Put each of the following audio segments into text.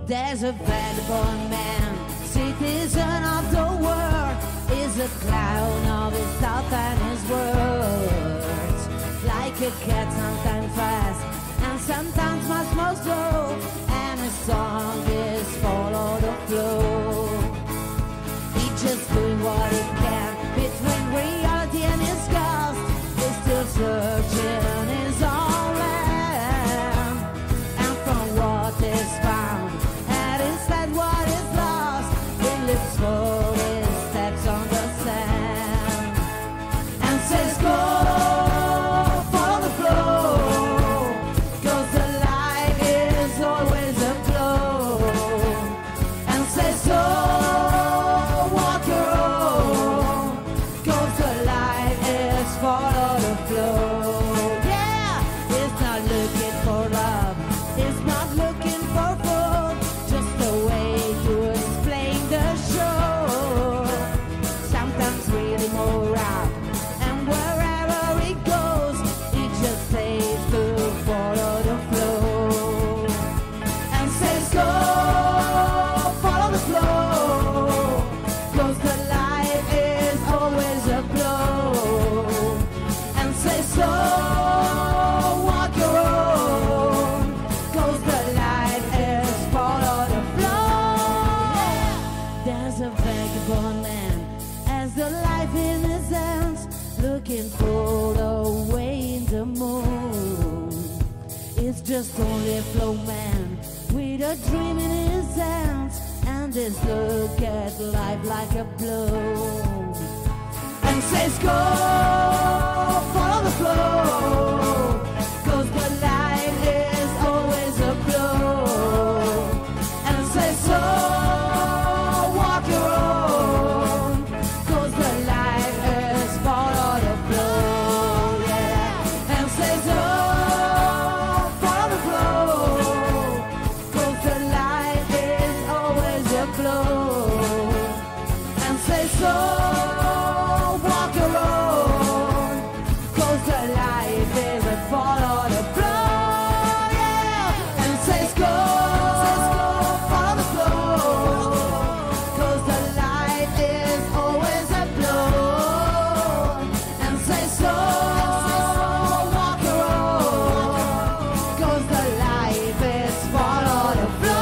There's a vagabond man, citizen of the world, is a clown of his thoughts and his words. Like a cat, sometimes fast and sometimes much more slow, and his song is follow the flow. He's just doing what he can between reality and his ghost. He's still searching his own land, and from what is found and instead what is lost, he lives for his steps on the sand and says go follow the flow, 'cause the life is always a flow, and says so walk your own, 'cause the life is follow the flow. Yeah, it's not looking for love, it's not looking for food, just a way to explain the show. Sometimes really more up, and wherever it goes, it just says to follow the flow, and says go follow the flow, 'cause the life is always a flow, and says so walk your own, 'cause the life is follow the flow. There's a vagabond man as the life in his hands, looking for the way in the moon. It's just only a flow man with a dream in his hands, and his look at life like a blow, and says go follow the flow, 'cause the life is always a flow, and says so walk your own, 'cause the life is follow the flow. Yeah, and says oh follow the flow, 'cause the life is always a flow, and says so walk your own, 'cause the life is a follow the flow. Yeah, and says go follow the flow, 'cause the life is always a flow, and says so walk your own, 'cause the life is follow the flow.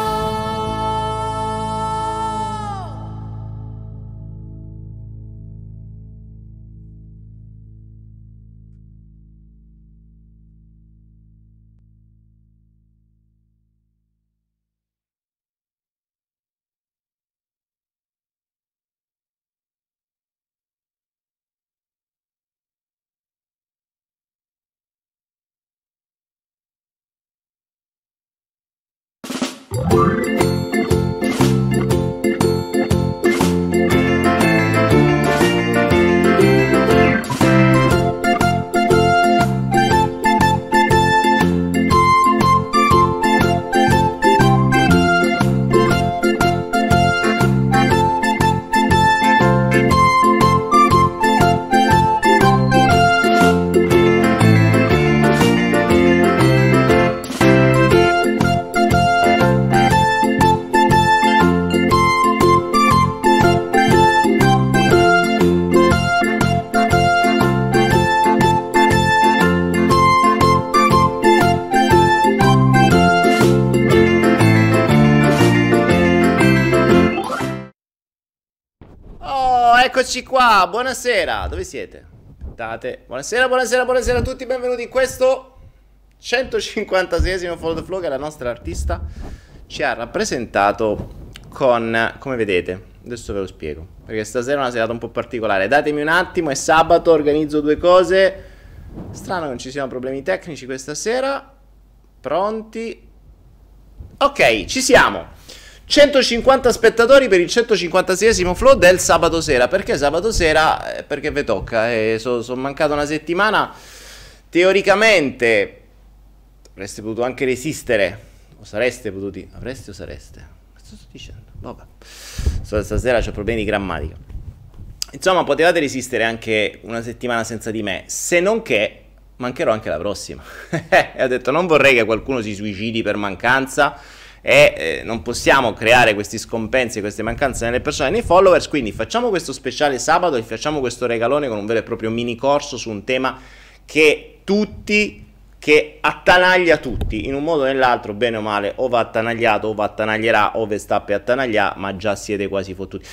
Eccoci qua, buonasera, dove siete? Aspettate, buonasera, buonasera, buonasera a tutti, benvenuti in questo 156esimo Follow the Flow che la nostra artista ci ha rappresentato con, come vedete, adesso ve lo spiego, perché stasera è una serata un po' particolare, datemi un attimo, è sabato, organizzo due cose, strano che non ci siano problemi tecnici questa sera, pronti? Ok, ci siamo! 150 spettatori per il 156esimo Flow del sabato sera. Perché sabato sera? Perché ve tocca. Sono mancato una settimana. Teoricamente avreste potuto anche resistere. O sareste potuti. Avreste o sareste? Cosa sto dicendo? Vabbè. Stasera c'ho problemi di grammatica. Insomma, potevate resistere anche una settimana senza di me. Se non che mancherò anche la prossima. E ho detto non vorrei che qualcuno si suicidi per mancanza. e non possiamo creare questi scompensi, queste mancanze nelle persone e nei followers, quindi facciamo questo speciale sabato e facciamo questo regalone con un vero e proprio mini corso su un tema che attanaglia tutti, in un modo o nell'altro, bene o male, o va attanagliato o va attanaglierà o ve sta per attanagliare, ma già siete quasi fottuti.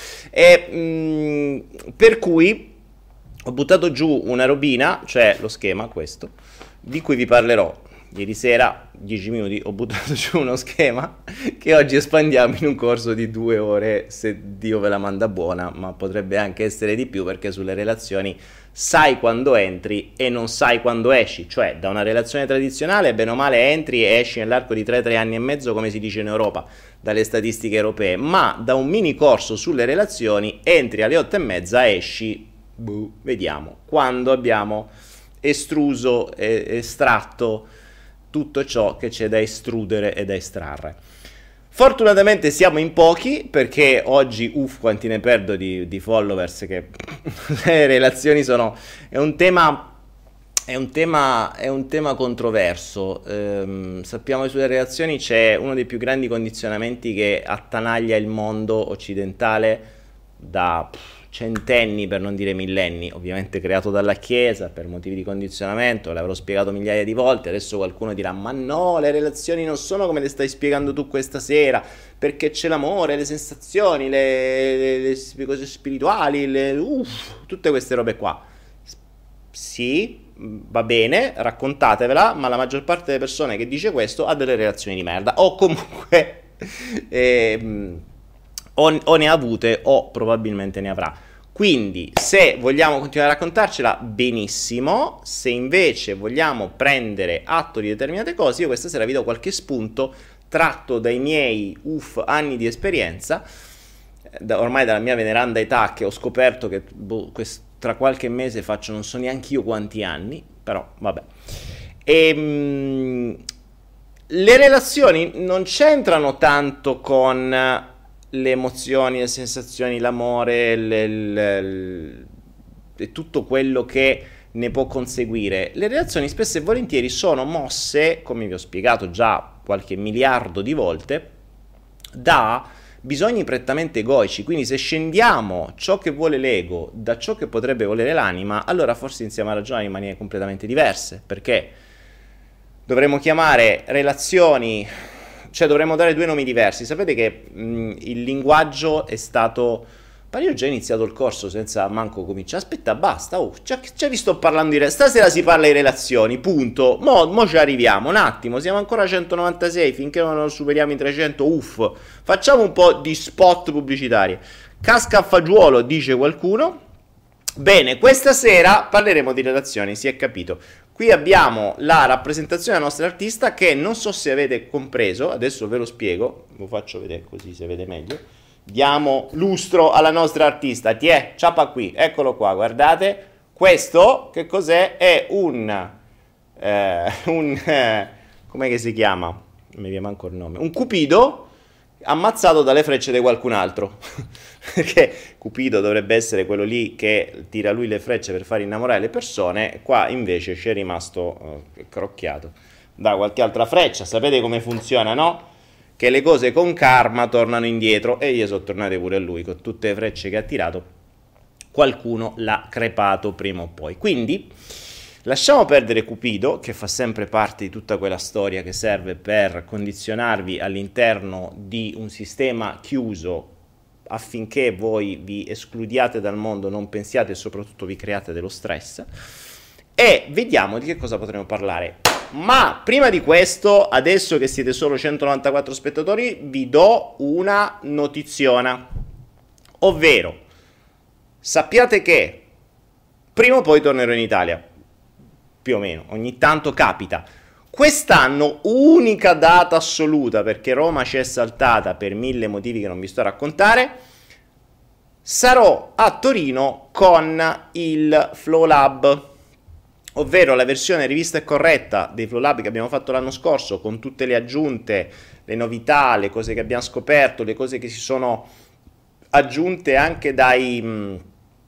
Per cui ho buttato giù una robina, cioè lo schema questo, di cui vi parlerò. Ieri sera, 10 minuti, ho buttato giù uno schema che oggi espandiamo in un corso di 2 ore, se Dio ve la manda buona, ma potrebbe anche essere di più, perché sulle relazioni sai quando entri e non sai quando esci, cioè da una relazione tradizionale bene o male entri e esci nell'arco di 3 anni e mezzo, come si dice in Europa, dalle statistiche europee, ma da un mini corso sulle relazioni entri alle 8:30, esci, vediamo, quando abbiamo estruso e estratto tutto ciò che c'è da estrudere e da estrarre. Fortunatamente siamo in pochi, perché oggi, quanti ne perdo di followers, che le relazioni sono... È un tema controverso. Sappiamo che sulle relazioni c'è uno dei più grandi condizionamenti che attanaglia il mondo occidentale da centenni, per non dire millenni, ovviamente creato dalla Chiesa per motivi di condizionamento, l'avrò spiegato migliaia di volte. Adesso qualcuno dirà: ma no, le relazioni non sono come le stai spiegando tu questa sera, perché c'è l'amore, le sensazioni, le cose spirituali, tutte queste robe qua. Sì, va bene, raccontatevela, ma la maggior parte delle persone che dice questo ha delle relazioni di merda, o comunque o ne ha avute o probabilmente ne avrà. Quindi se vogliamo continuare a raccontarcela, benissimo. Se invece vogliamo prendere atto di determinate cose, io questa sera vi do qualche spunto tratto dai miei anni di esperienza, ormai dalla mia veneranda età, che ho scoperto che tra qualche mese faccio non so neanche io quanti anni, però vabbè. Le relazioni non c'entrano tanto con le emozioni, le sensazioni, l'amore e tutto quello che ne può conseguire. Le relazioni spesso e volentieri sono mosse, come vi ho spiegato già qualche miliardo di volte, da bisogni prettamente egoici. Quindi se scendiamo ciò che vuole l'ego da ciò che potrebbe volere l'anima, allora forse iniziamo a ragionare in maniere completamente diverse, perché dovremmo chiamare relazioni... Cioè dovremmo dare 2 nomi diversi. Sapete che il linguaggio è stato... Ma io ho già iniziato il corso senza manco cominciare. Aspetta, basta. Già vi sto parlando di... Stasera si parla di relazioni, punto. Mo ci arriviamo, un attimo. Siamo ancora a 196, finché non superiamo i 300, Facciamo un po' di spot pubblicitari. Casca a fagiolo, dice qualcuno. Bene, questa sera parleremo di relazioni, si è capito. Qui abbiamo la rappresentazione della nostra artista, che non so se avete compreso, adesso ve lo spiego, lo faccio vedere così si vede meglio. Diamo lustro alla nostra artista. Tiè, ciapa qui, eccolo qua, guardate. Questo, che cos'è? È com'è che si chiama? Non mi viene manco il nome. Un cupido ammazzato dalle frecce di qualcun altro. Perché Cupido dovrebbe essere quello lì che tira lui le frecce per far innamorare le persone, qua invece ci è rimasto crocchiato da qualche altra freccia. Sapete come funziona, no? Che le cose con karma tornano indietro, e gli sono tornate pure a lui, con tutte le frecce che ha tirato qualcuno l'ha crepato prima o poi. Quindi lasciamo perdere Cupido, che fa sempre parte di tutta quella storia che serve per condizionarvi all'interno di un sistema chiuso affinché voi vi escludiate dal mondo, non pensiate e soprattutto vi create dello stress, e vediamo di che cosa potremo parlare. Ma prima di questo, adesso che siete solo 194 spettatori, vi do una notiziona, ovvero sappiate che prima o poi tornerò in Italia, più o meno, ogni tanto capita. Quest'anno, unica data assoluta, perché Roma ci è saltata per 1000 motivi che non vi sto a raccontare, sarò a Torino con il Flow Lab, ovvero la versione rivista e corretta dei Flow Lab che abbiamo fatto l'anno scorso, con tutte le aggiunte, le novità, le cose che abbiamo scoperto, le cose che si sono aggiunte anche dai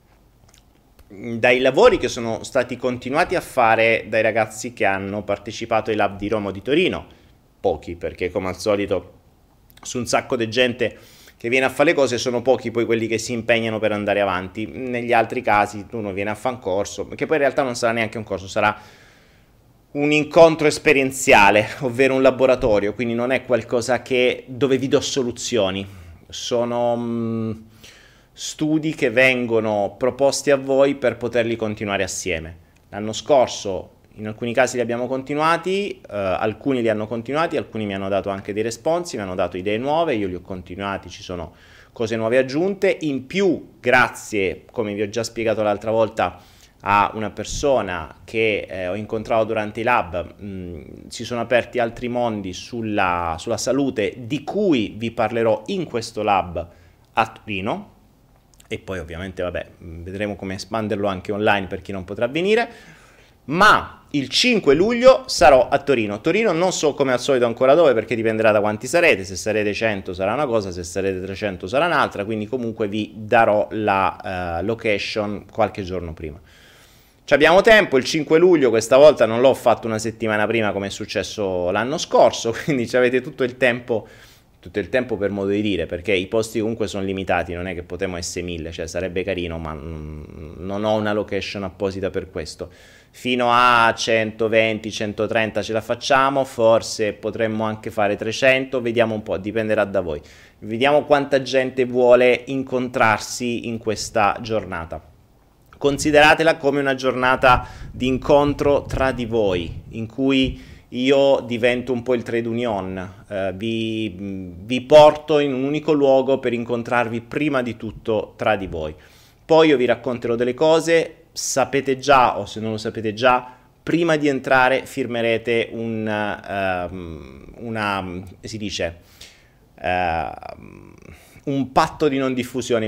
lavori che sono stati continuati a fare dai ragazzi che hanno partecipato ai Lab di Roma o di Torino. Pochi, perché come al solito su un sacco di gente che viene a fare le cose, sono pochi poi quelli che si impegnano per andare avanti. Negli altri casi uno viene a fare un corso, che poi in realtà non sarà neanche un corso, sarà un incontro esperienziale, ovvero un laboratorio, quindi non è qualcosa dove vi do soluzioni, sono studi che vengono proposti a voi per poterli continuare assieme. L'anno scorso in alcuni casi li abbiamo continuati, alcuni li hanno continuati, alcuni mi hanno dato anche dei responsi, mi hanno dato idee nuove, io li ho continuati, ci sono cose nuove aggiunte. In più, grazie, come vi ho già spiegato l'altra volta, a una persona che ho incontrato durante i lab, si sono aperti altri mondi sulla salute, di cui vi parlerò in questo lab a Torino, e poi ovviamente vedremo come espanderlo anche online per chi non potrà venire. Ma il 5 luglio sarò a Torino. Torino non so come al solito ancora dove, perché dipenderà da quanti sarete. Se sarete 100 sarà una cosa, se sarete 300 sarà un'altra, quindi comunque vi darò la location qualche giorno prima. Ci abbiamo tempo, il 5 luglio questa volta non l'ho fatto una settimana prima come è successo l'anno scorso, quindi ci avete tutto il tempo per modo di dire, perché i posti comunque sono limitati, non è che potremo essere 1000, cioè sarebbe carino, ma non ho una location apposita per questo. Fino a 120, 130 ce la facciamo, forse potremmo anche fare 300, vediamo un po', dipenderà da voi. Vediamo quanta gente vuole incontrarsi in questa giornata. Consideratela come una giornata di incontro tra di voi, in cui io divento un po' il trade union, vi porto in un unico luogo per incontrarvi prima di tutto tra di voi. Poi io vi racconterò delle cose, sapete già, o se non lo sapete già, prima di entrare firmerete un patto di non diffusione,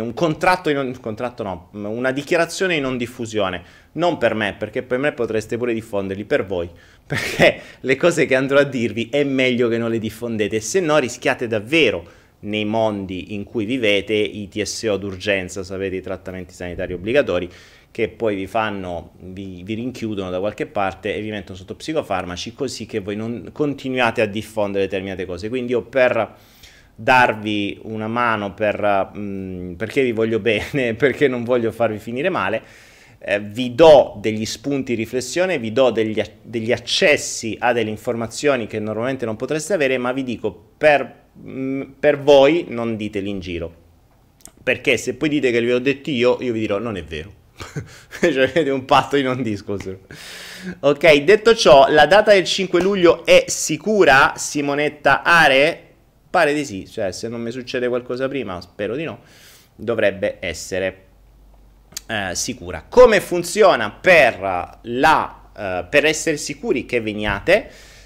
una dichiarazione di non diffusione, non per me, perché per me potreste pure diffonderli, per voi, perché le cose che andrò a dirvi è meglio che non le diffondete, se no rischiate davvero nei mondi in cui vivete i TSO d'urgenza, sapete, i trattamenti sanitari obbligatori, che poi vi rinchiudono da qualche parte e vi mettono sotto psicofarmaci, così che voi non continuate a diffondere determinate cose. Quindi io, per darvi una mano, perché vi voglio bene, perché non voglio farvi finire male, vi do degli spunti di riflessione, vi do degli accessi a delle informazioni che normalmente non potreste avere, ma vi dico per voi non diteli in giro, perché se poi dite che li ho detti io vi dirò non è vero. Cioè, avete un patto di non discussione. Ok, detto ciò, la data del 5 luglio è sicura, Simonetta Are? Pare di sì, cioè se non mi succede qualcosa prima, spero di no, dovrebbe essere sicura. Come funziona per essere sicuri che veniate?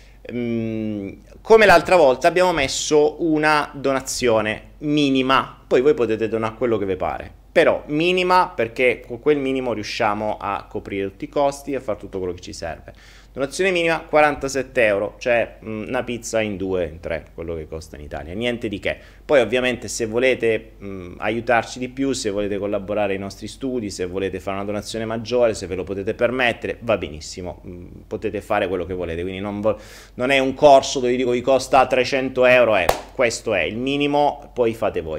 Come l'altra volta abbiamo messo una donazione minima, poi voi potete donare quello che vi pare, però minima, perché con quel minimo riusciamo a coprire tutti i costi e a fare tutto quello che ci serve. Donazione minima 47 euro, cioè una pizza in 2, in 3, quello che costa in Italia, niente di che. Poi ovviamente se volete aiutarci di più, se volete collaborare ai nostri studi, se volete fare una donazione maggiore, se ve lo potete permettere, va benissimo, potete fare quello che volete, quindi non è un corso dove dico vi costa 300 euro, questo è il minimo, poi fate voi.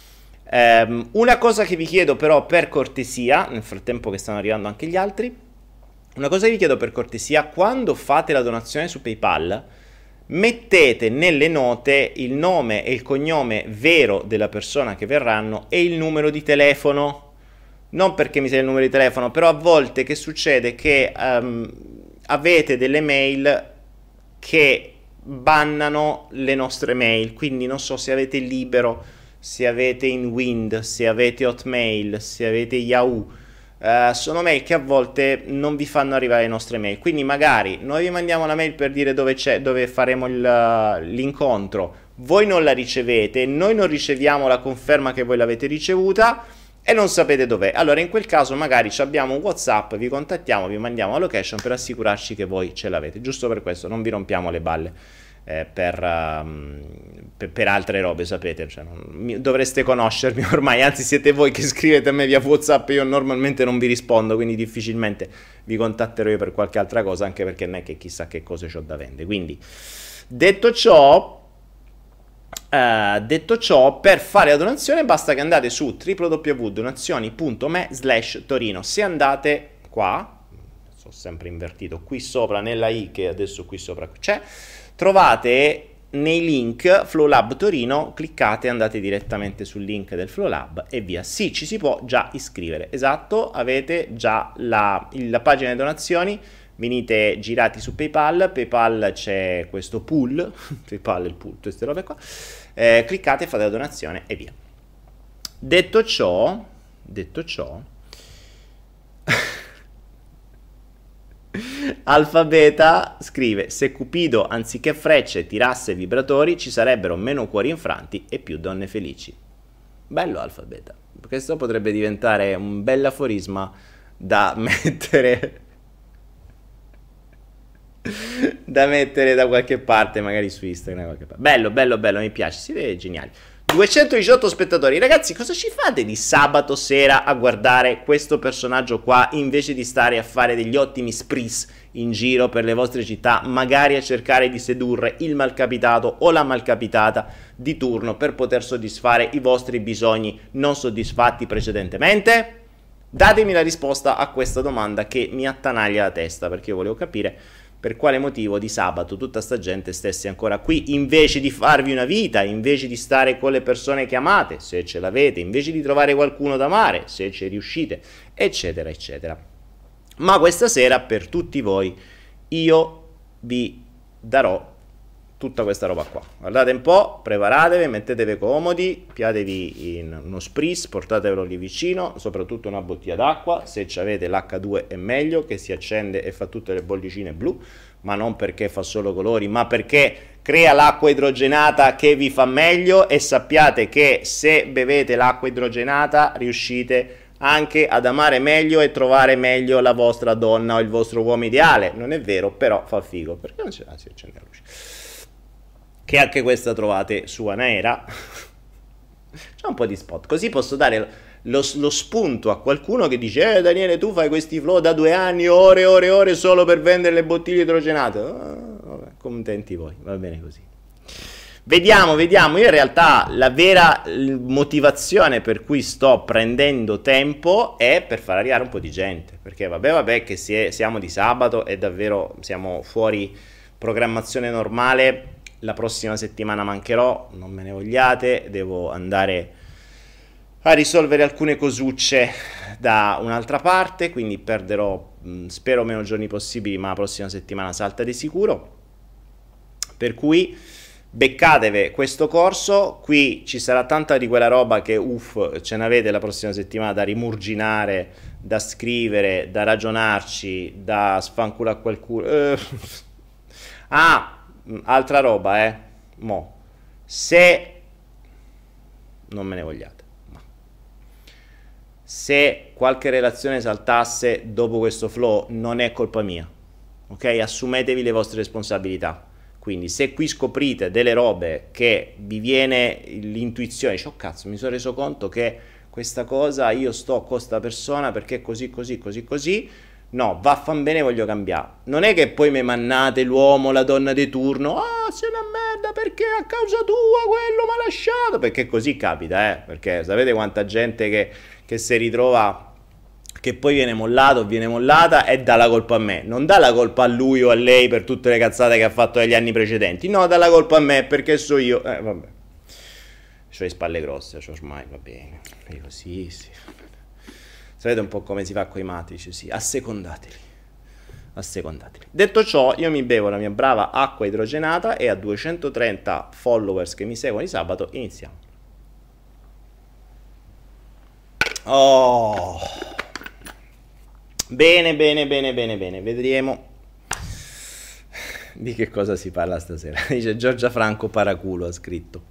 Una cosa che vi chiedo però per cortesia, nel frattempo che stanno arrivando anche gli altri, una cosa che vi chiedo per cortesia: quando fate la donazione su PayPal, mettete nelle note il nome e il cognome vero della persona che verranno e il numero di telefono. Non perché mi sia il numero di telefono, però a volte che succede che avete delle mail che bannano le nostre mail, quindi non so se avete Libero, se avete InWind, se avete Hotmail, se avete Yahoo. Sono mail che a volte non vi fanno arrivare le nostre mail, quindi magari noi vi mandiamo la mail per dire dove faremo l'incontro, voi non la ricevete, noi non riceviamo la conferma che voi l'avete ricevuta e non sapete dov'è. Allora in quel caso magari abbiamo un WhatsApp, vi contattiamo, vi mandiamo la location per assicurarci che voi ce l'avete, giusto per questo, non vi rompiamo le balle per altre robe, sapete, cioè, dovreste conoscermi ormai, anzi siete voi che scrivete a me via WhatsApp, io normalmente non vi rispondo, quindi difficilmente vi contatterò io per qualche altra cosa, anche perché non è che chissà che cose c'ho da vendere. Quindi detto ciò, Detto ciò, per fare la donazione basta che andate su www.donazioni.me/Torino. Se andate qua, sono sempre invertito, qui sopra nella i che adesso qui sopra c'è, trovate nei link Flow Lab Torino, cliccate, andate direttamente sul link del Flow Lab e via. Sì, ci si può già iscrivere, esatto, avete già la pagina di donazioni, venite girati su PayPal c'è questo pool, PayPal il pool, queste robe qua, cliccate, fate la donazione e via. Detto ciò, Alfa Beta scrive: se Cupido anziché frecce tirasse vibratori ci sarebbero meno cuori infranti e più donne felici. Bello Alfa Beta, questo potrebbe diventare un bel aforisma da mettere da qualche parte, magari su Instagram, qualche parte. Bello, mi piace, si vede geniale. 218 spettatori. Ragazzi, cosa ci fate di sabato sera a guardare questo personaggio qua invece di stare a fare degli ottimi spris in giro per le vostre città, magari a cercare di sedurre il malcapitato o la malcapitata di turno per poter soddisfare i vostri bisogni non soddisfatti precedentemente? Datemi la risposta a questa domanda che mi attanaglia la testa, perché io volevo capire per quale motivo di sabato tutta sta gente stesse ancora qui, invece di farvi una vita, invece di stare con le persone che amate, se ce l'avete, invece di trovare qualcuno da amare, se ci riuscite, eccetera, eccetera. Ma questa sera, per tutti voi, io vi darò tutta questa roba qua. Guardate un po', preparatevi, mettetevi comodi, piatevi in uno spritz, portatevelo lì vicino, soprattutto una bottiglia d'acqua, se avete l'H2 è meglio, che si accende e fa tutte le bollicine blu, ma non perché fa solo colori, ma perché crea l'acqua idrogenata che vi fa meglio, e sappiate che se bevete l'acqua idrogenata riuscite anche ad amare meglio e trovare meglio la vostra donna o il vostro uomo ideale. Non è vero, però fa figo, perché non si accende la luce. Che anche questa trovate su Anaera. C'è un po' di spot, così posso dare lo spunto a qualcuno che dice Daniele, tu fai questi flow da 2 anni, ore solo per vendere le bottiglie idrogenate. Vabbè, contenti voi, va bene così. Vediamo. Io in realtà la vera motivazione per cui sto prendendo tempo è per far arrivare un po' di gente, perché vabbè che siamo di sabato e davvero siamo fuori programmazione normale. La prossima settimana mancherò, non me ne vogliate, devo andare a risolvere alcune cosucce da un'altra parte, quindi perderò, spero, meno giorni possibili, ma la prossima settimana salta di sicuro. Per cui beccatevi questo corso, qui ci sarà tanta di quella roba che ce n'avete la prossima settimana da rimurginare, da scrivere, da ragionarci, da sfanculare qualcuno. Altra roba, se non me ne vogliate, ma se qualche relazione saltasse dopo questo flow non è colpa mia, ok? Assumetevi le vostre responsabilità. Quindi se qui scoprite delle robe che vi viene l'intuizione, dice, oh cazzo, mi sono reso conto che questa cosa io sto con questa persona perché così, no, vaffanbene, voglio cambiare. Non è che poi mi mannate l'uomo, la donna di turno, sei una merda perché a causa tua quello mi ha lasciato, perché così capita, perché sapete quanta gente che si ritrova che poi viene mollato o viene mollata e dà la colpa a me. Non dà la colpa a lui o a lei per tutte le cazzate che ha fatto negli anni precedenti, no, dà la colpa a me perché so io, vabbè. C'ho le spalle grosse, ormai, va bene, è così, sì. Sapete un po' come si fa con i matrici, sì, assecondateli. Detto ciò, io mi bevo la mia brava acqua idrogenata e a 230 followers che mi seguono di sabato iniziamo. Oh, bene, vedremo di che cosa si parla stasera. Dice Giorgia Franco Paraculo, ha scritto.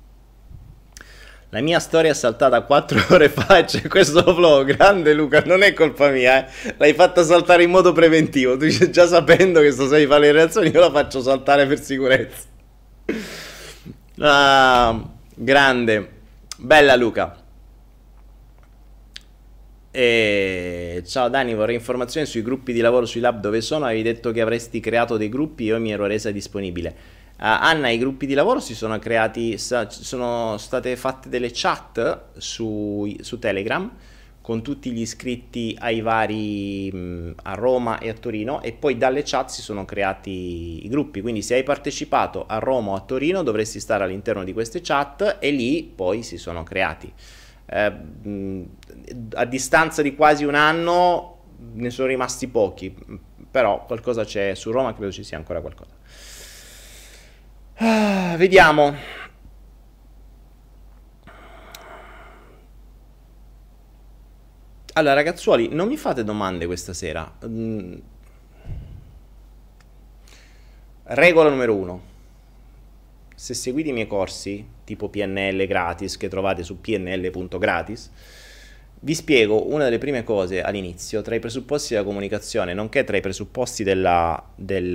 La mia storia è saltata 4 ore fa e c'è questo flow. Grande Luca, non è colpa mia, l'hai fatta saltare in modo preventivo. Tu dici, già sapendo che sto sei fa le reazioni, io la faccio saltare per sicurezza. Grande, bella Luca. Ciao Dani, vorrei informazioni sui gruppi di lavoro sui lab dove sono. Avevi detto che avresti creato dei gruppi, io mi ero resa disponibile. Anna, i gruppi di lavoro si sono creati, sono state fatte delle chat su Telegram con tutti gli iscritti ai vari a Roma e a Torino, e poi dalle chat si sono creati i gruppi, quindi se hai partecipato a Roma o a Torino dovresti stare all'interno di queste chat, e lì poi si sono creati. A distanza di quasi un anno ne sono rimasti pochi, però qualcosa c'è su Roma, credo ci sia ancora qualcosa. Vediamo. Allora, ragazzuoli, non mi fate domande questa sera. Regola numero 1. Se seguite i miei corsi, tipo PNL gratis, che trovate su pnl.gratis, vi spiego una delle prime cose all'inizio, tra i presupposti della comunicazione, nonché tra i presupposti della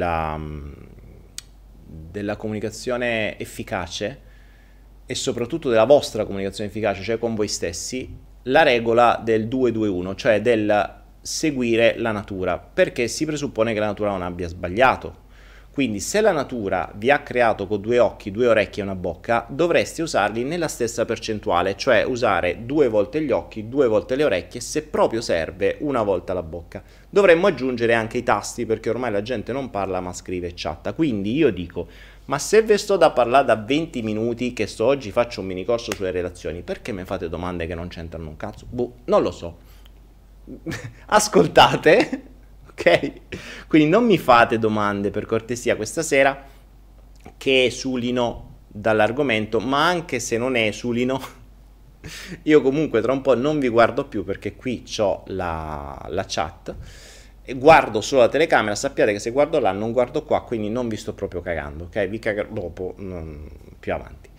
comunicazione efficace, e soprattutto della vostra comunicazione efficace, cioè con voi stessi, la regola del 2-2-1, cioè del seguire la natura, perché si presuppone che la natura non abbia sbagliato. Quindi se la natura vi ha creato con 2 occhi, 2 orecchie e una bocca, dovreste usarli nella stessa percentuale, cioè usare 2 volte gli occhi, 2 volte le orecchie, se proprio serve, una volta la bocca. Dovremmo aggiungere anche i tasti, perché ormai la gente non parla ma scrive e chatta. Quindi io dico, ma se ve sto da parlare da 20 minuti, che sto oggi faccio un mini corso sulle relazioni, perché mi fate domande che non c'entrano un cazzo? Boh, non lo so. Ascoltate, ok? Quindi non mi fate domande, per cortesia, questa sera che esulino dall'argomento, ma anche se non esulino, io comunque tra un po' non vi guardo più, perché qui c'ho la chat, e guardo solo la telecamera. Sappiate che se guardo là non guardo qua, quindi non vi sto proprio cagando, ok? Vi cagherò dopo, più avanti.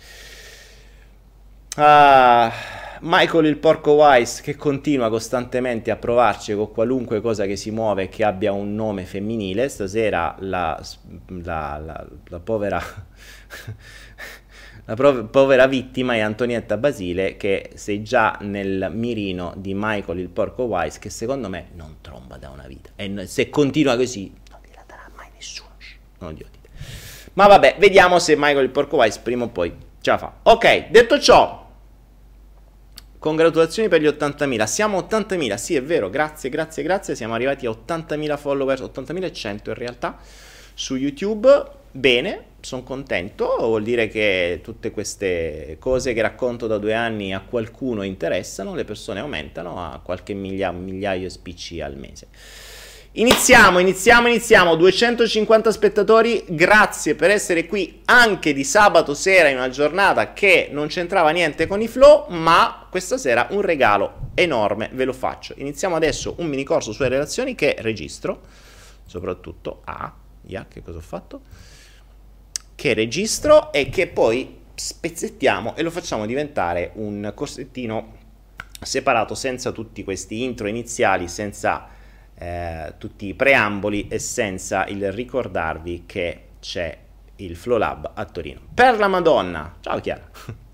Michael il porco wise, che continua costantemente a provarci con qualunque cosa che si muove e che abbia un nome femminile. Stasera la povera la povera vittima è Antonietta Basile, che sei già nel mirino di Michael il porco wise, che secondo me non tromba da una vita, e se continua così non gliela darà mai nessuno, non glielo dite. Ma vabbè, vediamo se Michael il porco wise prima o poi ce la fa. Ok, detto ciò, congratulazioni per gli 80.000. Siamo a 80.000, sì è vero, grazie, siamo arrivati a 80.000 followers, 80.100 in realtà, su YouTube. Bene, sono contento, vuol dire che tutte queste cose che racconto da 2 anni a qualcuno interessano, le persone aumentano a qualche migliaio spicci al mese. Iniziamo, 250 spettatori, grazie per essere qui anche di sabato sera in una giornata che non c'entrava niente con i flow, ma questa sera un regalo enorme ve lo faccio. Iniziamo adesso un mini corso sulle relazioni che registro, soprattutto che cosa ho fatto? Che registro e che poi spezzettiamo e lo facciamo diventare un corsettino separato, senza tutti questi intro iniziali, senza tutti i preamboli e senza il ricordarvi che c'è il Flow Lab a Torino. Per la Madonna! Ciao Chiara!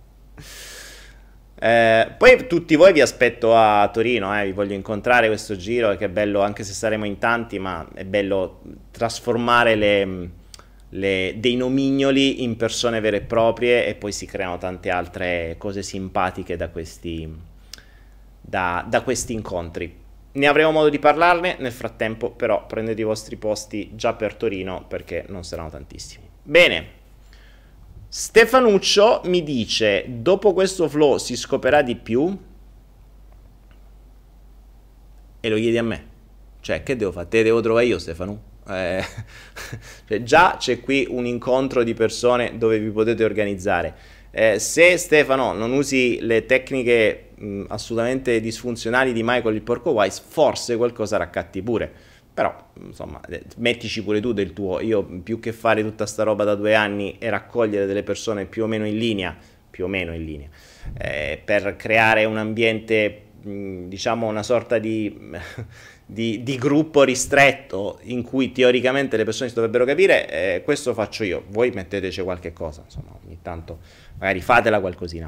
Poi tutti voi vi aspetto a Torino, vi voglio incontrare questo giro, che è bello, anche se saremo in tanti, ma è bello trasformare dei nomignoli in persone vere e proprie, e poi si creano tante altre cose simpatiche da questi incontri. Ne avremo modo di parlarne nel frattempo, però prendete i vostri posti già per Torino, perché non saranno tantissimi. Bene, Stefanuccio mi dice: dopo questo flow si scoperà di più? E lo chiedi a me? Cioè, che devo fare? Te devo trovare io, Stefano? Cioè, già c'è qui un incontro di persone dove vi potete organizzare. Se Stefano non usi le tecniche assolutamente disfunzionali di Michael il porco wise, forse qualcosa raccatti pure. Però, insomma, mettici pure tu del tuo. Io, più che fare tutta sta roba da 2 anni e raccogliere delle persone più o meno in linea, per creare un ambiente, diciamo, una sorta di gruppo ristretto in cui teoricamente le persone si dovrebbero capire, questo faccio io. Voi metteteci qualche cosa, insomma, ogni tanto magari fatela qualcosina.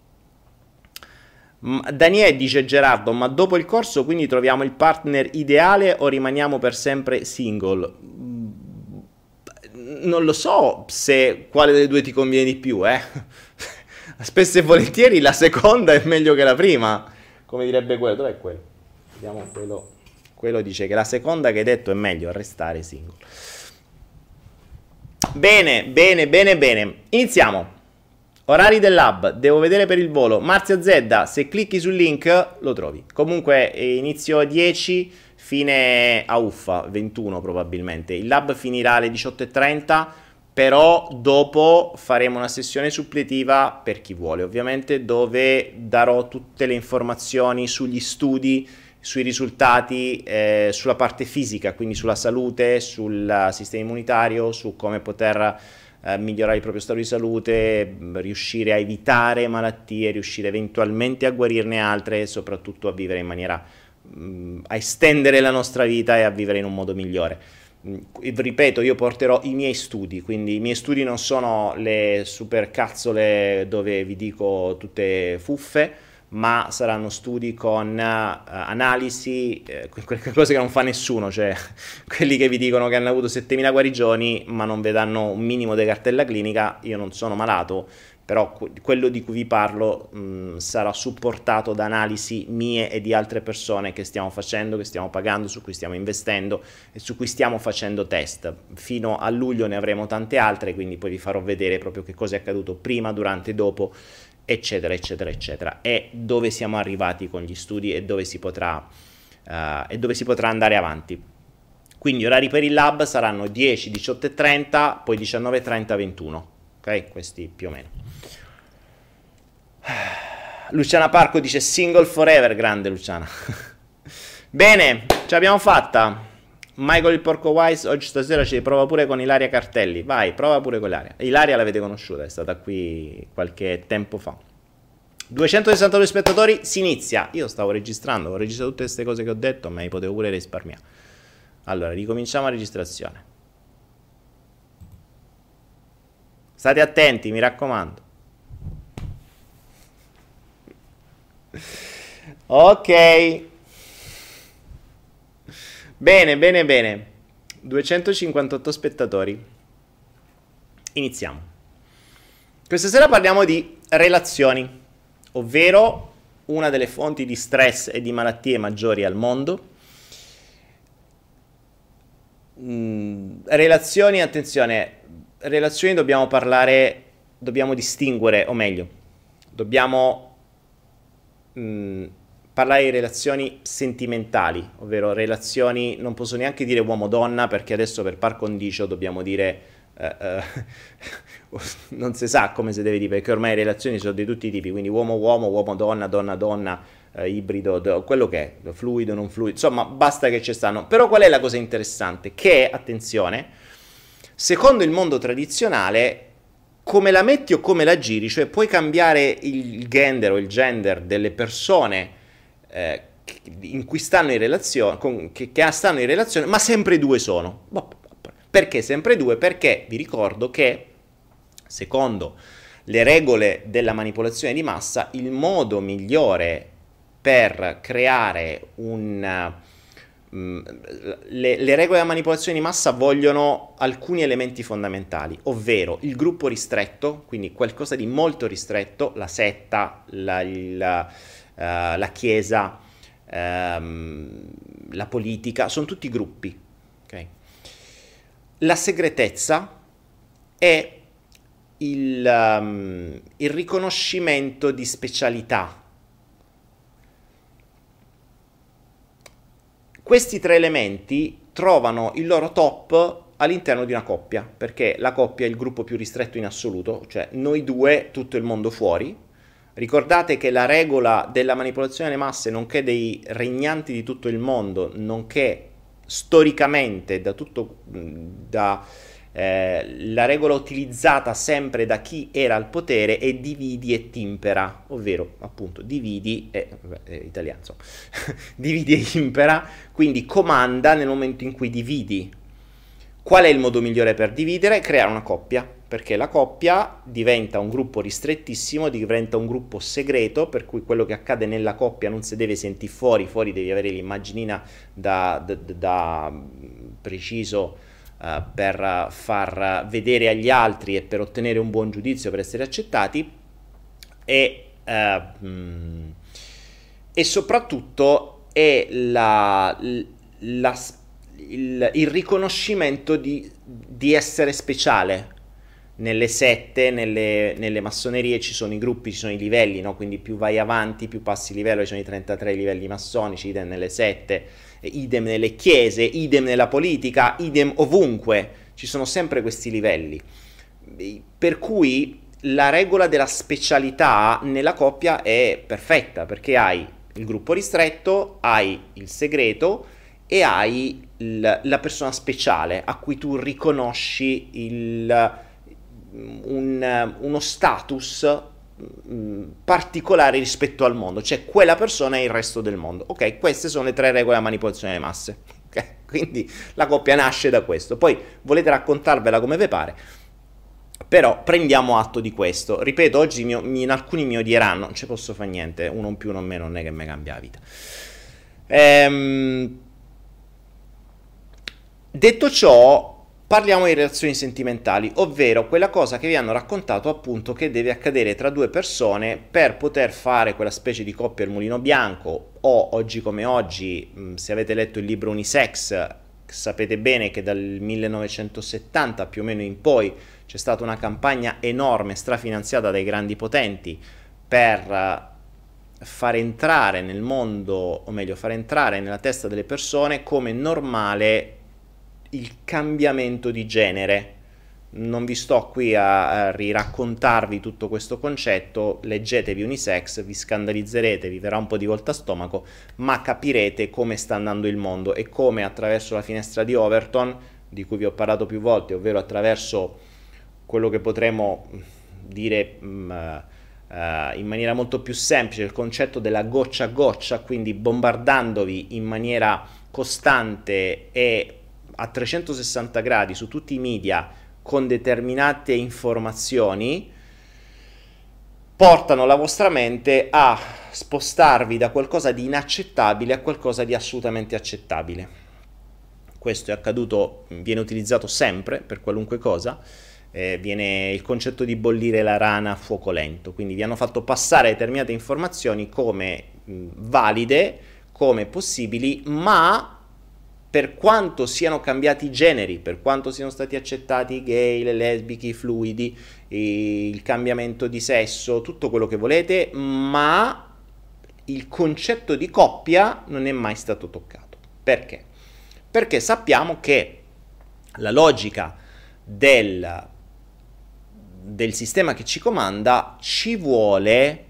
Daniele dice: Gerardo, ma dopo il corso quindi troviamo il partner ideale o rimaniamo per sempre single? non lo so se quale delle due ti conviene di più, eh. Spesso e volentieri la seconda è meglio che la prima, come direbbe quello. Dov'è quello? Vediamo quello. Quello dice che la seconda che hai detto è meglio, restare single. Bene, bene, bene, bene. Iniziamo. Orari del lab, devo vedere per il volo. Marzia Zedda, se clicchi sul link lo trovi. Comunque inizio 10, fine a uffa, 21 probabilmente. Il lab finirà alle 18:30, però dopo faremo una sessione suppletiva per chi vuole, ovviamente, dove darò tutte le informazioni sugli studi, sui risultati, sulla parte fisica, quindi sulla salute, sul sistema immunitario, su come poter migliorare il proprio stato di salute, riuscire a evitare malattie, riuscire eventualmente a guarirne altre e soprattutto a vivere in maniera, a estendere la nostra vita e a vivere in un modo migliore. Ripeto, io porterò i miei studi, quindi i miei studi non sono le super cazzole dove vi dico tutte fuffe, ma saranno studi con analisi, quelle cose che non fa nessuno, cioè quelli che vi dicono che hanno avuto 7000 guarigioni ma non vi danno un minimo di cartella clinica. Io non sono malato, però quello di cui vi parlo sarà supportato da analisi mie e di altre persone che stiamo facendo, che stiamo pagando, su cui stiamo investendo e su cui stiamo facendo test. Fino a luglio ne avremo tante altre, quindi poi vi farò vedere proprio che cosa è accaduto prima, durante e dopo, eccetera eccetera eccetera, e dove siamo arrivati con gli studi e dove si potrà andare avanti. Quindi orari per il lab saranno 10, 18:30, poi 19:30, 21, ok? Questi più o meno. Luciana Parco dice single forever, grande Luciana. Bene, ce l'abbiamo fatta. Michael il Porco Wise oggi stasera ci prova pure con Ilaria Cartelli. Vai, prova pure con Ilaria. Ilaria l'avete conosciuta, è stata qui qualche tempo fa. 262 spettatori, si inizia. Io stavo registrando, ho registrato tutte queste cose che ho detto, ma mi potevo pure risparmiare. Allora, ricominciamo la registrazione. State attenti, mi raccomando. Ok. Bene, bene, bene. 258 spettatori. Iniziamo. Questa sera parliamo di relazioni, ovvero una delle fonti di stress e di malattie maggiori al mondo. Relazioni, attenzione, relazioni dobbiamo distinguere, o meglio, dobbiamo parlare di relazioni sentimentali, ovvero relazioni, non posso neanche dire uomo-donna, perché adesso per par condicio dobbiamo dire, non si sa come si deve dire, perché ormai le relazioni sono di tutti i tipi, quindi uomo-uomo, uomo-donna, donna-donna, ibrido, quello che è, fluido, non fluido, insomma basta che ci stanno. Però qual è la cosa interessante? Che, attenzione, secondo il mondo tradizionale, come la metti o come la giri, cioè puoi cambiare il gender o il gender delle persone in cui stanno in relazione, che stanno in relazione, ma sempre due sono. Perché sempre due? Perché vi ricordo che, secondo le regole della manipolazione di massa, il modo migliore per creare le regole della manipolazione di massa vogliono alcuni elementi fondamentali, ovvero il gruppo ristretto, quindi qualcosa di molto ristretto, la setta, la chiesa, la politica, sono tutti gruppi, okay? La segretezza è il riconoscimento di specialità. Questi tre elementi trovano il loro top all'interno di una coppia, perché la coppia è il gruppo più ristretto in assoluto, cioè noi due, tutto il mondo fuori. Ricordate che la regola della manipolazione delle masse, nonché dei regnanti di tutto il mondo, nonché storicamente la regola utilizzata sempre da chi era al potere è dividi e timpera, ovvero appunto dividi e italiano, insomma, dividi e impera, quindi comanda nel momento in cui dividi. Qual è il modo migliore per dividere? Creare una coppia, perché la coppia diventa un gruppo ristrettissimo, diventa un gruppo segreto, per cui quello che accade nella coppia non si deve sentire fuori devi avere l'immaginina da preciso per far vedere agli altri e per ottenere un buon giudizio, per essere accettati, e soprattutto è il riconoscimento di essere speciale. Nelle sette, nelle massonerie ci sono i gruppi, ci sono i livelli, no? Quindi più vai avanti, più passi livello, ci sono i 33 livelli massonici, idem nelle sette, idem nelle chiese, idem nella politica, idem ovunque, ci sono sempre questi livelli. Per cui la regola della specialità nella coppia è perfetta, perché hai il gruppo ristretto, hai il segreto e hai la persona speciale a cui tu riconosci uno status particolare rispetto al mondo, cioè quella persona e il resto del mondo. Ok, queste sono le 3 regole della manipolazione delle masse. Okay? Quindi la coppia nasce da questo. Poi volete raccontarvela come vi pare, però prendiamo atto di questo. Ripeto, oggi in alcuni mi odieranno, non ci posso fare niente, uno in più, uno in meno, non è che mi cambia la vita. Detto ciò, parliamo di relazioni sentimentali, ovvero quella cosa che vi hanno raccontato appunto che deve accadere tra 2 persone per poter fare quella specie di coppia al mulino bianco, o oggi come oggi, se avete letto il libro Unisex, sapete bene che dal 1970 più o meno in poi c'è stata una campagna enorme strafinanziata dai grandi potenti per far entrare nel mondo, o meglio far entrare nella testa delle persone come normale il cambiamento di genere. Non vi sto qui a riraccontarvi tutto questo concetto, leggetevi Unisex, vi scandalizzerete, vi verrà un po' di volta a stomaco, ma capirete come sta andando il mondo e come attraverso la finestra di Overton, di cui vi ho parlato più volte, ovvero attraverso quello che potremmo dire in maniera molto più semplice, il concetto della goccia a goccia, quindi bombardandovi in maniera costante e a 360 gradi su tutti i media con determinate informazioni, portano la vostra mente a spostarvi da qualcosa di inaccettabile a qualcosa di assolutamente accettabile. Questo è accaduto, viene utilizzato sempre per qualunque cosa, viene il concetto di bollire la rana a fuoco lento, quindi vi hanno fatto passare determinate informazioni come valide, come possibili, ma per quanto siano cambiati i generi, per quanto siano stati accettati i gay, le lesbiche, i fluidi, il cambiamento di sesso, tutto quello che volete, ma il concetto di coppia non è mai stato toccato. Perché? Perché sappiamo che la logica del sistema che ci comanda ci vuole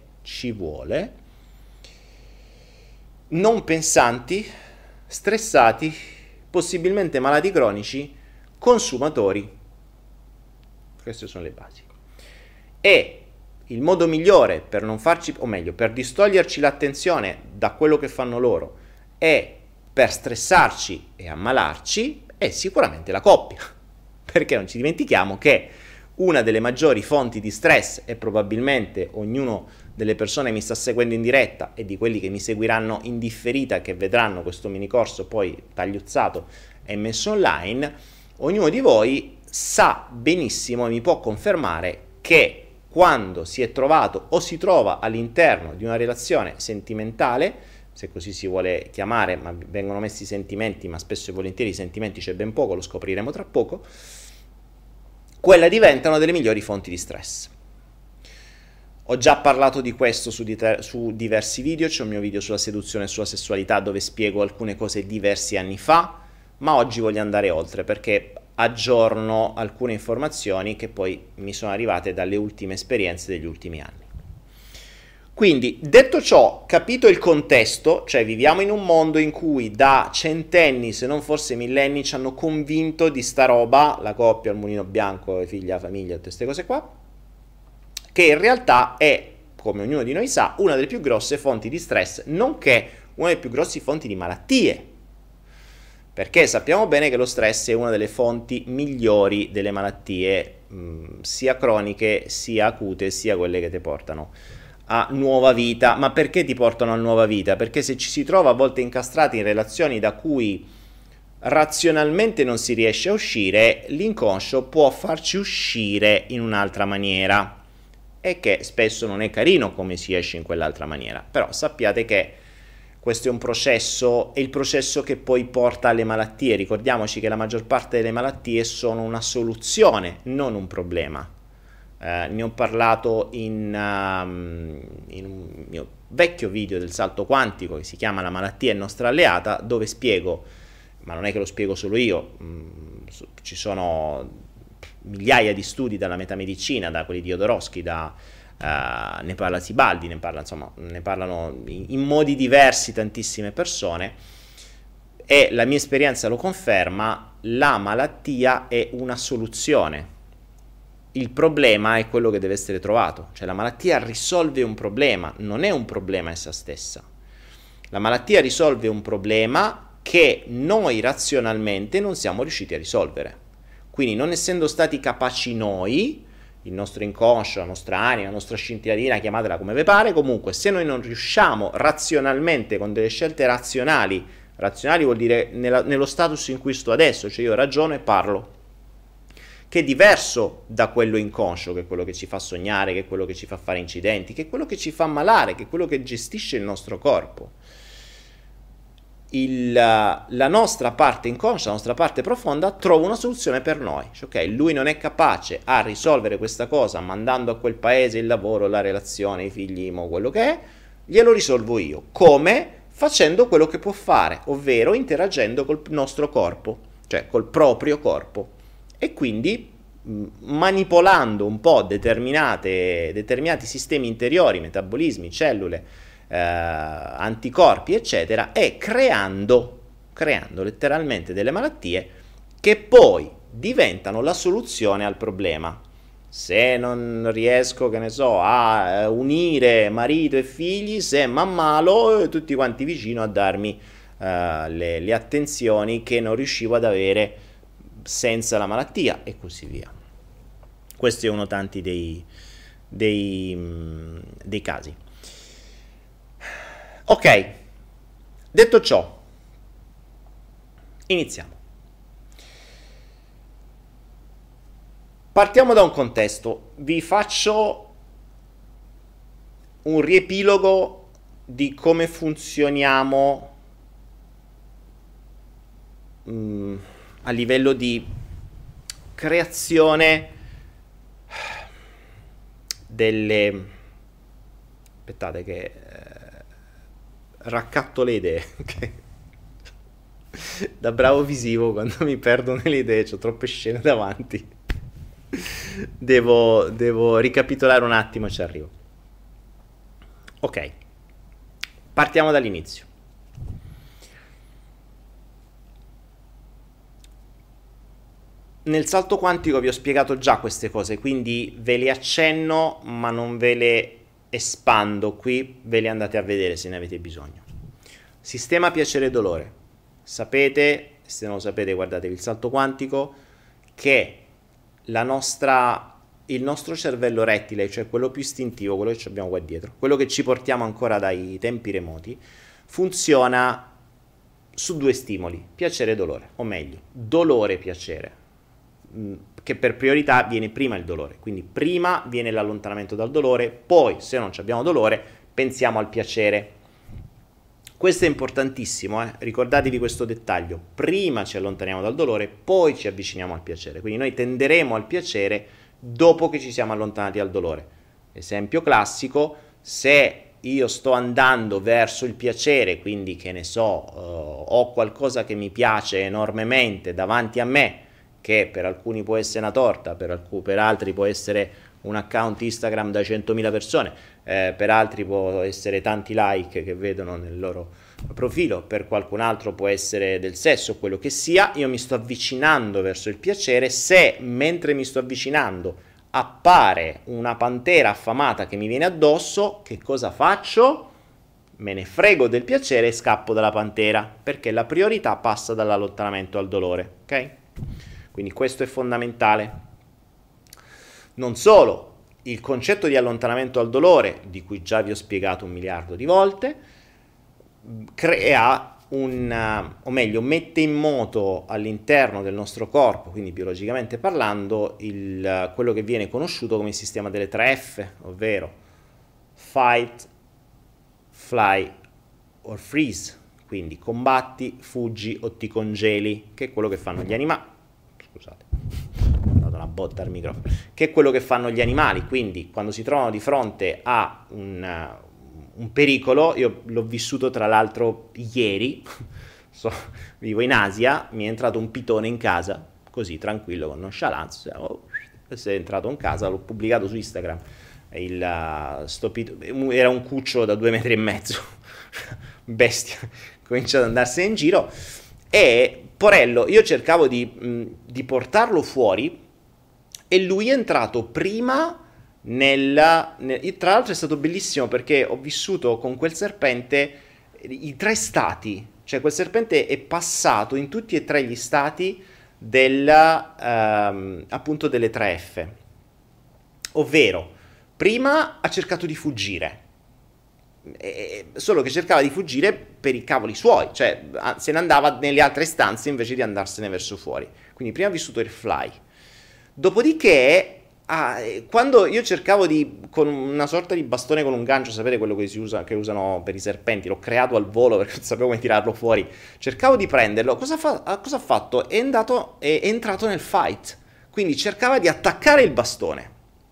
non pensanti, stressati, possibilmente malati cronici, consumatori. Queste sono le basi. E il modo migliore per non farci, o meglio, per distoglierci l'attenzione da quello che fanno loro e per stressarci e ammalarci è sicuramente la coppia. Perché non ci dimentichiamo che una delle maggiori fonti di stress, e probabilmente ognuno delle persone che mi sta seguendo in diretta e di quelli che mi seguiranno in differita, che vedranno questo mini corso poi tagliuzzato e messo online, ognuno di voi sa benissimo e mi può confermare che quando si è trovato o si trova all'interno di una relazione sentimentale, se così si vuole chiamare, ma vengono messi sentimenti, ma spesso e volentieri i sentimenti c'è ben poco, lo scopriremo tra poco, quelle diventano delle migliori fonti di stress. Ho già parlato di questo su diversi video, c'è un mio video sulla seduzione e sulla sessualità dove spiego alcune cose diversi anni fa, ma oggi voglio andare oltre perché aggiorno alcune informazioni che poi mi sono arrivate dalle ultime esperienze degli ultimi anni. Quindi, detto ciò, capito il contesto, cioè viviamo in un mondo in cui da centenni, se non forse millenni, ci hanno convinto di sta roba, la coppia, il mulino bianco, i figli, la famiglia, tutte queste cose qua, che in realtà è, come ognuno di noi sa, una delle più grosse fonti di stress, nonché una delle più grosse fonti di malattie. Perché sappiamo bene che lo stress è una delle fonti migliori delle malattie, sia croniche, sia acute, sia quelle che ti portano a nuova vita. Ma perché ti portano a nuova vita? Perché se ci si trova a volte incastrati in relazioni da cui razionalmente non si riesce a uscire, l'inconscio può farci uscire in un'altra maniera, e che spesso non è carino come si esce in quell'altra maniera. Però sappiate che questo è un processo, è il processo che poi porta alle malattie. Ricordiamoci che la maggior parte delle malattie sono una soluzione, non un problema. Ne ho parlato in un mio vecchio video del salto quantico che si chiama La malattia è nostra alleata, dove spiego, ma non è che lo spiego solo io, ci sono migliaia di studi dalla metamedicina, da quelli di Jodorowsky, ne parla Sibaldi, ne parlano in modi diversi tantissime persone, e la mia esperienza lo conferma: la malattia è una soluzione. Il problema è quello che deve essere trovato, cioè la malattia risolve un problema, non è un problema essa stessa. La malattia risolve un problema che noi razionalmente non siamo riusciti a risolvere. Quindi, non essendo stati capaci noi, il nostro inconscio, la nostra anima, la nostra scintillatina, chiamatela come vi pare, comunque se noi non riusciamo razionalmente, con delle scelte razionali vuol dire nello status in cui sto adesso, cioè io ragiono e parlo, che è diverso da quello inconscio, che è quello che ci fa sognare, che è quello che ci fa fare incidenti, che è quello che ci fa ammalare, che è quello che gestisce il nostro corpo. La nostra parte inconscia, la nostra parte profonda trova una soluzione per noi. Cioè, ok, lui non è capace a risolvere questa cosa mandando a quel paese il lavoro, la relazione, i figli, quello che è, glielo risolvo io. Come? Facendo quello che può fare, ovvero interagendo col nostro corpo, cioè col proprio corpo, e quindi manipolando un po' determinati sistemi interiori, metabolismi, cellule, anticorpi, eccetera, e creando letteralmente delle malattie che poi diventano la soluzione al problema. Se non riesco, che ne so, a unire marito e figli, se m'ammalo, tutti quanti vicino a darmi le attenzioni che non riuscivo ad avere senza la malattia, e così via. Questo è uno tanti dei casi. Ok, detto ciò, iniziamo. Partiamo da un contesto, vi faccio un riepilogo di come funzioniamo a livello di creazione delle... Aspettate che raccatto le idee. Da bravo visivo, quando mi perdo nelle idee, ho troppe scene davanti. Devo ricapitolare un attimo e ci arrivo. Ok, partiamo dall'inizio. Nel salto quantico vi ho spiegato già queste cose, quindi ve le accenno ma non ve le espando qui, ve le andate a vedere se ne avete bisogno. Sistema piacere e dolore. Sapete, se non lo sapete guardatevi il salto quantico, che il nostro cervello rettile, cioè quello più istintivo, quello che abbiamo qua dietro, quello che ci portiamo ancora dai tempi remoti, funziona su due stimoli, piacere e dolore, o meglio, dolore e piacere, che per priorità viene prima il dolore, quindi prima viene l'allontanamento dal dolore, poi se non abbiamo dolore pensiamo al piacere. Questo è importantissimo, ricordatevi questo dettaglio: prima ci allontaniamo dal dolore, poi ci avviciniamo al piacere, quindi noi tenderemo al piacere dopo che ci siamo allontanati dal dolore. Esempio classico: se io sto andando verso il piacere, quindi che ne so, ho qualcosa che mi piace enormemente davanti a me, che per alcuni può essere una torta, per altri può essere un account Instagram da 100.000 persone, per altri può essere tanti like che vedono nel loro profilo, per qualcun altro può essere del sesso, quello che sia. Io mi sto avvicinando verso il piacere. Se mentre mi sto avvicinando appare una pantera affamata che mi viene addosso, che cosa faccio? Me ne frego del piacere e scappo dalla pantera, perché la priorità passa dall'allontanamento al dolore, ok? Quindi questo è fondamentale. Non solo, il concetto di allontanamento al dolore, di cui già vi ho spiegato 1 miliardo di volte, crea o meglio, mette in moto all'interno del nostro corpo, quindi biologicamente parlando, quello che viene conosciuto come il sistema delle 3F, ovvero fight, fly or freeze, quindi combatti, fuggi o ti congeli, che è quello che fanno gli animali. Scusate, ho dato una botta al microfono. Che è quello che fanno gli animali, quindi quando si trovano di fronte a un pericolo. Io l'ho vissuto tra l'altro ieri, vivo in Asia, mi è entrato un pitone in casa, così tranquillo, con nonchalance, è entrato in casa, l'ho pubblicato su Instagram, era un cucciolo da 2,5 metri, bestia, comincia ad andarsene in giro, e porello, io cercavo di portarlo fuori, e lui è entrato prima tra l'altro è stato bellissimo perché ho vissuto con quel serpente i 3 stati, cioè quel serpente è passato in tutti e 3 gli stati appunto delle 3F, ovvero prima ha cercato di fuggire, solo che cercava di fuggire per i cavoli suoi, cioè se ne andava nelle altre stanze invece di andarsene verso fuori, quindi prima ha vissuto il fly, dopodiché quando io cercavo con una sorta di bastone con un gancio, sapete quello che che usano per i serpenti, l'ho creato al volo perché non sapevo come tirarlo fuori, cercavo di prenderlo, cosa ha fatto? È entrato nel fight, quindi cercava di attaccare il bastone,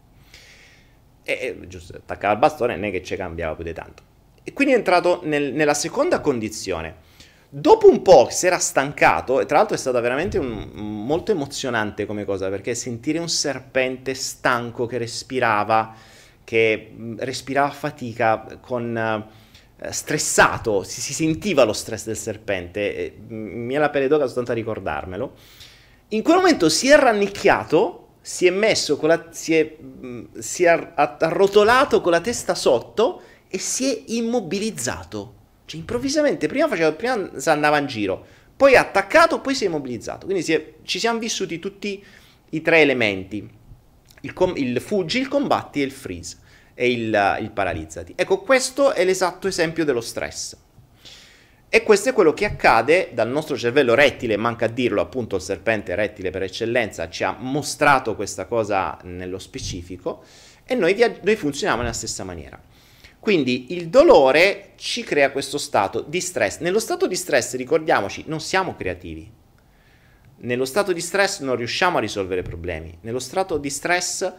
e giusto, attaccava il bastone, non è che ci cambiava più di tanto, e quindi è entrato nella seconda condizione. Dopo un po' si era stancato, e tra l'altro è stata veramente molto emozionante come cosa, perché sentire un serpente stanco che respirava a fatica, stressato, si sentiva lo stress del serpente, mi è la pelle d'oca soltanto a ricordarmelo. In quel momento si è rannicchiato, si è messo si è arrotolato con la testa sotto e si è immobilizzato. Cioè, improvvisamente prima si andava in giro, poi ha attaccato, poi si è immobilizzato. Quindi ci siamo vissuti tutti i 3 elementi: il fuggi, il combatti e il freeze, e il paralizzati. Ecco, questo è l'esatto esempio dello stress. E questo è quello che accade dal nostro cervello rettile, manca a dirlo, appunto il serpente rettile per eccellenza ci ha mostrato questa cosa nello specifico, e noi funzioniamo nella stessa maniera. Quindi il dolore ci crea questo stato di stress. Nello stato di stress, ricordiamoci, non siamo creativi. Nello stato di stress non riusciamo a risolvere problemi. Nello stato di stress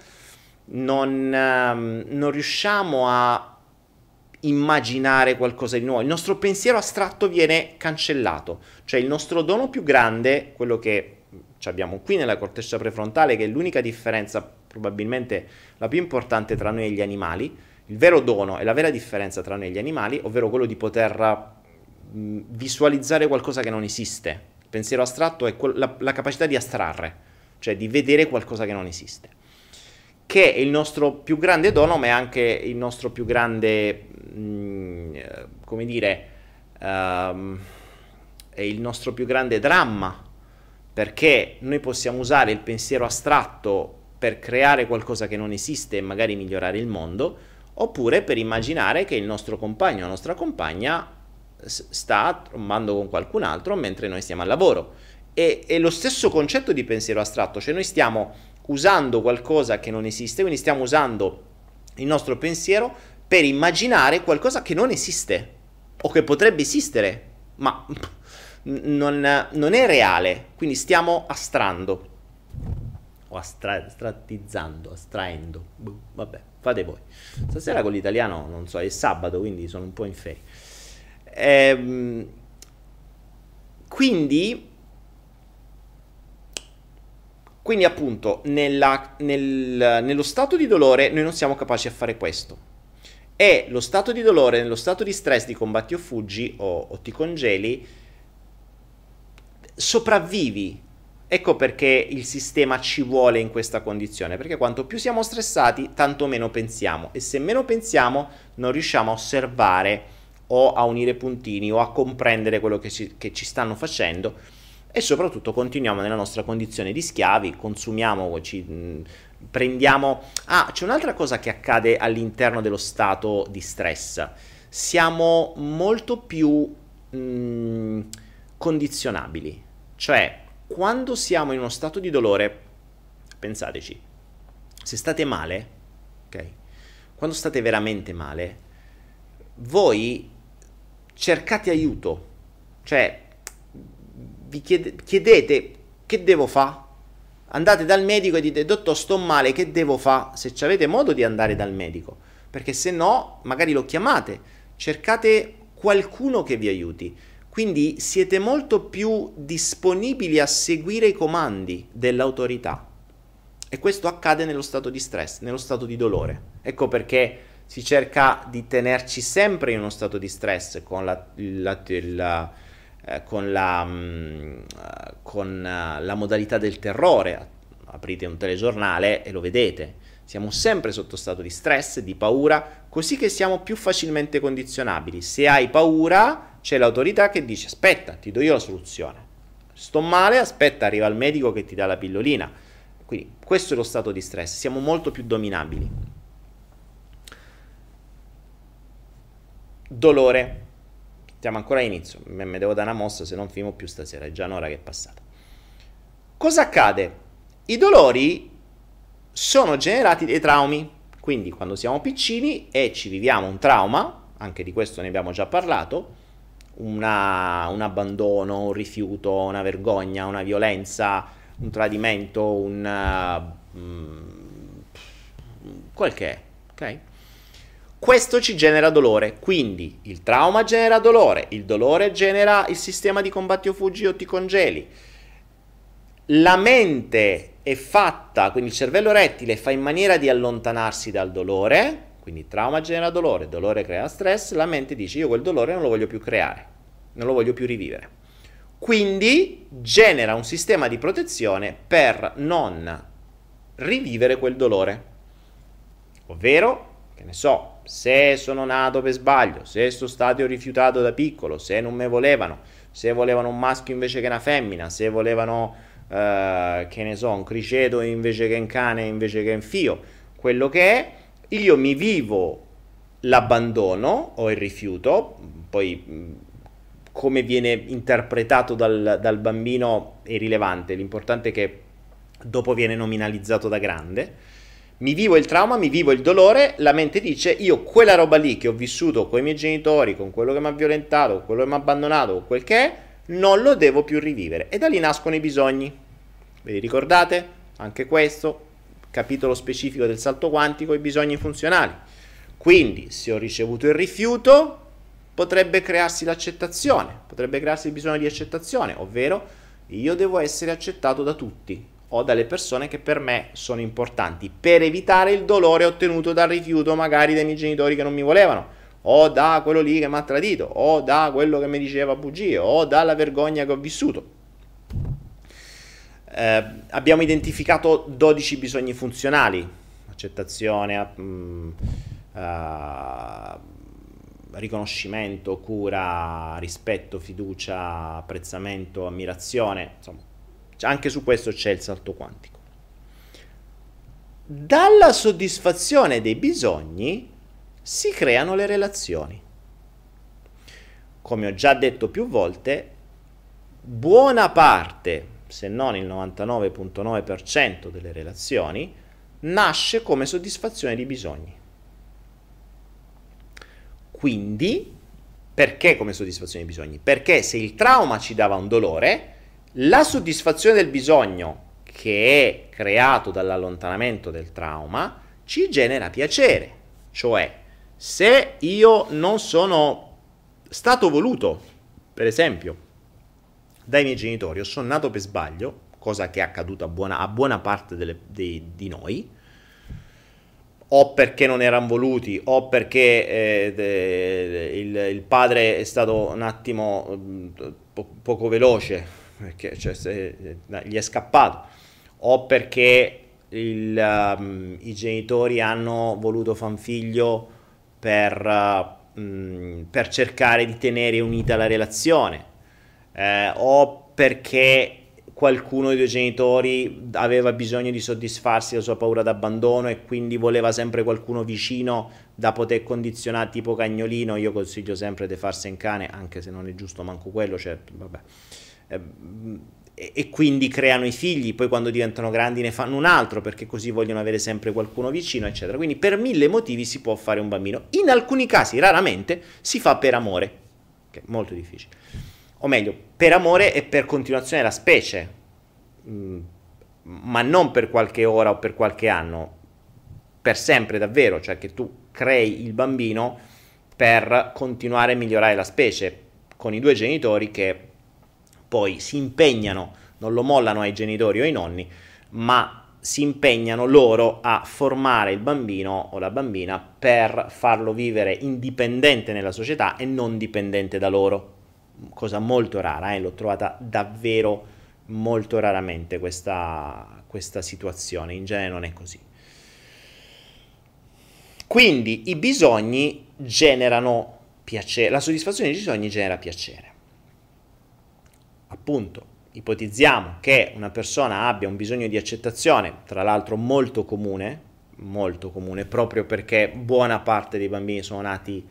non riusciamo a immaginare qualcosa di nuovo. Il nostro pensiero astratto viene cancellato. Cioè il nostro dono più grande, quello che abbiamo qui nella corteccia prefrontale, che è l'unica differenza, probabilmente la più importante tra noi e gli animali, il vero dono e la vera differenza tra noi e gli animali, ovvero quello di poter visualizzare qualcosa che non esiste. Il pensiero astratto è la capacità di astrarre, cioè di vedere qualcosa che non esiste, che è il nostro più grande dono, ma è anche il nostro più grande, come dire, è il nostro più grande dramma, perché noi possiamo usare il pensiero astratto per creare qualcosa che non esiste e magari migliorare il mondo, oppure per immaginare che il nostro compagno o la nostra compagna sta trombando con qualcun altro mentre noi stiamo al lavoro. È lo stesso concetto di pensiero astratto, cioè noi stiamo usando qualcosa che non esiste, quindi stiamo usando il nostro pensiero per immaginare qualcosa che non esiste o che potrebbe esistere, ma non è reale, quindi stiamo astrando o astraendo, vabbè, fate voi. Stasera con l'italiano, non so, è sabato, quindi sono un po' in ferie. Quindi appunto nello stato di dolore noi non siamo capaci a fare questo, e lo stato di dolore, nello stato di stress, di combatti o fuggi o ti congeli, sopravvivi. Ecco perché il sistema ci vuole in questa condizione, perché quanto più siamo stressati, tanto meno pensiamo, e se meno pensiamo non riusciamo a osservare o a unire puntini o a comprendere quello che ci stanno facendo, e soprattutto continuiamo nella nostra condizione di schiavi, consumiamo, prendiamo... c'è un'altra cosa che accade all'interno dello stato di stress: siamo molto più condizionabili. Cioè, quando siamo in uno stato di dolore, pensateci, se state male, ok? Quando state veramente male, voi cercate aiuto, cioè vi chiedete che devo fare? Andate dal medico e dite: dottor, sto male, che devo fare? Se avete modo di andare dal medico, perché se no magari lo chiamate, cercate qualcuno che vi aiuti. Quindi siete molto più disponibili a seguire i comandi dell'autorità. E questo accade nello stato di stress, nello stato di dolore. Ecco perché si cerca di tenerci sempre in uno stato di stress con la modalità del terrore. Aprite un telegiornale e lo vedete. Siamo sempre sotto stato di stress, di paura, così che siamo più facilmente condizionabili. Se hai paura, c'è l'autorità che dice: aspetta, ti do io la soluzione. Sto male, aspetta, arriva il medico che ti dà la pillolina. Quindi questo è lo stato di stress, siamo molto più dominabili. Dolore. Siamo ancora all'inizio, mi devo dare una mossa, se non filmo più stasera, è già un'ora che è passata. Cosa accade? I dolori sono generati dai traumi, quindi quando siamo piccini e ci viviamo un trauma, anche di questo ne abbiamo già parlato, un abbandono, un rifiuto, una vergogna, una violenza, un tradimento, quel che è, ok? Questo ci genera dolore, quindi il trauma genera dolore, il dolore genera il sistema di combatti o fuggi o ti congeli. La mente è fatta, quindi il cervello rettile fa in maniera di allontanarsi dal dolore, quindi trauma genera dolore, dolore crea stress, la mente dice: io quel dolore non lo voglio più creare, non lo voglio più rivivere. Quindi genera un sistema di protezione per non rivivere quel dolore. Ovvero, che ne so, se sono nato per sbaglio, se sono stato rifiutato da piccolo, se non me volevano, se volevano un maschio invece che una femmina, se volevano, che ne so, un criceto invece che un cane, invece che un fio, quello che è, io mi vivo l'abbandono o il rifiuto, poi come viene interpretato dal bambino è irrilevante, l'importante è che dopo viene nominalizzato da grande. Mi vivo il trauma, mi vivo il dolore, la mente dice: io quella roba lì che ho vissuto con i miei genitori, con quello che mi ha violentato, con quello che mi ha abbandonato, con quel che è, non lo devo più rivivere. E da lì nascono i bisogni. Ve li ricordate? Anche questo, capitolo specifico del salto quantico, i bisogni funzionali. Quindi, se ho ricevuto il rifiuto, potrebbe crearsi l'accettazione, potrebbe crearsi il bisogno di accettazione, ovvero io devo essere accettato da tutti o dalle persone che per me sono importanti, per evitare il dolore ottenuto dal rifiuto magari dai miei genitori che non mi volevano, o da quello lì che mi ha tradito, o da quello che mi diceva bugie, o dalla vergogna che ho vissuto. Abbiamo identificato 12 bisogni funzionali: accettazione, riconoscimento, cura, rispetto, fiducia, apprezzamento, ammirazione, insomma. Anche su questo c'è il salto quantico. Dalla soddisfazione dei bisogni si creano le relazioni. Come ho già detto più volte, buona parte, se non il 99,9% delle relazioni, nasce come soddisfazione di bisogni. Quindi, perché come soddisfazione di bisogni? Perché se il trauma ci dava un dolore, la soddisfazione del bisogno che è creato dall'allontanamento del trauma ci genera piacere. Cioè, se io non sono stato voluto, per esempio, dai miei genitori, o sono nato per sbaglio, cosa che è accaduta a buona parte di noi, o perché non erano voluti, o perché il padre è stato un attimo poco veloce, perché gli è scappato, o perché i genitori hanno voluto fare un figlio per cercare di tenere unita la relazione, o perché qualcuno dei due genitori aveva bisogno di soddisfarsi la sua paura d'abbandono e quindi voleva sempre qualcuno vicino da poter condizionare, tipo cagnolino. Io consiglio sempre di farsi un cane, anche se non è giusto manco quello, certo, vabbè. E quindi creano i figli, poi quando diventano grandi ne fanno un altro, perché così vogliono avere sempre qualcuno vicino, eccetera. Quindi per 1000 motivi si può fare un bambino. In alcuni casi, raramente, si fa per amore, che è molto difficile. O meglio, per amore e per continuazione della specie, ma non per qualche ora o per qualche anno, per sempre davvero, cioè che tu crei il bambino per continuare a migliorare la specie, con i due genitori che poi si impegnano, non lo mollano ai genitori o ai nonni, ma si impegnano loro a formare il bambino o la bambina per farlo vivere indipendente nella società e non dipendente da loro. Cosa molto rara, l'ho trovata davvero molto raramente questa situazione, in genere non è così. Quindi i bisogni generano piacere, la soddisfazione dei bisogni genera piacere. Appunto, ipotizziamo che una persona abbia un bisogno di accettazione, tra l'altro molto comune, proprio perché buona parte dei bambini sono nati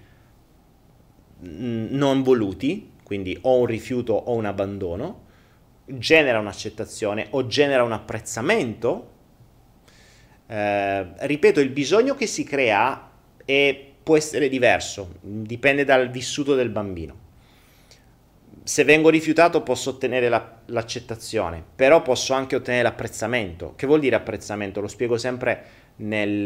non voluti, quindi o un rifiuto o un abbandono, genera un'accettazione o genera un apprezzamento. Ripeto, il bisogno che si crea può essere diverso, dipende dal vissuto del bambino. Se vengo rifiutato posso ottenere l'accettazione, però posso anche ottenere l'apprezzamento. Che vuol dire apprezzamento? Lo spiego sempre nel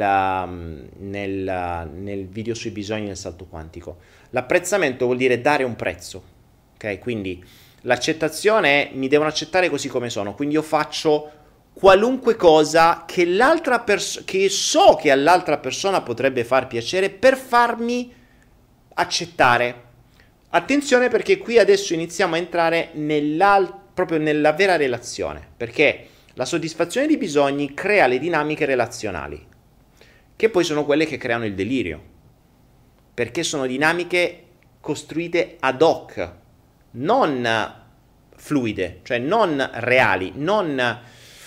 video sui bisogni del salto quantico. L'apprezzamento vuol dire dare un prezzo, ok? Quindi l'accettazione è mi devono accettare così come sono, quindi io faccio qualunque cosa che che so che all'altra persona potrebbe far piacere per farmi accettare. Attenzione, perché qui adesso iniziamo a entrare proprio nella vera relazione, perché la soddisfazione di bisogni crea le dinamiche relazionali, che poi sono quelle che creano il delirio, perché sono dinamiche costruite ad hoc, non fluide, cioè non reali, non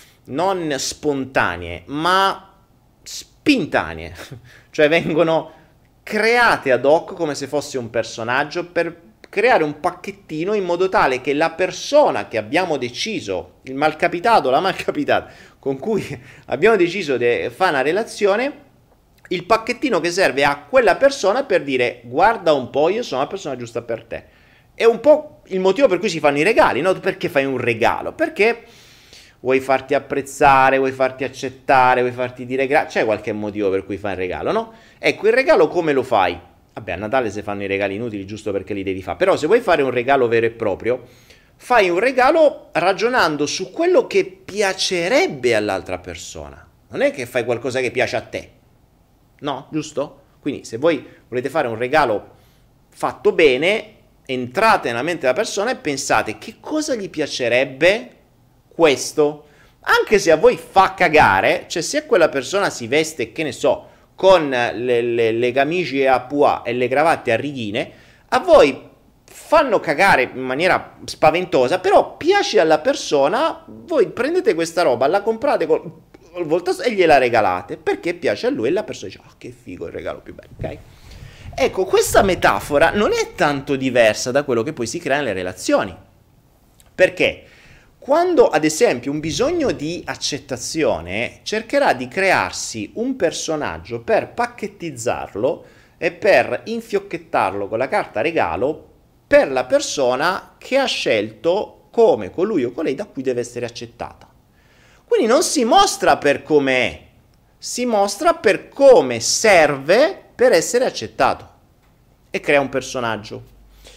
spontanee, ma spintanee, cioè vengono create ad hoc come se fosse un personaggio per creare un pacchettino in modo tale che la persona che abbiamo deciso, il malcapitato, la malcapitata, con cui abbiamo deciso di fare una relazione, il pacchettino che serve a quella persona per dire guarda un po', io sono la persona giusta per te. È un po' il motivo per cui si fanno i regali, no? Perché fai un regalo? Perché vuoi farti apprezzare, vuoi farti accettare, vuoi farti dire grazie, c'è qualche motivo per cui fai il regalo, no? Ecco, il regalo come lo fai? Vabbè, a Natale si fanno i regali inutili giusto perché li devi fare, però se vuoi fare un regalo vero e proprio, fai un regalo ragionando su quello che piacerebbe all'altra persona, non è che fai qualcosa che piace a te, no? Giusto? Quindi se voi volete fare un regalo fatto bene, entrate nella mente della persona e pensate che cosa gli piacerebbe questo, anche se a voi fa cagare, cioè se quella persona si veste, che ne so, con le camicie a pois e le cravatte a righine, a voi fanno cagare in maniera spaventosa, però piace alla persona, voi prendete questa roba, la comprate col voltato e gliela regalate, perché piace a lui e la persona dice, che figo, il regalo più bello, ok? Ecco, questa metafora non è tanto diversa da quello che poi si crea nelle relazioni, perché quando, ad esempio, un bisogno di accettazione cercherà di crearsi un personaggio per pacchettizzarlo e per infiocchettarlo con la carta regalo per la persona che ha scelto come colui o colei da cui deve essere accettata. Quindi non si mostra per come è, si mostra per come serve per essere accettato e crea un personaggio.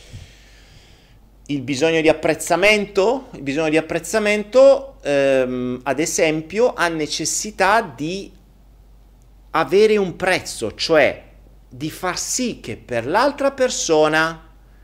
Il bisogno di apprezzamento, ad esempio, ha necessità di avere un prezzo, cioè di far sì che per l'altra persona,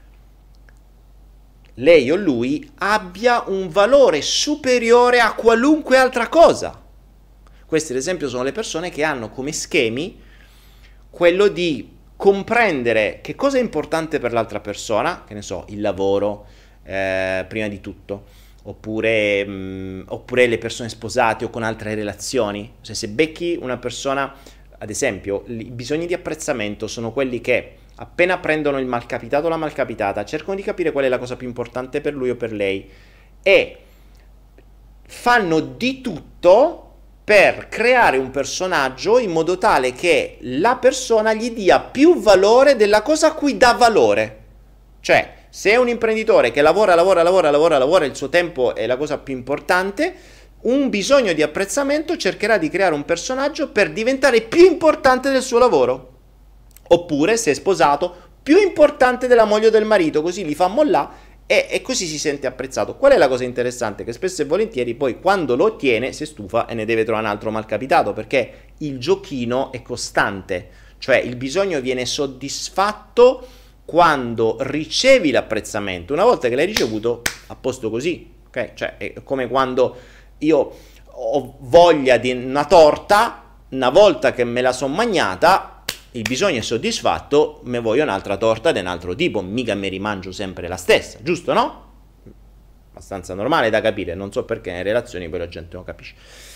lei o lui, abbia un valore superiore a qualunque altra cosa. Queste, ad esempio, sono le persone che hanno come schemi quello di comprendere che cosa è importante per l'altra persona, che ne so, il lavoro, prima di tutto, oppure le persone sposate o con altre relazioni. Cioè, se becchi una persona, ad esempio, i bisogni di apprezzamento sono quelli che appena prendono il malcapitato o la malcapitata cercano di capire qual è la cosa più importante per lui o per lei e fanno di tutto per creare un personaggio in modo tale che la persona gli dia più valore della cosa a cui dà valore. Cioè, se è un imprenditore che lavora, il suo tempo è la cosa più importante, un bisogno di apprezzamento cercherà di creare un personaggio per diventare più importante del suo lavoro. Oppure, se è sposato, più importante della moglie o del marito, così li fa mollare e così si sente apprezzato. Qual è la cosa interessante? Che spesso e volentieri poi quando lo ottiene si stufa e ne deve trovare un altro malcapitato, perché il giochino è costante, cioè il bisogno viene soddisfatto quando ricevi l'apprezzamento. Una volta che l'hai ricevuto, a posto così, ok? Cioè è come quando io ho voglia di una torta, una volta che me la son mangiata, il bisogno è soddisfatto, me voglio un'altra torta di un altro tipo, mica mi rimangio sempre la stessa, giusto, no? Abbastanza normale da capire, non so perché nelle relazioni poi la gente non capisce.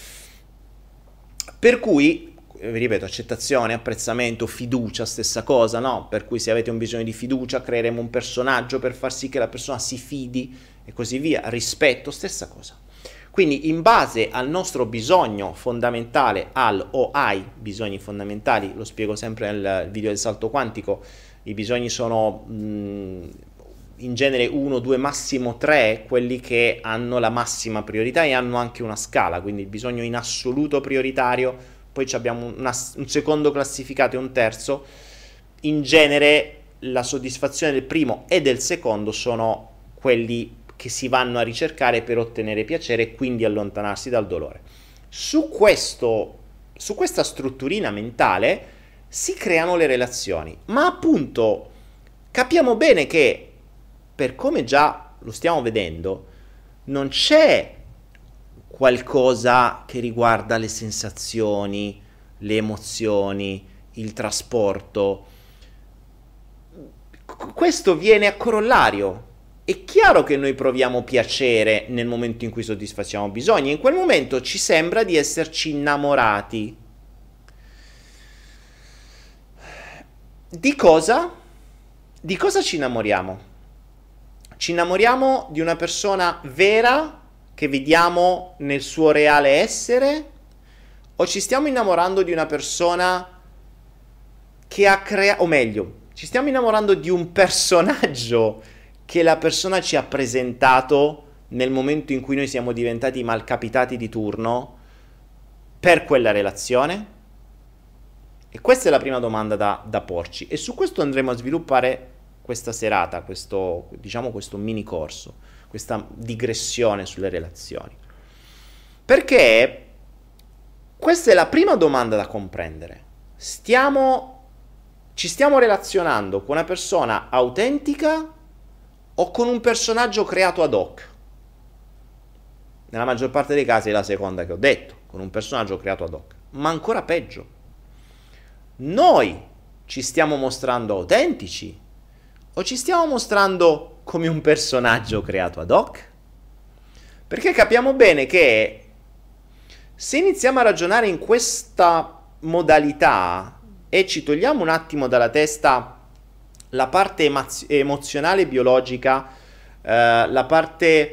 Per cui, vi ripeto, accettazione, apprezzamento, fiducia, stessa cosa, no? Per cui se avete un bisogno di fiducia, creeremo un personaggio per far sì che la persona si fidi e così via, rispetto, stessa cosa. Quindi in base al nostro bisogno fondamentale, ai bisogni fondamentali, lo spiego sempre nel video del salto quantico, i bisogni sono in genere 1, 2, massimo 3, quelli che hanno la massima priorità e hanno anche una scala, quindi il bisogno in assoluto prioritario, poi abbiamo un secondo classificato e un terzo. In genere la soddisfazione del primo e del secondo sono quelli che si vanno a ricercare per ottenere piacere e quindi allontanarsi dal dolore. Su questa strutturina mentale si creano le relazioni, ma appunto capiamo bene che, per come già lo stiamo vedendo, non c'è qualcosa che riguarda le sensazioni, le emozioni, il trasporto. Questo viene a corollario. È chiaro che noi proviamo piacere nel momento in cui soddisfacciamo bisogni, in quel momento ci sembra di esserci innamorati. Di cosa? Di cosa ci innamoriamo? Ci innamoriamo di una persona vera che vediamo nel suo reale essere? O ci stiamo innamorando di una persona che ha creato, o meglio, ci stiamo innamorando di un personaggio che la persona ci ha presentato nel momento in cui noi siamo diventati malcapitati di turno per quella relazione? E questa è la prima domanda da porci, e su questo andremo a sviluppare questa serata, questo mini corso, questa digressione sulle relazioni. Perché questa è la prima domanda da comprendere. Ci stiamo relazionando con una persona autentica o con un personaggio creato ad hoc? Nella maggior parte dei casi è la seconda che ho detto, con un personaggio creato ad hoc. Ma ancora peggio, noi ci stiamo mostrando autentici o ci stiamo mostrando come un personaggio creato ad hoc? Perché capiamo bene che se iniziamo a ragionare in questa modalità e ci togliamo un attimo dalla testa la parte emozionale e biologica, la parte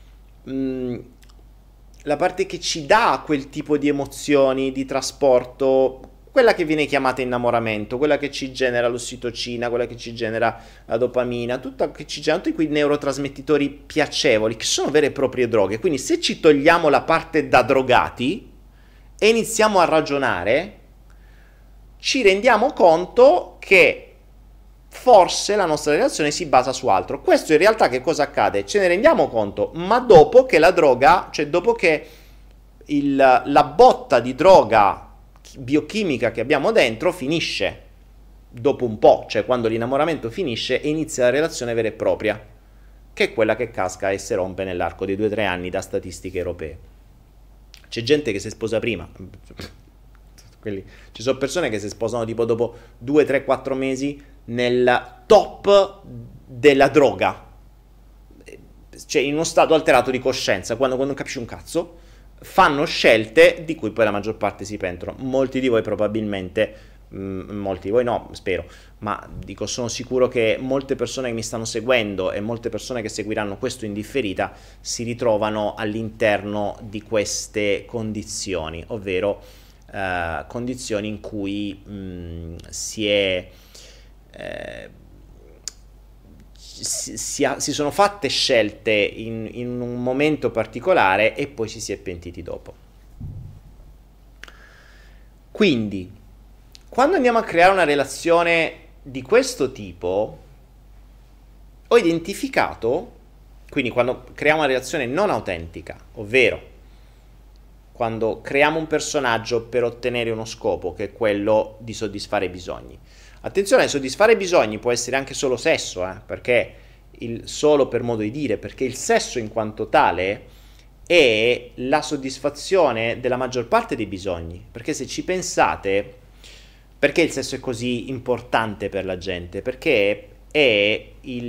che ci dà quel tipo di emozioni, di trasporto, quella che viene chiamata innamoramento, quella che ci genera l'ossitocina, quella che ci genera la dopamina, che ci genera tutti quei neurotrasmettitori piacevoli che sono vere e proprie droghe. Quindi se ci togliamo la parte da drogati e iniziamo a ragionare, ci rendiamo conto che forse la nostra relazione si basa su altro. Questo in realtà che cosa accade? Ce ne rendiamo conto, ma dopo che la droga, cioè dopo che la botta di droga biochimica che abbiamo dentro finisce, dopo un po', cioè quando l'innamoramento finisce e inizia la relazione vera e propria, che è quella che casca e si rompe nell'arco dei 2-3 anni da statistiche europee. C'è gente che si sposa prima, ci sono persone che si sposano tipo dopo 2-3-4 mesi nel top della droga. cioè in uno stato alterato di coscienza, quando non capisci un cazzo, fanno scelte di cui poi la maggior parte si pentono. Molti di voi probabilmente, molti di voi no, spero, ma dico, sono sicuro che molte persone che mi stanno seguendo e molte persone che seguiranno questo in differita si ritrovano all'interno di queste condizioni, ovvero condizioni in cui si sono fatte scelte in un momento particolare e poi ci si è pentiti dopo. Quindi, quando andiamo a creare una relazione di questo tipo, ho identificato, quindi quando creiamo una relazione non autentica, ovvero quando creiamo un personaggio per ottenere uno scopo, che è quello di soddisfare i bisogni. Attenzione, soddisfare i bisogni può essere anche solo sesso, perché solo per modo di dire, perché il sesso in quanto tale è la soddisfazione della maggior parte dei bisogni. Perché se ci pensate, perché il sesso è così importante per la gente? Perché è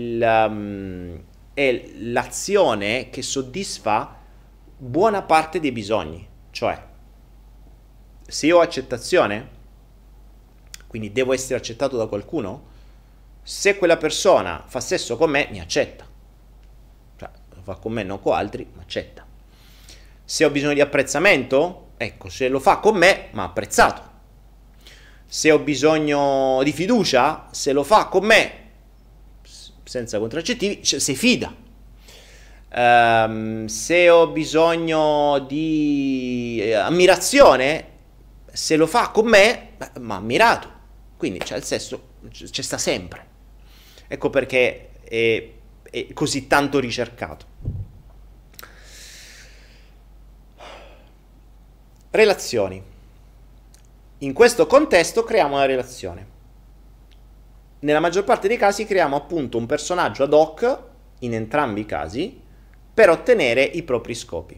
l'azione che soddisfa buona parte dei bisogni. Cioè, se io ho accettazione, quindi devo essere accettato da qualcuno, se quella persona fa sesso con me, mi accetta. Cioè, lo fa con me, non con altri, ma accetta. Se ho bisogno di apprezzamento, ecco, se lo fa con me, mi ha apprezzato. Se ho bisogno di fiducia, se lo fa con me, senza contraccettivi, si fida. Se ho bisogno di ammirazione, se lo fa con me, mi ha ammirato. Quindi il sesso c'è sta sempre. Ecco perché è così tanto ricercato. Relazioni. In questo contesto creiamo una relazione. Nella maggior parte dei casi creiamo appunto un personaggio ad hoc, in entrambi i casi, per ottenere i propri scopi.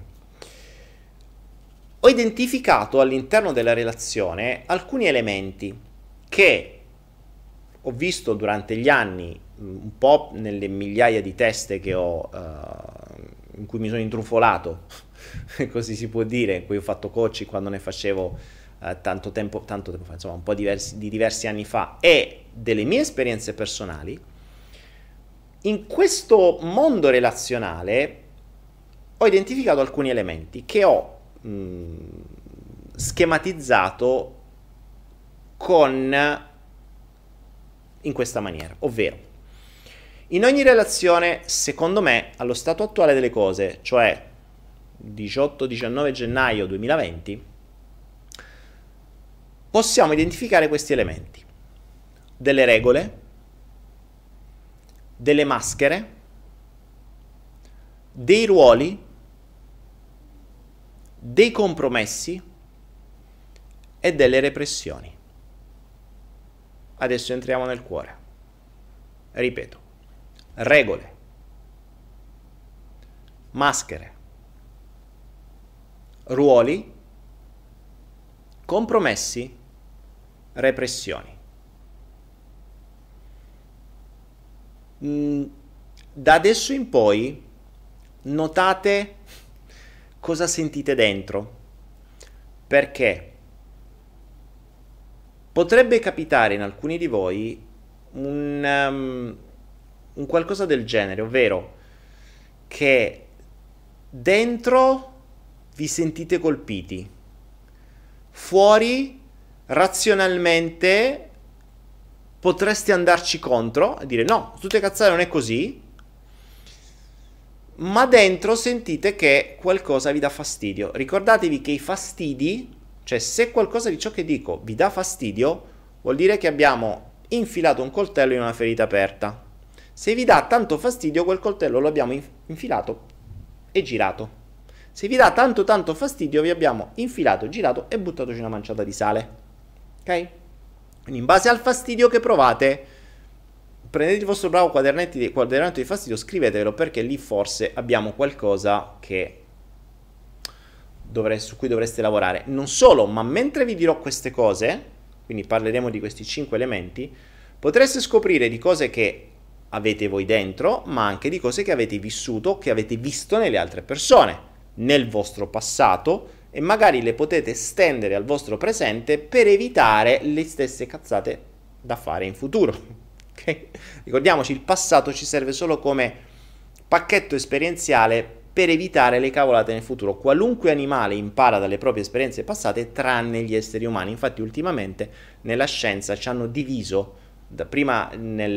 Ho identificato all'interno della relazione alcuni elementi che ho visto durante gli anni, un po' nelle migliaia di teste che ho, in cui mi sono intrufolato, così si può dire, in cui ho fatto coaching quando ne facevo tanto tempo fa, insomma un po' di diversi anni fa, e delle mie esperienze personali. In questo mondo relazionale ho identificato alcuni elementi che ho schematizzato in questa maniera, ovvero in ogni relazione, secondo me, allo stato attuale delle cose, cioè 18-19 gennaio 2020, possiamo identificare questi elementi: delle regole, delle maschere, dei ruoli, dei compromessi e delle repressioni. Adesso entriamo nel cuore. Ripeto: regole, maschere, ruoli, compromessi, repressioni. Da adesso in poi notate cosa sentite dentro, perché potrebbe capitare in alcuni di voi un qualcosa del genere, ovvero che dentro vi sentite colpiti, fuori razionalmente potreste andarci contro e dire no, tutte cazzate, non è così, ma dentro sentite che qualcosa vi dà fastidio. Ricordatevi che i fastidi, cioè se qualcosa di ciò che dico vi dà fastidio, vuol dire che abbiamo infilato un coltello in una ferita aperta. Se vi dà tanto fastidio, quel coltello lo abbiamo infilato e girato. Se vi dà tanto fastidio, vi abbiamo infilato, girato e buttatoci una manciata di sale. Ok? Quindi in base al fastidio che provate, prendete il vostro bravo quadernetto di fastidio, scrivetevelo, perché lì forse abbiamo qualcosa su cui dovreste lavorare. Non solo, ma mentre vi dirò queste cose, quindi parleremo di questi 5 elementi, potreste scoprire di cose che avete voi dentro, ma anche di cose che avete vissuto, che avete visto nelle altre persone, nel vostro passato, e magari le potete estendere al vostro presente per evitare le stesse cazzate da fare in futuro. Okay? Ricordiamoci, il passato ci serve solo come pacchetto esperienziale per evitare le cavolate nel futuro. Qualunque animale impara dalle proprie esperienze passate, tranne gli esseri umani. Infatti ultimamente nella scienza ci hanno diviso, prima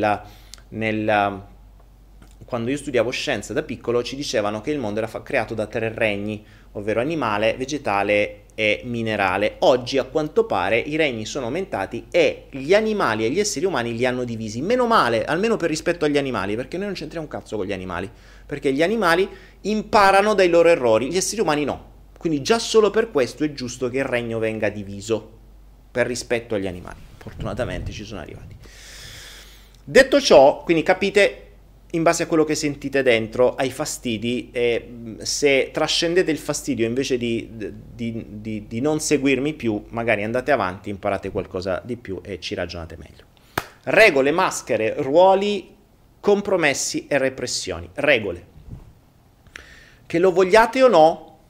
quando io studiavo scienza da piccolo ci dicevano che il mondo era creato da 3 regni, ovvero animale, vegetale e minerale. Oggi a quanto pare i regni sono aumentati e gli animali e gli esseri umani li hanno divisi. Meno male, almeno per rispetto agli animali, perché noi non c'entriamo un cazzo con gli animali, perché gli animali imparano dai loro errori, gli esseri umani no. Quindi già solo per questo è giusto che il regno venga diviso, per rispetto agli animali. Fortunatamente ci sono arrivati. Detto ciò, quindi capite, in base a quello che sentite dentro, ai fastidi, e se trascendete il fastidio invece di non seguirmi più, magari andate avanti, imparate qualcosa di più e ci ragionate meglio. Regole, maschere, ruoli, compromessi e repressioni. Regole. Che lo vogliate o no,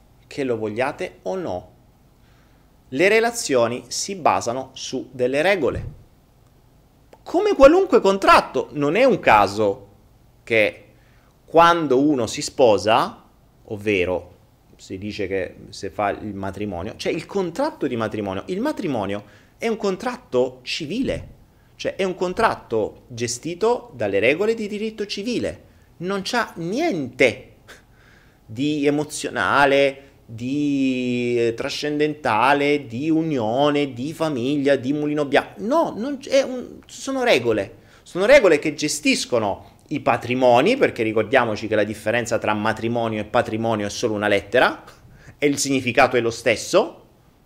le relazioni si basano su delle regole. Come qualunque contratto, non è un caso che quando uno si sposa, ovvero si dice che se fa il matrimonio, cioè il contratto di matrimonio, il matrimonio è un contratto civile, cioè è un contratto gestito dalle regole di diritto civile, non c'ha niente di emozionale, di trascendentale, di unione, di famiglia, di mulino bianco, no, sono regole che gestiscono i patrimoni, perché ricordiamoci che la differenza tra matrimonio e patrimonio è solo una lettera e il significato è lo stesso.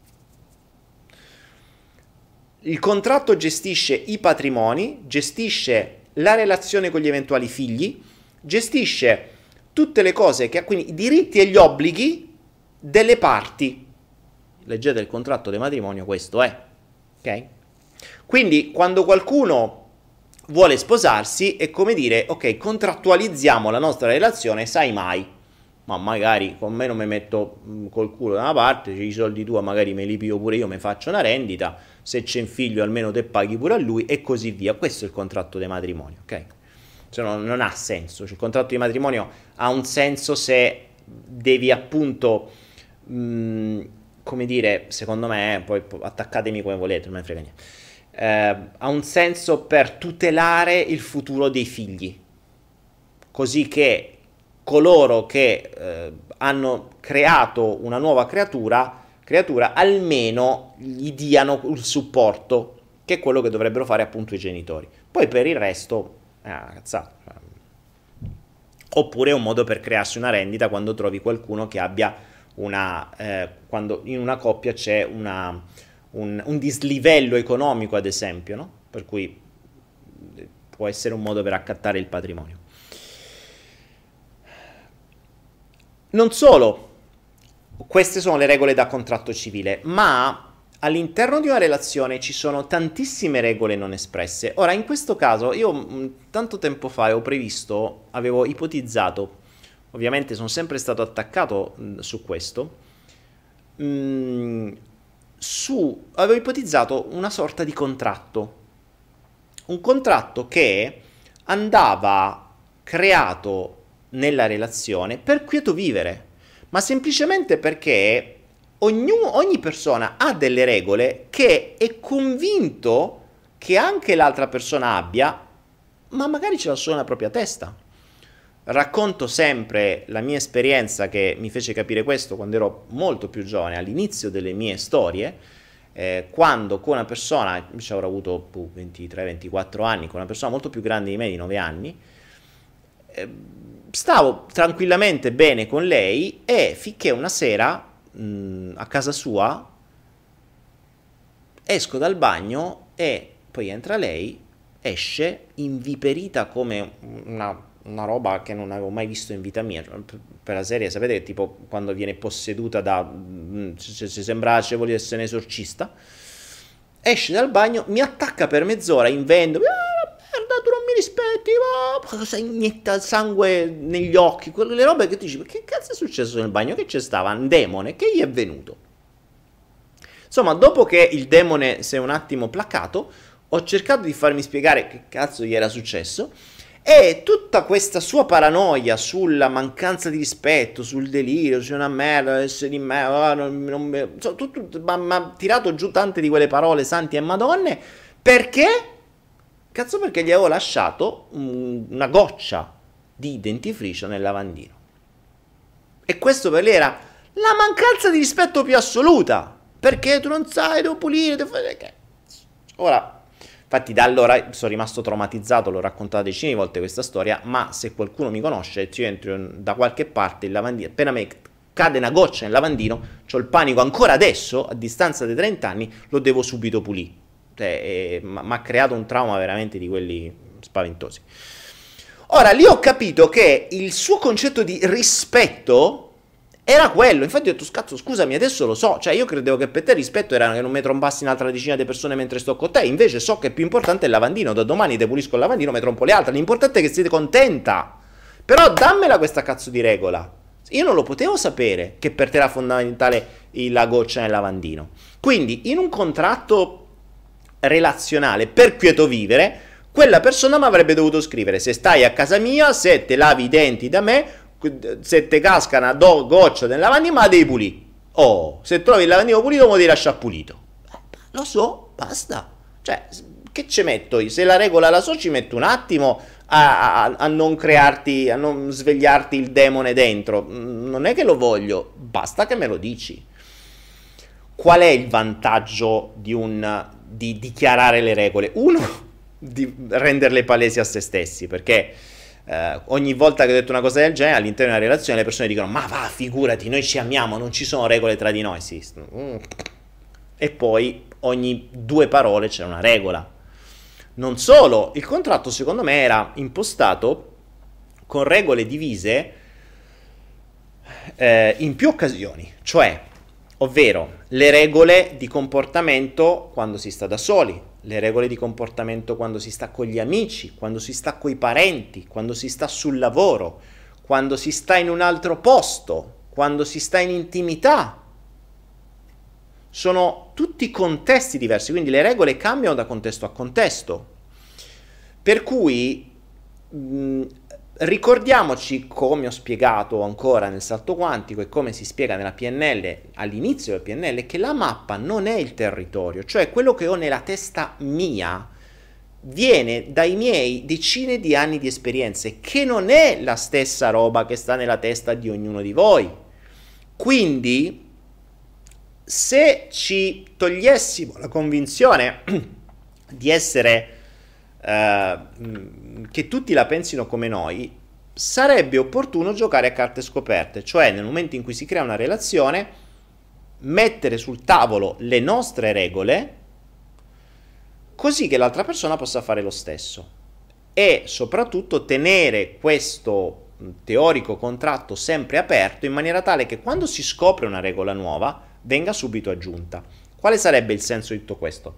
Il contratto gestisce i patrimoni, gestisce la relazione con gli eventuali figli, gestisce tutte le cose che ha, quindi i diritti e gli obblighi delle parti. Leggete il contratto di matrimonio, questo è, ok? Quindi quando qualcuno vuole sposarsi è come dire, ok, contrattualizziamo la nostra relazione, sai mai, ma magari con me non mi metto col culo da una parte, i soldi tua magari me li pio pure io, mi faccio una rendita, se c'è un figlio almeno te paghi pure a lui e così via. Questo è il contratto di matrimonio, ok? Cioè non ha senso, cioè, il contratto di matrimonio ha un senso se devi appunto, come dire, secondo me, poi attaccatemi come volete, non me ne frega niente. Ha un senso per tutelare il futuro dei figli, così che coloro che hanno creato una nuova creatura almeno gli diano il supporto, che è quello che dovrebbero fare appunto i genitori. Poi per il resto cazzata. Oppure è un modo per crearsi una rendita quando trovi qualcuno che abbia quando in una coppia c'è un dislivello economico, ad esempio, no? Per cui può essere un modo per accattare il patrimonio. Non solo, queste sono le regole da contratto civile, ma all'interno di una relazione ci sono tantissime regole non espresse. Ora, in questo caso, io tanto tempo fa avevo ipotizzato, ovviamente sono sempre stato attaccato su questo, avevo ipotizzato una sorta di contratto, un contratto che andava creato nella relazione per quieto vivere, ma semplicemente perché ogni persona ha delle regole che è convinto che anche l'altra persona abbia, ma magari ce l'ha solo nella propria testa. Racconto sempre la mia esperienza che mi fece capire questo quando ero molto più giovane, all'inizio delle mie storie, quando con una persona, ci avrò avuto 23-24 anni, con una persona molto più grande di me, di 9 anni, stavo tranquillamente bene con lei e finché una sera a casa sua esco dal bagno e poi entra lei, esce inviperita come una roba che non avevo mai visto in vita mia, per la serie, sapete, tipo quando viene posseduta se sembra ci volesse un esorcista, esce dal bagno, mi attacca per mezz'ora invendo, merda, tu non mi mi rispetti, ma cosa inietta sangue negli occhi, quelle robe che ti dici, ma che cazzo è successo nel bagno? Che c'è stava un demone, che gli è venuto? Insomma, dopo che il demone si è un attimo placato, ho cercato di farmi spiegare che cazzo gli era successo, e tutta questa sua paranoia sulla mancanza di rispetto, sul delirio, c'è una merda, essere di me, mi ha tirato giù tante di quelle parole santi e madonne, perché? Cazzo, perché gli avevo lasciato una goccia di dentifricio nel lavandino. E questo per lei era la mancanza di rispetto più assoluta. Perché tu non sai, devo pulire, devo fare che... Ora, infatti da allora sono rimasto traumatizzato, l'ho raccontata decine di volte questa storia, ma se qualcuno mi conosce, io entro da qualche parte, il lavandino, appena mi cade una goccia nel lavandino, c'ho il panico ancora adesso, a distanza di 30 anni, lo devo subito pulire. Mi ha creato un trauma veramente di quelli spaventosi. Ora, lì ho capito che il suo concetto di rispetto era quello. Infatti ho detto, scazzo, scusami, adesso lo so. Cioè, io credevo che per te rispetto era che non mi trombassi un'altra decina di persone mentre sto con te. Invece so che è più importante il lavandino. Da domani te pulisco il lavandino, mi trompo le altre. L'importante è che siete contenta. Però dammela questa cazzo di regola. Io non lo potevo sapere che per te era fondamentale la goccia nel lavandino. Quindi, in un contratto relazionale per quieto vivere, quella persona mi avrebbe dovuto scrivere: se stai a casa mia, se te lavi i denti da me, se te cascano a goccia nel lavandino, ma devi pulire. Oh, se trovi il lavandino pulito, mo devi lasciare pulito. Lo so, basta. Cioè, che ci metto io? Se la regola la so, ci metto un attimo a non crearti, a non svegliarti il demone dentro. Non è che lo voglio, basta che me lo dici. Qual è il vantaggio di dichiarare le regole? Uno, di renderle palesi a se stessi, perché ogni volta che ho detto una cosa del genere all'interno della relazione le persone dicono: ma va, figurati, noi ci amiamo, non ci sono regole tra di noi. Sì. E poi ogni 2 parole c'è una regola. Non solo, il contratto secondo me era impostato con regole divise in più occasioni, cioè, ovvero le regole di comportamento quando si sta da soli, le regole di comportamento quando si sta con gli amici, quando si sta coi parenti, quando si sta sul lavoro, quando si sta in un altro posto, quando si sta in intimità. Sono tutti contesti diversi, quindi le regole cambiano da contesto a contesto. Per cui ricordiamoci, come ho spiegato ancora nel salto quantico e come si spiega nella PNL, all'inizio del PNL, che la mappa non è il territorio, cioè quello che ho nella testa mia viene dai miei decine di anni di esperienze, che non è la stessa roba che sta nella testa di ognuno di voi. Quindi, se ci togliessimo la convinzione di essere che tutti la pensino come noi, sarebbe opportuno giocare a carte scoperte, cioè nel momento in cui si crea una relazione mettere sul tavolo le nostre regole così che l'altra persona possa fare lo stesso, e soprattutto tenere questo teorico contratto sempre aperto in maniera tale che quando si scopre una regola nuova venga subito aggiunta. Quale sarebbe il senso di tutto questo?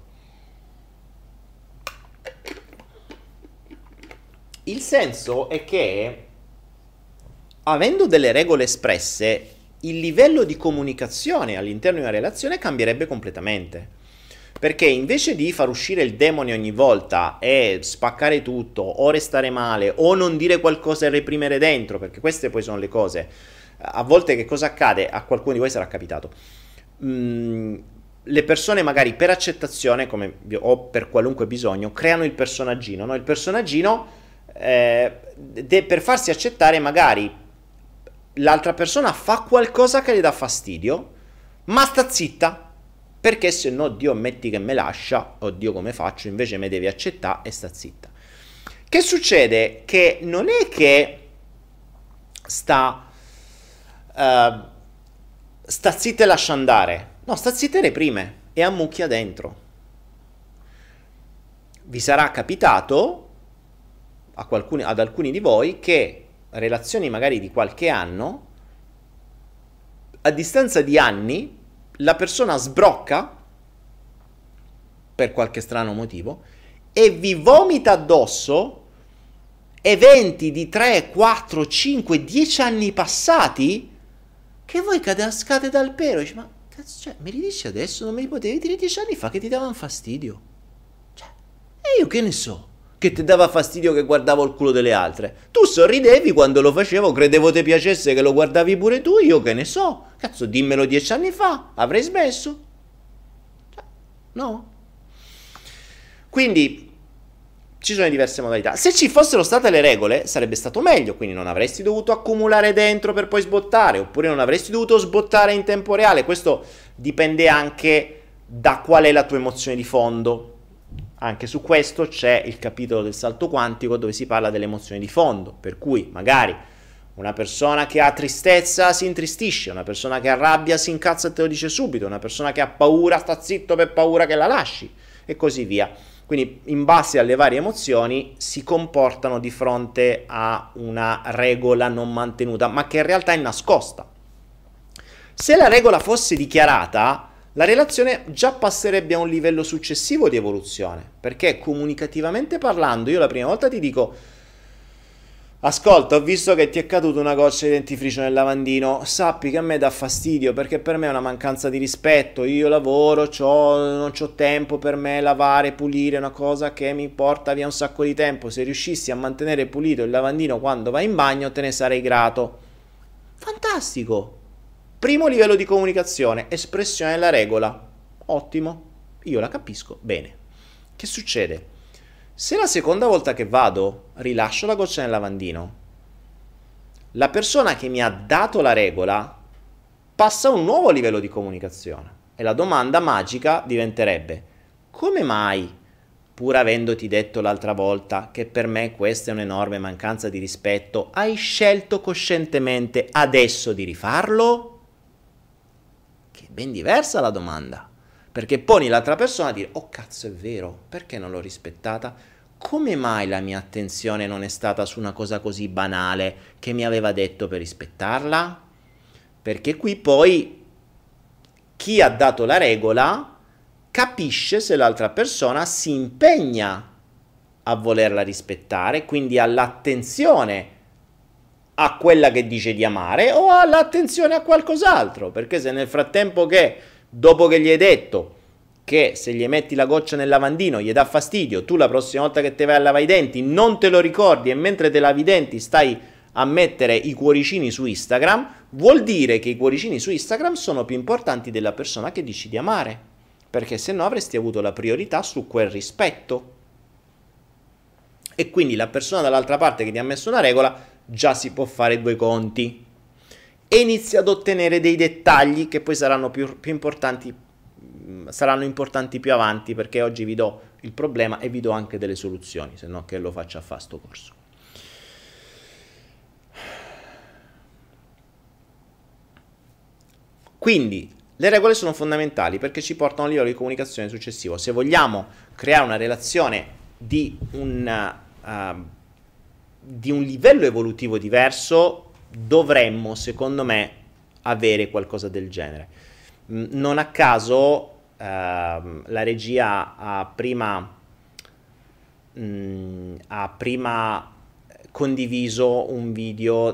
Il senso è che, avendo delle regole espresse, il livello di comunicazione all'interno di una relazione cambierebbe completamente. Perché invece di far uscire il demone ogni volta e spaccare tutto, o restare male, o non dire qualcosa e reprimere dentro, perché queste poi sono le cose. A volte che cosa accade? A qualcuno di voi sarà capitato. Le persone magari per accettazione o per qualunque bisogno creano il personaggino, no? Il personaggino per farsi accettare magari l'altra persona fa qualcosa che le dà fastidio, ma sta zitta, perché se no Dio metti che me lascia, oddio come faccio, invece me devi accettare e sta zitta. Che succede? Che non è che sta zitta e lascia andare, no, sta zitta e reprime e ammucchia dentro. Vi sarà capitato ad alcuni di voi che relazioni magari di qualche anno, a distanza di anni, la persona sbrocca per qualche strano motivo e vi vomita addosso eventi di 3, 4, 5, 10 anni passati che voi cascate dal pero e dici, ma cazzo, cioè, me li dici adesso, non me li potevi dire 10 anni fa che ti davano fastidio? Cioè, e io che ne so che ti dava fastidio che guardavo il culo delle altre? Tu sorridevi quando lo facevo, credevo ti piacesse che lo guardavi pure tu, io che ne so? Cazzo, dimmelo 10 anni fa, avrei smesso? Cioè, no? Quindi ci sono diverse modalità. Se ci fossero state le regole sarebbe stato meglio, quindi non avresti dovuto accumulare dentro per poi sbottare, oppure non avresti dovuto sbottare in tempo reale. Questo dipende anche da qual è la tua emozione di fondo. Anche su questo c'è il capitolo del salto quantico dove si parla delle emozioni di fondo, per cui magari una persona che ha tristezza si intristisce, una persona che ha rabbia si incazza e te lo dice subito, una persona che ha paura sta zitto per paura che la lasci e così via. Quindi in base alle varie emozioni si comportano di fronte a una regola non mantenuta, ma che in realtà è nascosta. Se la regola fosse dichiarata, la relazione già passerebbe a un livello successivo di evoluzione, perché comunicativamente parlando io la prima volta ti dico: ascolta, ho visto che ti è caduta una goccia di dentifricio nel lavandino, sappi che a me dà fastidio perché per me è una mancanza di rispetto, io lavoro, non c'ho tempo, per me lavare, pulire è una cosa che mi porta via un sacco di tempo, se riuscissi a mantenere pulito il lavandino quando vai in bagno te ne sarei grato. Fantastico! Primo livello di comunicazione, espressione della regola, ottimo, io la capisco, bene. Che succede? Se la seconda volta che vado rilascio la goccia nel lavandino, la persona che mi ha dato la regola passa a un nuovo livello di comunicazione e la domanda magica diventerebbe: come mai, pur avendoti detto l'altra volta che per me questa è un'enorme mancanza di rispetto, hai scelto coscientemente adesso di rifarlo? Che è ben diversa la domanda. Perché poni l'altra persona a dire: oh cazzo, è vero, perché non l'ho rispettata? Come mai la mia attenzione non è stata su una cosa così banale che mi aveva detto per rispettarla? Perché qui poi chi ha dato la regola capisce se l'altra persona si impegna a volerla rispettare, quindi ha l'attenzione a quella che dice di amare o ha l'attenzione a qualcos'altro. Perché se nel frattempo che dopo che gli hai detto che se gli metti la goccia nel lavandino gli dà fastidio, tu la prossima volta che te vai a lavare i denti non te lo ricordi e mentre te lavi i denti stai a mettere i cuoricini su Instagram, vuol dire che i cuoricini su Instagram sono più importanti della persona che dici di amare, perché se no avresti avuto la priorità su quel rispetto. E quindi la persona dall'altra parte che ti ha messo una regola già si può fare due conti e inizia ad ottenere dei dettagli che poi saranno più importanti, saranno importanti più avanti, perché oggi vi do il problema e vi do anche delle soluzioni, se no che lo faccia a fare sto corso. Quindi le regole sono fondamentali perché ci portano a un livello di comunicazione successivo. Se vogliamo creare una relazione di un livello evolutivo diverso, dovremmo, secondo me, avere qualcosa del genere. Non a caso la regia ha prima condiviso un video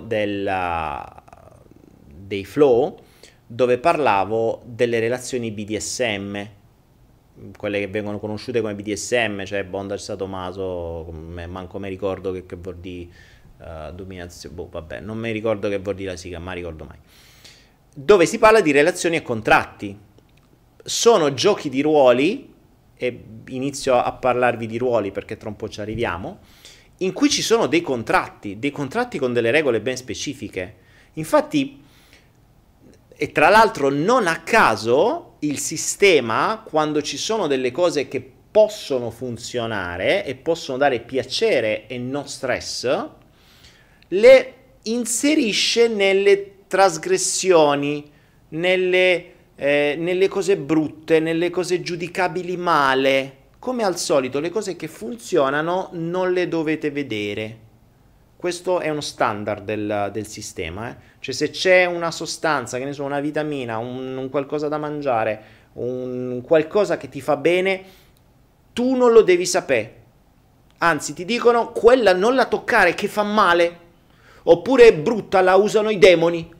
dei flow dove parlavo delle relazioni BDSM, quelle che vengono conosciute come BDSM, cioè bondage sadomaso, manco mi ricordo che vuol dire dominazione, vabbè, non mi ricordo che vuol dire la sigla, ma ricordo mai. Dove si parla di relazioni e contratti. Sono giochi di ruoli, e inizio a parlarvi di ruoli perché tra un po' ci arriviamo, in cui ci sono dei contratti con delle regole ben specifiche. Infatti, e tra l'altro non a caso, il sistema, quando ci sono delle cose che possono funzionare e possono dare piacere e no stress, le inserisce nelle trasgressioni, nelle cose brutte, nelle cose giudicabili male. Come al solito, le cose che funzionano non le dovete vedere. Questo è uno standard del sistema. Cioè se c'è una sostanza, che ne so, una vitamina, un qualcosa da mangiare, un qualcosa che ti fa bene, tu non lo devi sapere. Anzi, ti dicono quella non la toccare che fa male. Oppure è brutta, la usano i demoni.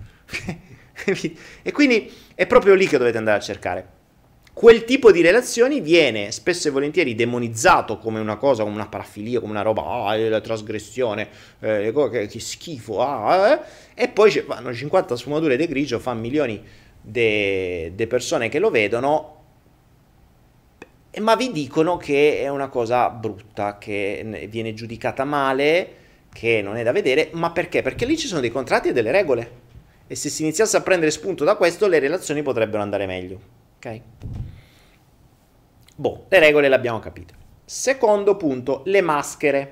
E quindi è proprio lì che dovete andare a cercare. Quel tipo di relazioni viene spesso e volentieri demonizzato come una cosa, come una parafilia, come una roba, la trasgressione, che schifo, e poi vanno 50 sfumature di grigio, fa milioni di persone che lo vedono, ma vi dicono che è una cosa brutta, che viene giudicata male, che non è da vedere. Ma perché? Perché lì ci sono dei contratti e delle regole, e se si iniziasse a prendere spunto da questo, le relazioni potrebbero andare meglio, ok? Boh, le regole le abbiamo capite. Secondo punto, le maschere.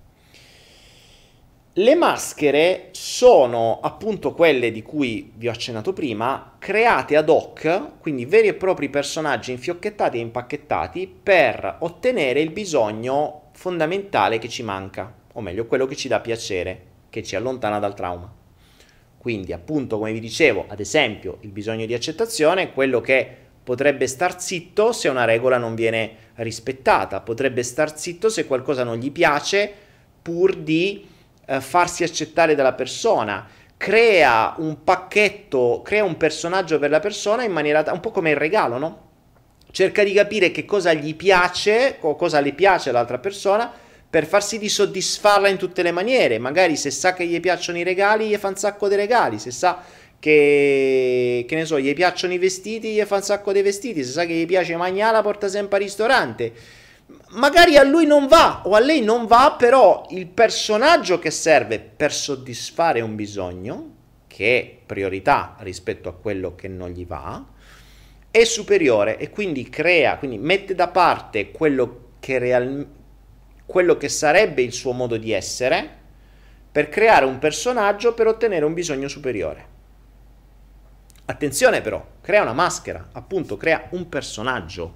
Le maschere sono appunto quelle di cui vi ho accennato prima, create ad hoc, quindi veri e propri personaggi infiocchettati e impacchettati per ottenere il bisogno fondamentale che ci manca, o meglio, quello che ci dà piacere, che ci allontana dal trauma. Quindi appunto, come vi dicevo, ad esempio, il bisogno di accettazione, quello che potrebbe star zitto se una regola non viene rispettata, potrebbe star zitto se qualcosa non gli piace pur di farsi accettare dalla persona, crea un pacchetto, crea un personaggio per la persona in maniera un po' come il regalo, no? Cerca di capire che cosa gli piace o cosa le piace all'altra persona per far sì di soddisfarla in tutte le maniere. Magari se sa che gli piacciono i regali, gli fa un sacco di regali, se sa che ne so, gli piacciono i vestiti, gli fa un sacco di vestiti, se sa che gli piace mangiare, la porta sempre al ristorante. Magari a lui non va o a lei non va, però il personaggio che serve per soddisfare un bisogno, che è priorità rispetto a quello che non gli va, è superiore, e quindi quindi mette da parte quello che sarebbe il suo modo di essere per creare un personaggio per ottenere un bisogno superiore. Attenzione però, crea una maschera, appunto crea un personaggio.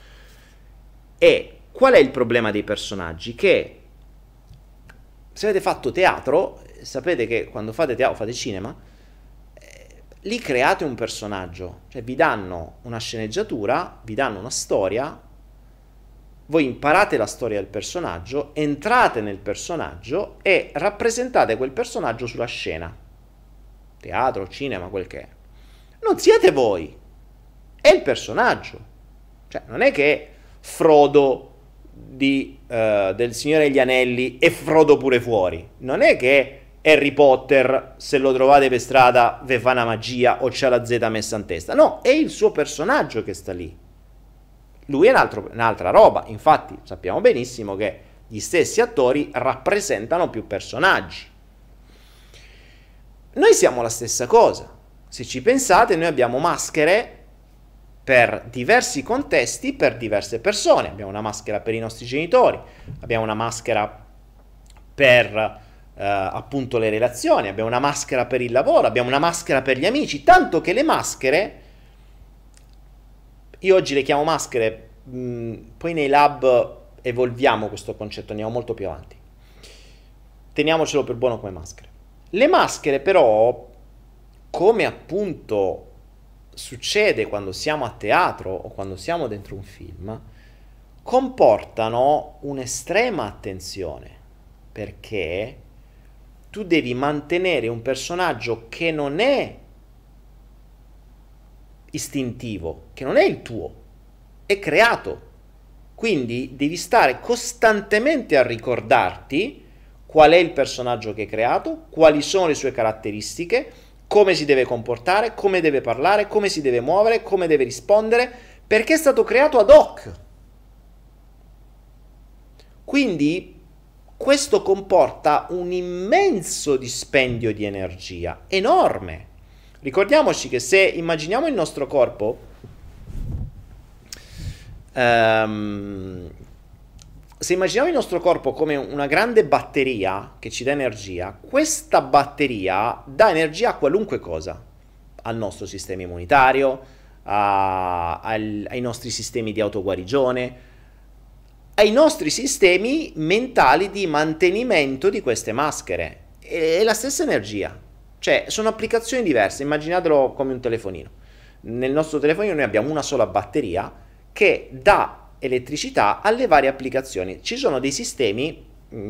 E qual è il problema dei personaggi? Che se avete fatto teatro, sapete che quando fate teatro, fate cinema, lì create un personaggio, cioè vi danno una sceneggiatura, vi danno una storia, voi imparate la storia del personaggio, entrate nel personaggio e rappresentate quel personaggio sulla scena. Teatro, cinema, quel che è. Non siete voi, è il personaggio. Cioè non è che Frodo del Signore degli Anelli e Frodo pure fuori. Non è che Harry Potter, se lo trovate per strada, ve fa una magia o c'ha la Z messa in testa. No, è il suo personaggio che sta lì. Lui è un'altra roba. Infatti sappiamo benissimo che gli stessi attori rappresentano più personaggi. Noi siamo la stessa cosa. Se ci pensate, noi abbiamo maschere per diversi contesti, per diverse persone. Abbiamo una maschera per i nostri genitori, abbiamo una maschera per appunto le relazioni, abbiamo una maschera per il lavoro, abbiamo una maschera per gli amici, tanto che le maschere, io oggi le chiamo maschere, poi nei lab evolviamo questo concetto, andiamo molto più avanti. Teniamocelo per buono come maschere. Le maschere però, come appunto succede quando siamo a teatro o quando siamo dentro un film, comportano un'estrema attenzione, perché tu devi mantenere un personaggio che non è istintivo, che non è il tuo, è creato. Quindi devi stare costantemente a ricordarti qual è il personaggio che hai creato, quali sono le sue caratteristiche, come si deve comportare, come deve parlare, come si deve muovere, come deve rispondere, perché è stato creato ad hoc. Quindi questo comporta un immenso dispendio di energia, enorme. Ricordiamoci che se immaginiamo il nostro corpo, se immaginiamo il nostro corpo come una grande batteria che ci dà energia, questa batteria dà energia a qualunque cosa, al nostro sistema immunitario, ai nostri sistemi di autoguarigione, ai nostri sistemi mentali di mantenimento di queste maschere. È la stessa energia, cioè sono applicazioni diverse. Immaginatelo come un telefonino. Nel nostro telefonino noi abbiamo una sola batteria che dà elettricità alle varie applicazioni. Ci sono dei sistemi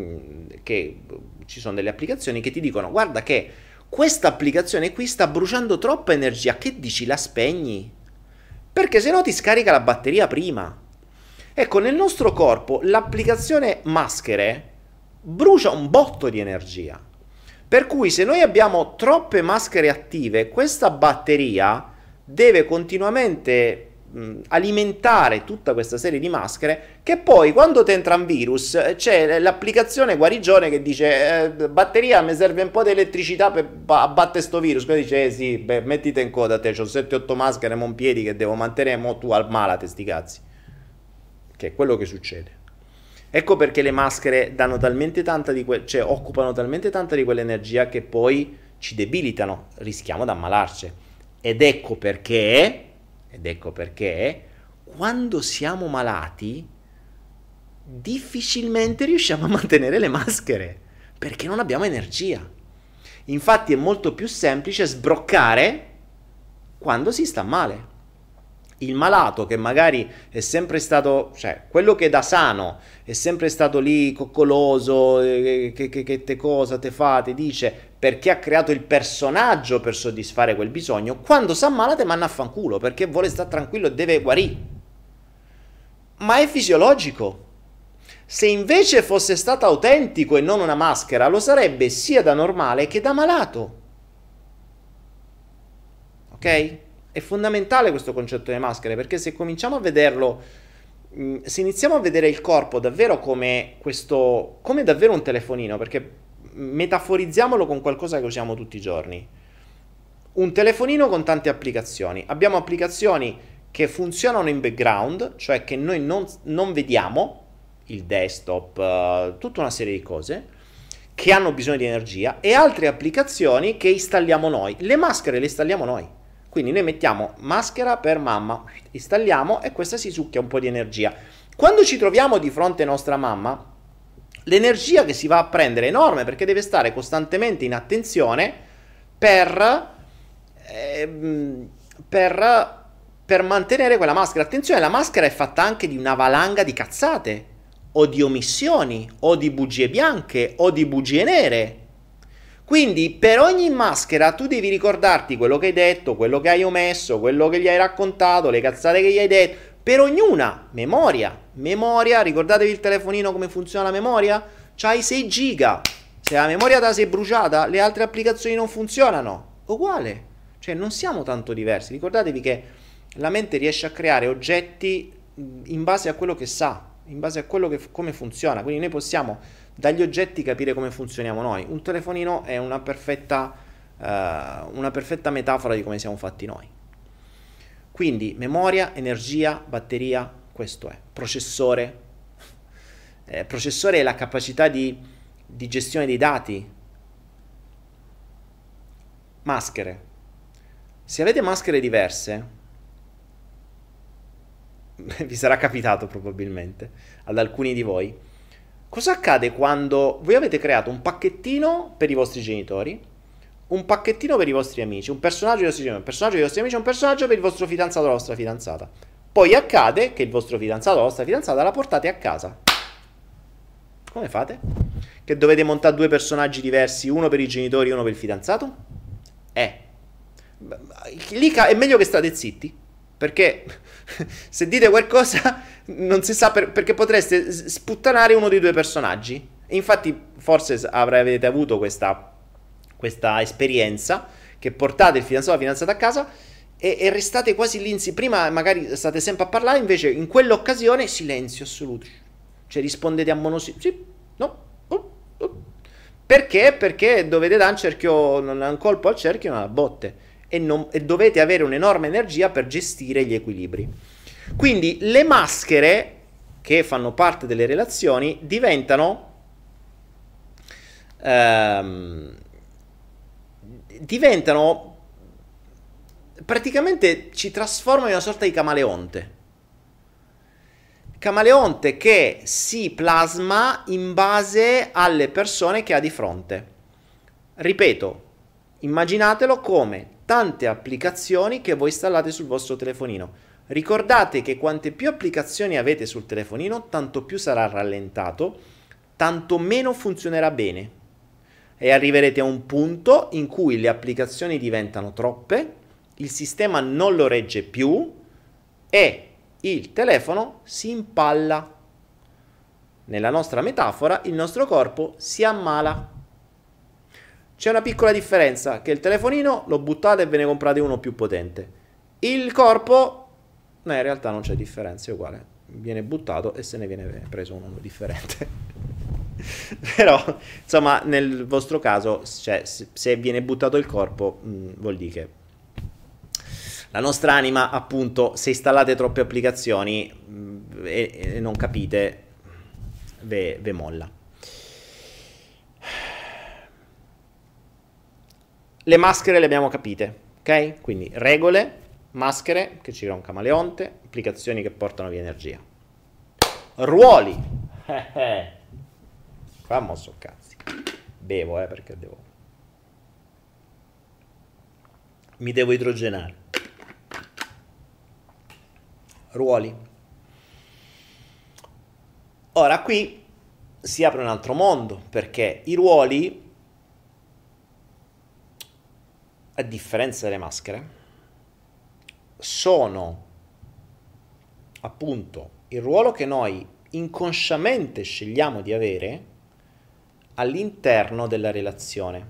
ci sono delle applicazioni che ti dicono: guarda che questa applicazione qui sta bruciando troppa energia, che dici, la spegni? Perché se no ti scarica la batteria prima. Ecco, nel nostro corpo l'applicazione maschere brucia un botto di energia. Per cui se noi abbiamo troppe maschere attive, questa batteria deve continuamente alimentare tutta questa serie di maschere, che poi quando ti entra un virus c'è l'applicazione guarigione che dice batteria, mi serve un po' di elettricità per abbattere sto virus. Poi dice sì, beh, mettite in coda te, c'ho 7-8 maschere mon piedi che devo mantenere, mo tu al malate sti cazzi, che è quello che succede. Ecco perché le maschere danno talmente tanta cioè occupano talmente tanta di quell'energia che poi ci debilitano, rischiamo di ammalarci. Ed ecco perché quando siamo malati difficilmente riusciamo a mantenere le maschere, perché non abbiamo energia. Infatti è molto più semplice sbroccare quando si sta male. Il malato che magari è sempre stato, cioè quello che da sano è sempre stato lì coccoloso, che te cosa te fa, te dice, perché ha creato il personaggio per soddisfare quel bisogno, quando si ammala te manna a fanculo, perché vuole stare tranquillo e deve guarire. Ma è fisiologico. Se invece fosse stato autentico e non una maschera, lo sarebbe sia da normale che da malato. Ok? È fondamentale questo concetto delle maschere, perché se cominciamo a vederlo, se iniziamo a vedere il corpo davvero come davvero un telefonino, perché metaforizziamolo con qualcosa che usiamo tutti i giorni. Un telefonino con tante applicazioni. Abbiamo applicazioni che funzionano in background, cioè che noi non vediamo, il desktop, tutta una serie di cose, che hanno bisogno di energia, e altre applicazioni che installiamo noi. Le maschere le installiamo noi. Quindi noi mettiamo maschera per mamma, installiamo e questa si succhia un po' di energia. Quando ci troviamo di fronte a nostra mamma, l'energia che si va a prendere è enorme, perché deve stare costantemente in attenzione per mantenere quella maschera. Attenzione, la maschera è fatta anche di una valanga di cazzate, o di omissioni, o di bugie bianche, o di bugie nere. Quindi per ogni maschera tu devi ricordarti quello che hai detto, quello che hai omesso, quello che gli hai raccontato, le cazzate che gli hai detto. Per ognuna, memoria, ricordatevi il telefonino come funziona la memoria? C'hai 6 giga, se la memoria te la sei bruciata, le altre applicazioni non funzionano, uguale, cioè non siamo tanto diversi. Ricordatevi che la mente riesce a creare oggetti in base a quello che sa, in base a quello come funziona, quindi noi possiamo dagli oggetti capire come funzioniamo noi. Un telefonino è una perfetta metafora di come siamo fatti noi. Quindi memoria, energia, batteria, questo è. Processore. Processore è la capacità di gestione dei dati. Maschere. Se avete maschere diverse, vi sarà capitato probabilmente ad alcuni di voi, cosa accade quando voi avete creato un pacchettino per i vostri genitori, un pacchettino per i vostri amici, un personaggio dei vostri genitori, un personaggio dei vostri amici, un personaggio per il vostro fidanzato o la vostra fidanzata. Poi accade che il vostro fidanzato o la vostra fidanzata la portate a casa. Come fate? Che dovete montare 2 personaggi diversi, uno per i genitori e uno per il fidanzato? Lì è meglio che state zitti, perché se dite qualcosa non si sa perché potreste sputtanare uno dei 2 personaggi. E infatti forse avrete avuto questa esperienza, che portate il fidanzato o la fidanzata a casa e restate quasi lì. Prima magari state sempre a parlare, invece in quell'occasione silenzio assoluto, cioè rispondete a monosillabo, sì, no, perché? Perché dovete dare un colpo al cerchio e non alla botte, e dovete avere un'enorme energia per gestire gli equilibri. Quindi le maschere che fanno parte delle relazioni diventano praticamente, ci trasformano in una sorta di camaleonte che si plasma in base alle persone che ha di fronte. Ripeto, immaginatelo come tante applicazioni che voi installate sul vostro telefonino. Ricordate che quante più applicazioni avete sul telefonino, tanto più sarà rallentato, tanto meno funzionerà bene. E arriverete a un punto in cui le applicazioni diventano troppe, il sistema non lo regge più e il telefono si impalla. Nella nostra metafora, il nostro corpo si ammala. C'è una piccola differenza, che il telefonino lo buttate e ve ne comprate uno più potente. Il corpo, no, in realtà non c'è differenza, è uguale. Viene buttato e se ne viene preso uno differente. Però, insomma, nel vostro caso, cioè, se viene buttato il corpo, vuol dire che la nostra anima, appunto, se installate troppe applicazioni e non capite, ve molla. Le maschere le abbiamo capite, ok? Quindi regole, maschere che ci crea un camaleonte, applicazioni che portano via energia. Ruoli. Qua mosso cazzi. Bevo, perché mi devo idrogenare. Ruoli. Ora qui si apre un altro mondo, perché i ruoli, a differenza delle maschere, sono appunto il ruolo che noi inconsciamente scegliamo di avere all'interno della relazione.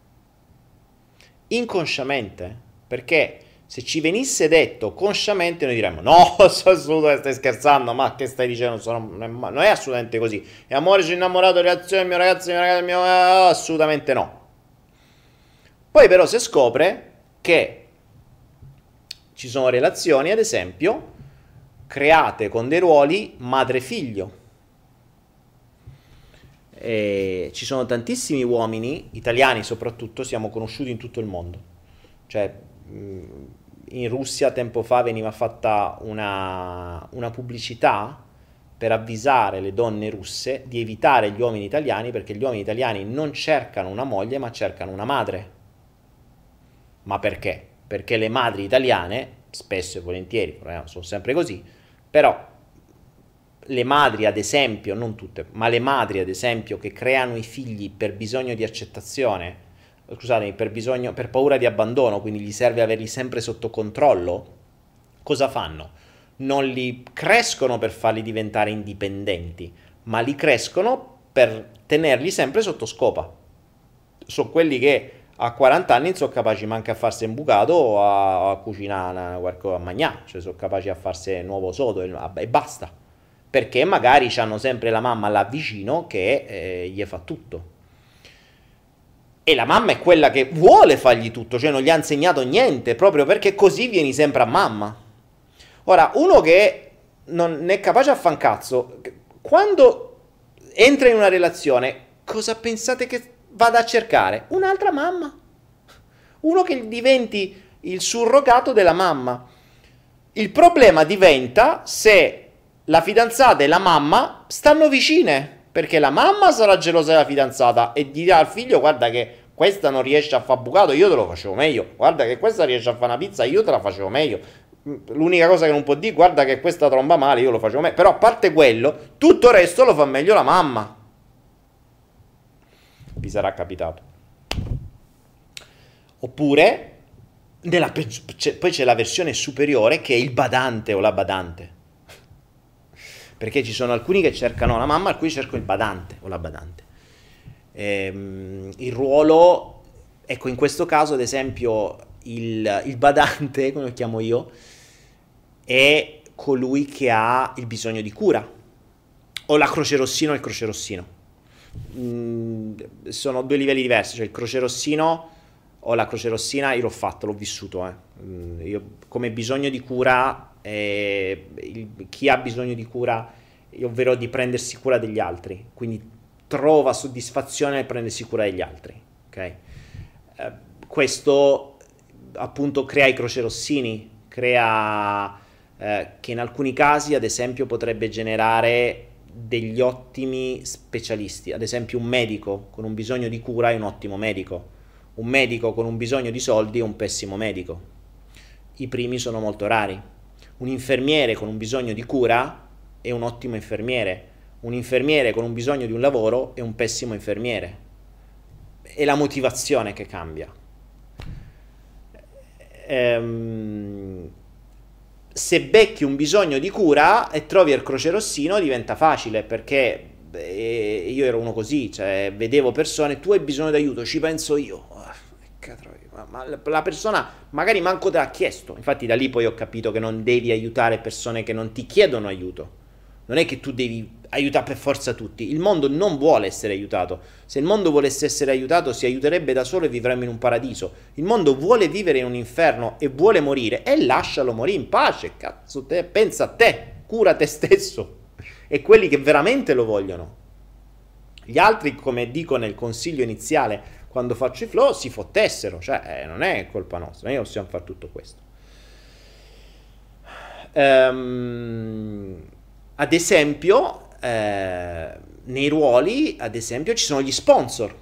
Inconsciamente, perché se ci venisse detto consciamente noi diremmo no, assolutamente stai scherzando, ma che stai dicendo? Non è assolutamente così. E amore, sono innamorato, relazione, mio ragazzo, assolutamente no. Poi però si scopre che ci sono relazioni, ad esempio, create con dei ruoli madre-figlio. E ci sono tantissimi uomini, italiani soprattutto, siamo conosciuti in tutto il mondo. Cioè, in Russia tempo fa veniva fatta una pubblicità per avvisare le donne russe di evitare gli uomini italiani, perché gli uomini italiani non cercano una moglie, ma cercano una madre. Ma perché? Perché le madri italiane, spesso e volentieri, sono sempre così, però le madri ad esempio, non tutte, ma le madri ad esempio che creano i figli per bisogno di accettazione, scusatemi, per paura di abbandono, quindi gli serve averli sempre sotto controllo, cosa fanno? Non li crescono per farli diventare indipendenti, ma li crescono per tenerli sempre sotto scopa. Sono quelli che a 40 anni sono capaci manco a farsi un bucato o a cucinare qualcosa a mangiare, cioè sono capaci a farsi nuovo sodo e basta, perché magari hanno sempre la mamma là vicino che gli fa tutto, e la mamma è quella che vuole fargli tutto, cioè non gli ha insegnato niente, proprio perché così vieni sempre a mamma. Ora, uno che non è capace a fare un cazzo, quando entra in una relazione, cosa pensate che vada a cercare? Un'altra mamma. Uno che diventi il surrogato della mamma. Il problema diventa se la fidanzata e la mamma stanno vicine, perché la mamma sarà gelosa della fidanzata e dirà al figlio: guarda che questa non riesce a fare bucato, io te lo facevo meglio. Guarda che questa riesce a fare una pizza, io te la facevo meglio. L'unica cosa che non può dire: guarda che questa tromba male, io lo facevo meglio. Però a parte quello, tutto il resto lo fa meglio la mamma. Vi sarà capitato. Oppure poi c'è la versione superiore, che è il badante o la badante, perché ci sono alcuni che cercano la mamma, alcuni cercano il badante o la badante. Il ruolo, ecco, in questo caso ad esempio il badante, come lo chiamo io, è colui che ha il bisogno di cura, o la crocerossina o il crocerossino. Sono due livelli diversi, cioè il crocerossino o la crocerossina io l'ho fatto, l'ho vissuto, io come bisogno di cura, chi ha bisogno di cura, ovvero di prendersi cura degli altri, quindi trova soddisfazione nel prendersi cura degli altri, ok? Questo appunto crea i crocerossini, crea che in alcuni casi ad esempio potrebbe generare degli ottimi specialisti, ad esempio un medico con un bisogno di cura è un ottimo medico, un medico con un bisogno di soldi è un pessimo medico. I primi sono molto rari. Un infermiere con un bisogno di cura è un ottimo infermiere. Un infermiere con un bisogno di un lavoro è un pessimo infermiere. È la motivazione che cambia. Se becchi un bisogno di cura e trovi il crocerossino diventa facile, perché io ero uno così, cioè vedevo persone, tu hai bisogno d'aiuto, ci penso io. Ma la persona magari manco te l'ha chiesto. Infatti da lì poi ho capito che non devi aiutare persone che non ti chiedono aiuto. Non è che tu devi aiutare per forza tutti. Il mondo non vuole essere aiutato. Se il mondo volesse essere aiutato si aiuterebbe da solo e vivremmo in un paradiso. Il mondo vuole vivere in un inferno e vuole morire, e lascialo morire in pace. Cazzo te, pensa a te, cura te stesso. E quelli che veramente lo vogliono. Gli altri, come dico nel consiglio iniziale quando faccio i flow, si fottessero. Cioè non è colpa nostra, noi possiamo fare tutto questo. Ad esempio, nei ruoli, ad esempio, ci sono gli sponsor.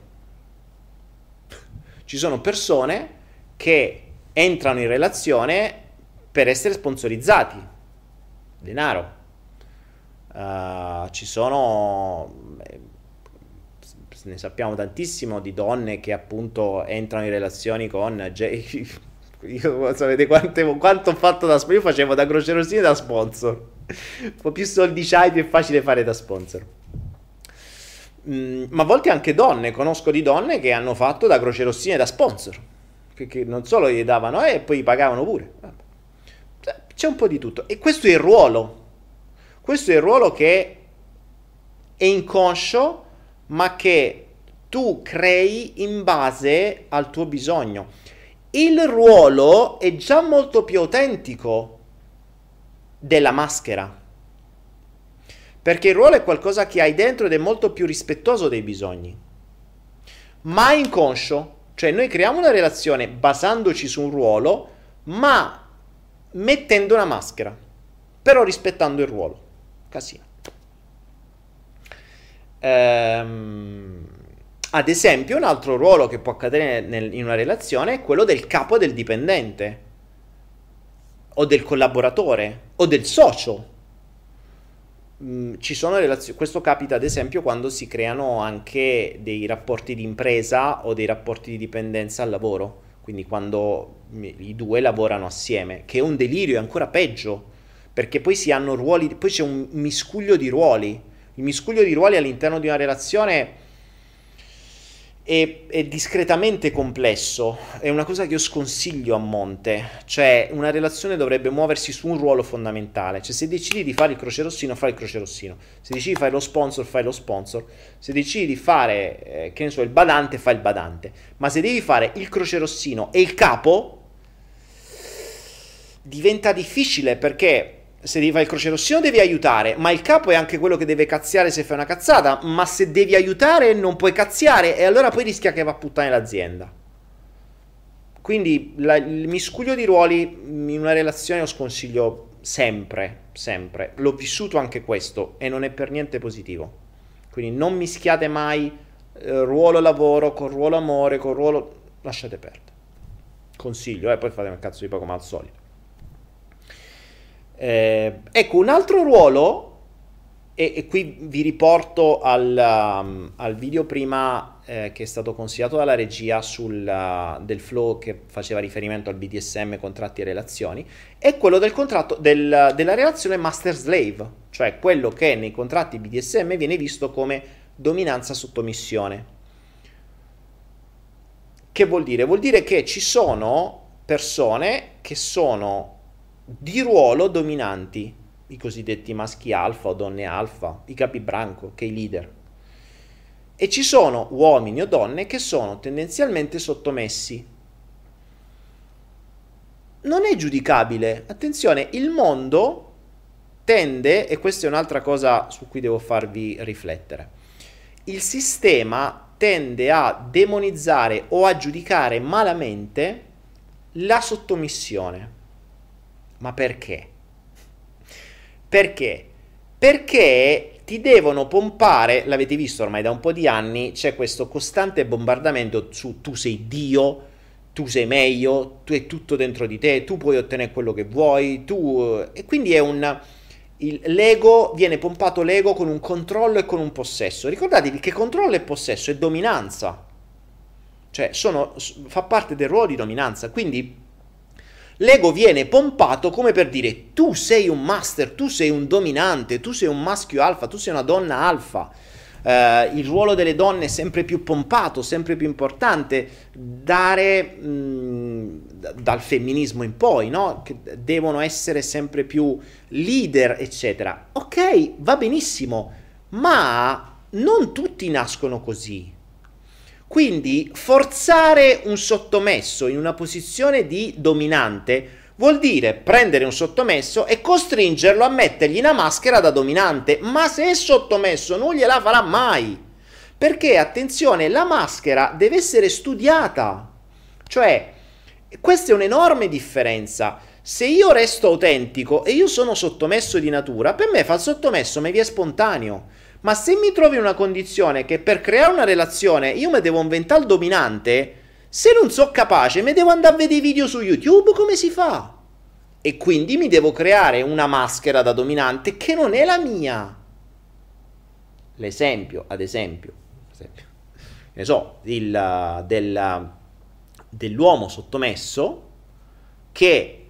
Ci sono persone che entrano in relazione per essere sponsorizzati. Denaro. Ci sono... ne sappiamo tantissimo di donne che appunto entrano in relazioni con... Io, sapete quanto ho fatto da sponsor? Io facevo da crocerossini e da sponsor. Un po' più soldi c'hai, più è facile fare da sponsor. Ma a volte anche donne, conosco di donne che hanno fatto da crocerossini e da sponsor, che non solo gli davano e poi pagavano pure. C'è un po' di tutto. E questo è il ruolo. Questo è il ruolo che è inconscio, ma che tu crei in base al tuo bisogno. Il ruolo è già molto più autentico della maschera, perché il ruolo è qualcosa che hai dentro ed è molto più rispettoso dei bisogni, ma è inconscio. Cioè noi creiamo una relazione basandoci su un ruolo, ma mettendo una maschera, però rispettando il ruolo. Casino. Ad esempio, un altro ruolo che può accadere in una relazione è quello del capo e del dipendente, o del collaboratore, o del socio. Ci sono relazioni, questo capita ad esempio quando si creano anche dei rapporti di impresa o dei rapporti di dipendenza al lavoro, quindi quando i due lavorano assieme, che è un delirio, è ancora peggio, perché poi si hanno ruoli, poi c'è un miscuglio di ruoli. Il miscuglio di ruoli all'interno di una relazione è discretamente complesso, è una cosa che io sconsiglio a monte. Cioè una relazione dovrebbe muoversi su un ruolo fondamentale. Cioè se decidi di fare il crocerossino, fai il crocerossino, se decidi di fare lo sponsor, fai lo sponsor, se decidi di fare che ne so, il badante, fai il badante. Ma se devi fare il crocerossino e il capo diventa difficile, perché se devi fare il crocerossino devi aiutare, ma il capo è anche quello che deve cazziare se fai una cazzata, ma se devi aiutare non puoi cazziare, e allora poi rischia che va a puttane l'azienda. Quindi il miscuglio di ruoli in una relazione lo sconsiglio sempre, sempre. L'ho vissuto anche questo e non è per niente positivo. Quindi non mischiate mai ruolo lavoro con ruolo amore, con ruolo... lasciate perdere. Consiglio, poi fate un cazzo di poco, ma al solito. Ecco, un altro ruolo, e qui vi riporto al video prima che è stato consigliato dalla regia del flow che faceva riferimento al BDSM, contratti e relazioni, è quello del contratto della relazione master-slave, cioè quello che nei contratti BDSM viene visto come dominanza-sottomissione. Che vuol dire? Vuol dire che ci sono persone che sono di ruolo dominanti, i cosiddetti maschi alfa o donne alfa, i capibranco, che i leader, e ci sono uomini o donne che sono tendenzialmente sottomessi. Non è giudicabile, attenzione, il mondo tende, e questa è un'altra cosa su cui devo farvi riflettere, il sistema tende a demonizzare o a giudicare malamente la sottomissione. Ma perché? Perché? Perché ti devono pompare, l'avete visto ormai da un po' di anni, c'è questo costante bombardamento su tu sei Dio, tu sei meglio, tu è tutto dentro di te, tu puoi ottenere quello che vuoi, e quindi l'ego viene pompato l'ego con un controllo e con un possesso. Ricordatevi che controllo e possesso è dominanza, cioè fa parte del ruolo di dominanza, quindi l'ego viene pompato come per dire tu sei un master, tu sei un dominante, tu sei un maschio alfa, tu sei una donna alfa. Il ruolo delle donne è sempre più pompato, sempre più importante, dal femminismo in poi, no? Che devono essere sempre più leader, eccetera. Ok, va benissimo, ma non tutti nascono così. Quindi forzare un sottomesso in una posizione di dominante vuol dire prendere un sottomesso e costringerlo a mettergli una maschera da dominante, ma se è sottomesso non gliela farà mai, perché attenzione, la maschera deve essere studiata, cioè questa è un'enorme differenza. Se io resto autentico e io sono sottomesso di natura, per me far sottomesso mi viene spontaneo. Ma se mi trovi in una condizione che per creare una relazione io mi devo inventare il dominante, se non so capace mi devo andare a vedere i video su YouTube come si fa. E quindi mi devo creare una maschera da dominante che non è la mia. L'esempio, ad esempio, ne so, dell'uomo sottomesso che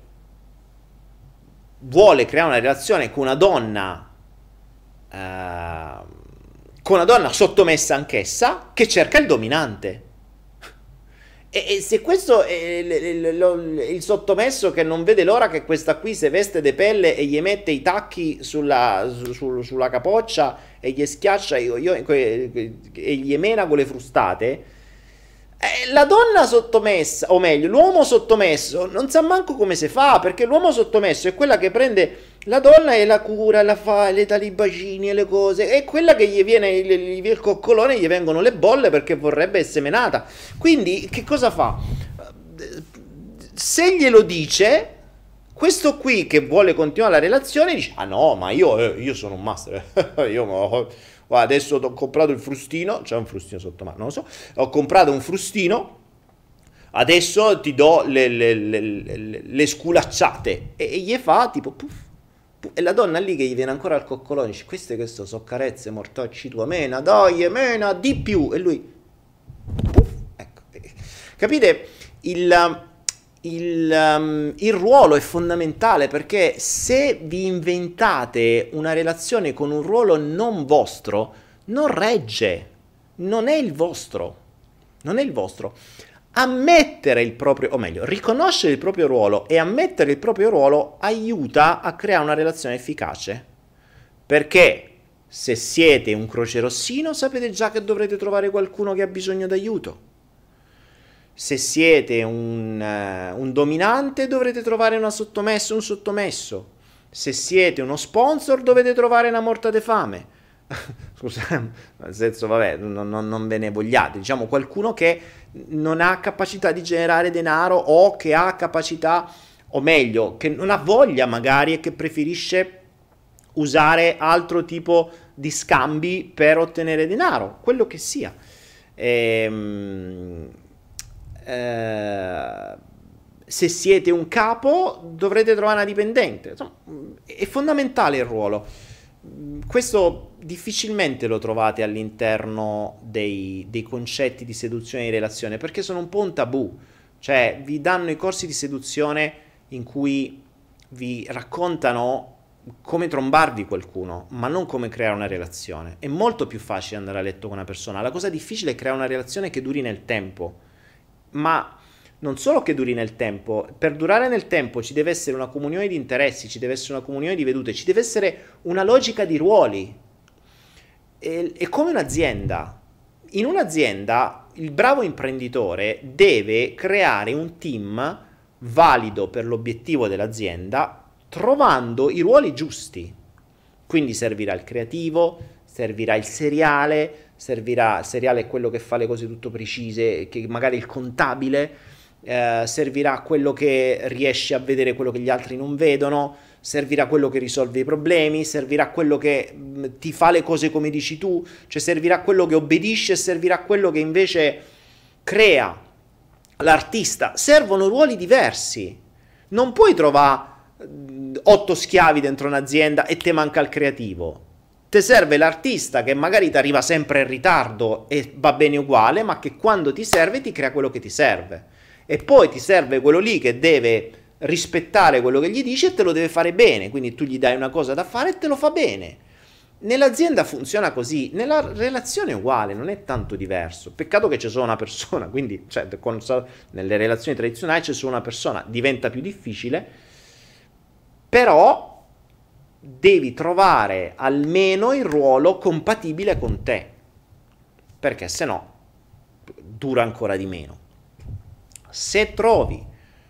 vuole creare una relazione con una donna sottomessa anch'essa, che cerca il dominante. E se questo è il sottomesso che non vede l'ora che questa qui si veste de pelle e gli mette i tacchi sulla capoccia e gli schiaccia e gli mena con le frustate, la donna sottomessa, o meglio l'uomo sottomesso non sa manco come si fa, perché l'uomo sottomesso è quella che prende la donna e la cura, la fa, le dà i bacini e le cose, è quella che gli viene il coccolone, gli vengono le bolle perché vorrebbe essere menata. Quindi che cosa fa? Se glielo dice, questo qui che vuole continuare la relazione dice ah no, ma io sono un master, adesso ho comprato il frustino, c'è un frustino sotto mano, non lo so, ho comprato un frustino, adesso ti do le sculacciate, e gli fa tipo puff, puff, e la donna lì che gli viene ancora al coccolone dice questo so carezze mortacci tua, mena, dai, mena, di più, e lui puff, ecco, capite? Il ruolo è fondamentale, perché se vi inventate una relazione con un ruolo non vostro, non regge, non è il vostro. Ammettere il proprio, o meglio, riconoscere il proprio ruolo e ammettere il proprio ruolo aiuta a creare una relazione efficace, perché se siete un crocerossino sapete già che dovrete trovare qualcuno che ha bisogno d'aiuto. Se siete un dominante dovrete trovare un sottomesso. Se siete uno sponsor dovete trovare una morta de fame. Scusate, nel senso, vabbè, non ve ne vogliate. Diciamo qualcuno che non ha capacità di generare denaro, o che ha capacità, o meglio, che non ha voglia magari e che preferisce usare altro tipo di scambi per ottenere denaro, quello che sia. Se siete un capo dovrete trovare una dipendente. Insomma, è fondamentale il ruolo. Questo difficilmente lo trovate all'interno dei concetti di seduzione e di relazione, perché sono un po' un tabù. Cioè vi danno i corsi di seduzione in cui vi raccontano come trombarvi qualcuno, ma non come creare una relazione. È molto più facile andare a letto con una persona, la cosa difficile è creare una relazione che duri nel tempo. Ma non solo che duri nel tempo, per durare nel tempo ci deve essere una comunione di interessi, ci deve essere una comunione di vedute, ci deve essere una logica di ruoli. È come un'azienda. In un'azienda il bravo imprenditore deve creare un team valido per l'obiettivo dell'azienda, trovando i ruoli giusti. Quindi servirà il creativo, servirà il seriale, il seriale è quello che fa le cose tutto precise, che magari il contabile, servirà quello che riesce a vedere quello che gli altri non vedono, servirà quello che risolve i problemi, servirà quello che ti fa le cose come dici tu, cioè servirà quello che obbedisce, servirà quello che invece crea. l'artista, servono ruoli diversi. Non puoi trovare 8 schiavi dentro un'azienda e te manca il creativo. Ti serve l'artista che magari ti arriva sempre in ritardo e va bene uguale, ma che quando ti serve ti crea quello che ti serve. E poi ti serve quello lì che deve rispettare quello che gli dici e te lo deve fare bene, quindi tu gli dai una cosa da fare e te lo fa bene. Nell'azienda funziona così, nella relazione è uguale, non è tanto diverso. Peccato che c'è solo una persona, quindi nelle relazioni tradizionali c'è solo una persona, diventa più difficile, però devi trovare almeno il ruolo compatibile con te, perché se no dura ancora di meno. Se trovi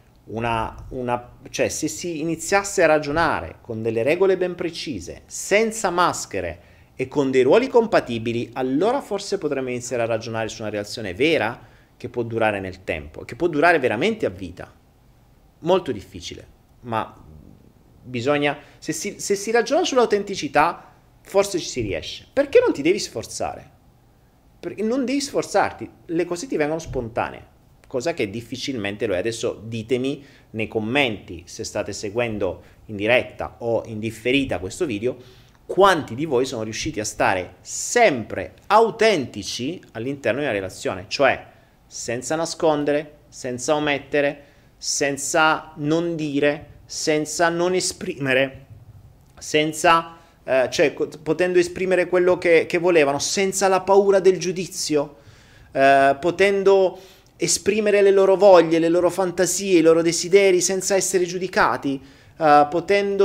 cioè se si iniziasse a ragionare con delle regole ben precise, senza maschere e con dei ruoli compatibili, allora forse potremmo iniziare a ragionare su una relazione vera che può durare nel tempo, che può durare veramente a vita. Molto difficile, ma bisogna, se si ragiona sull'autenticità, forse ci si riesce. Perché non ti devi sforzare? Perché non devi sforzarti, le cose ti vengono spontanee. Cosa che difficilmente lo è. Adesso ditemi nei commenti, se state seguendo in diretta o in differita questo video, quanti di voi sono riusciti a stare sempre autentici all'interno di una relazione, cioè senza nascondere, senza omettere, senza non dire, senza non esprimere, senza cioè potendo esprimere quello che volevano, senza la paura del giudizio, potendo esprimere le loro voglie, le loro fantasie, i loro desideri senza essere giudicati, potendo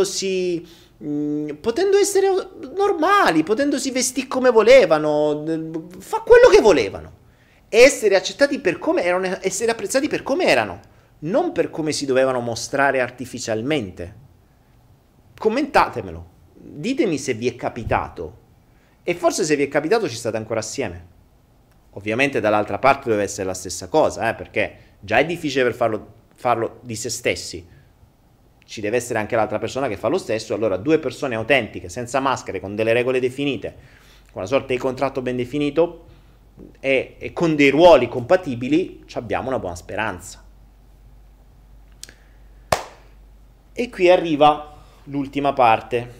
essere normali, potendosi vestire come volevano, fa quello che volevano, essere accettati per come erano, essere apprezzati per come erano, non per come si dovevano mostrare artificialmente. Commentatemelo, ditemi se vi è capitato, e forse se vi è capitato ci state ancora assieme. Ovviamente dall'altra parte deve essere la stessa cosa, perché già è difficile per farlo di se stessi, ci deve essere anche l'altra persona che fa lo stesso. Allora 2 persone autentiche, senza maschere, con delle regole definite, con una sorta di contratto ben definito e con dei ruoli compatibili, abbiamo una buona speranza. E qui arriva l'ultima parte.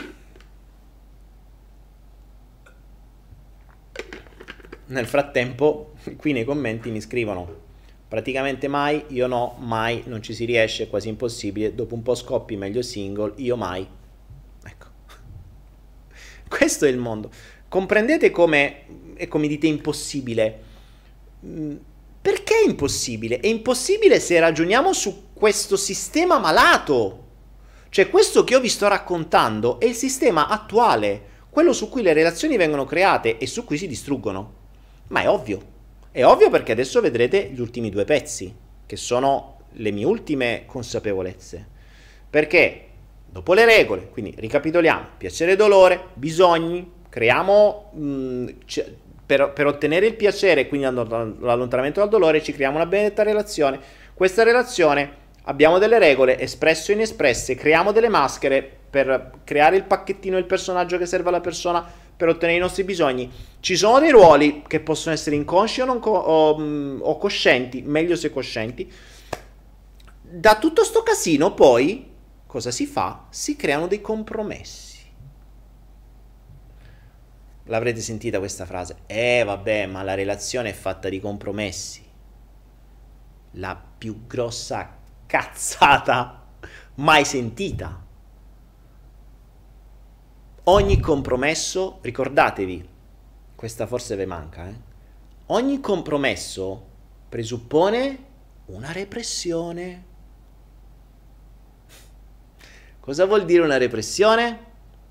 Nel frattempo, qui nei commenti mi scrivono: praticamente mai, io no, mai, non ci si riesce, è quasi impossibile, dopo un po' scoppi, meglio single, io mai. Ecco. Questo è il mondo. Comprendete come dite impossibile? Perché è impossibile? È impossibile se ragioniamo su questo sistema malato. Cioè, questo che io vi sto raccontando è il sistema attuale, quello su cui le relazioni vengono create e su cui si distruggono. Ma è ovvio perché adesso vedrete gli ultimi 2 pezzi, che sono le mie ultime consapevolezze. Perché dopo le regole, quindi ricapitoliamo: piacere e dolore, bisogni, creiamo, per ottenere il piacere, quindi l'allontanamento dal dolore, ci creiamo una benedetta relazione. Questa relazione, abbiamo delle regole, espresse o inespresse, creiamo delle maschere per creare il pacchettino del personaggio che serve alla persona per ottenere i nostri bisogni. Ci sono dei ruoli che possono essere inconsci o coscienti, meglio se coscienti. Da tutto sto casino poi cosa si fa? Si creano dei compromessi. L'avrete sentita questa frase? Vabbè, ma la relazione è fatta di compromessi. La più grossa cazzata mai sentita. Ogni compromesso, ricordatevi, questa forse vi manca, ogni compromesso presuppone una repressione. Cosa vuol dire una repressione?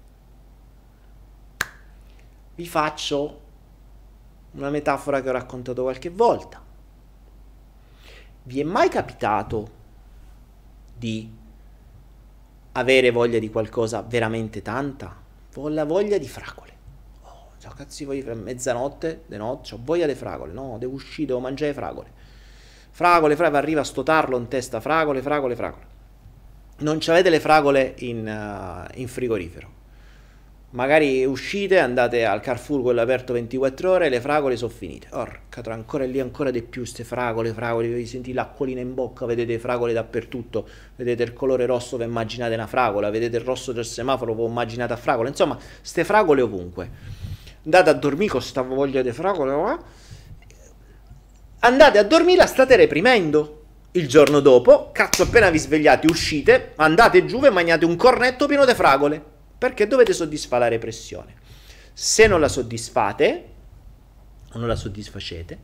Vi faccio una metafora che ho raccontato qualche volta. Vi è mai capitato di avere voglia di qualcosa veramente tanta? Ho la voglia di fragole. Ciao cazzo, voglio mezzanotte, di notte, ho voglia di fragole. No, devo uscire, devo mangiare fragole. Fragole, arriva a sto tarlo in testa, fragole. Non c'avete le fragole in frigorifero. Magari uscite, andate al Carrefour, quello aperto 24 ore, le fragole sono finite. Orca, tra ancora lì ancora di più, ste fragole, vi sentite l'acquolina in bocca, vedete fragole dappertutto, vedete il colore rosso, vi immaginate una fragola, vedete il rosso del semaforo, vi immaginate a fragola, insomma, ste fragole ovunque. Andate a dormire con sta voglia di fragole, andate a dormire, la state reprimendo. Il giorno dopo, cazzo, appena vi svegliate, uscite, andate giù e mangiate un cornetto pieno di fragole. Perché dovete soddisfare la repressione. Se non la soddisfate, o non la soddisfacete,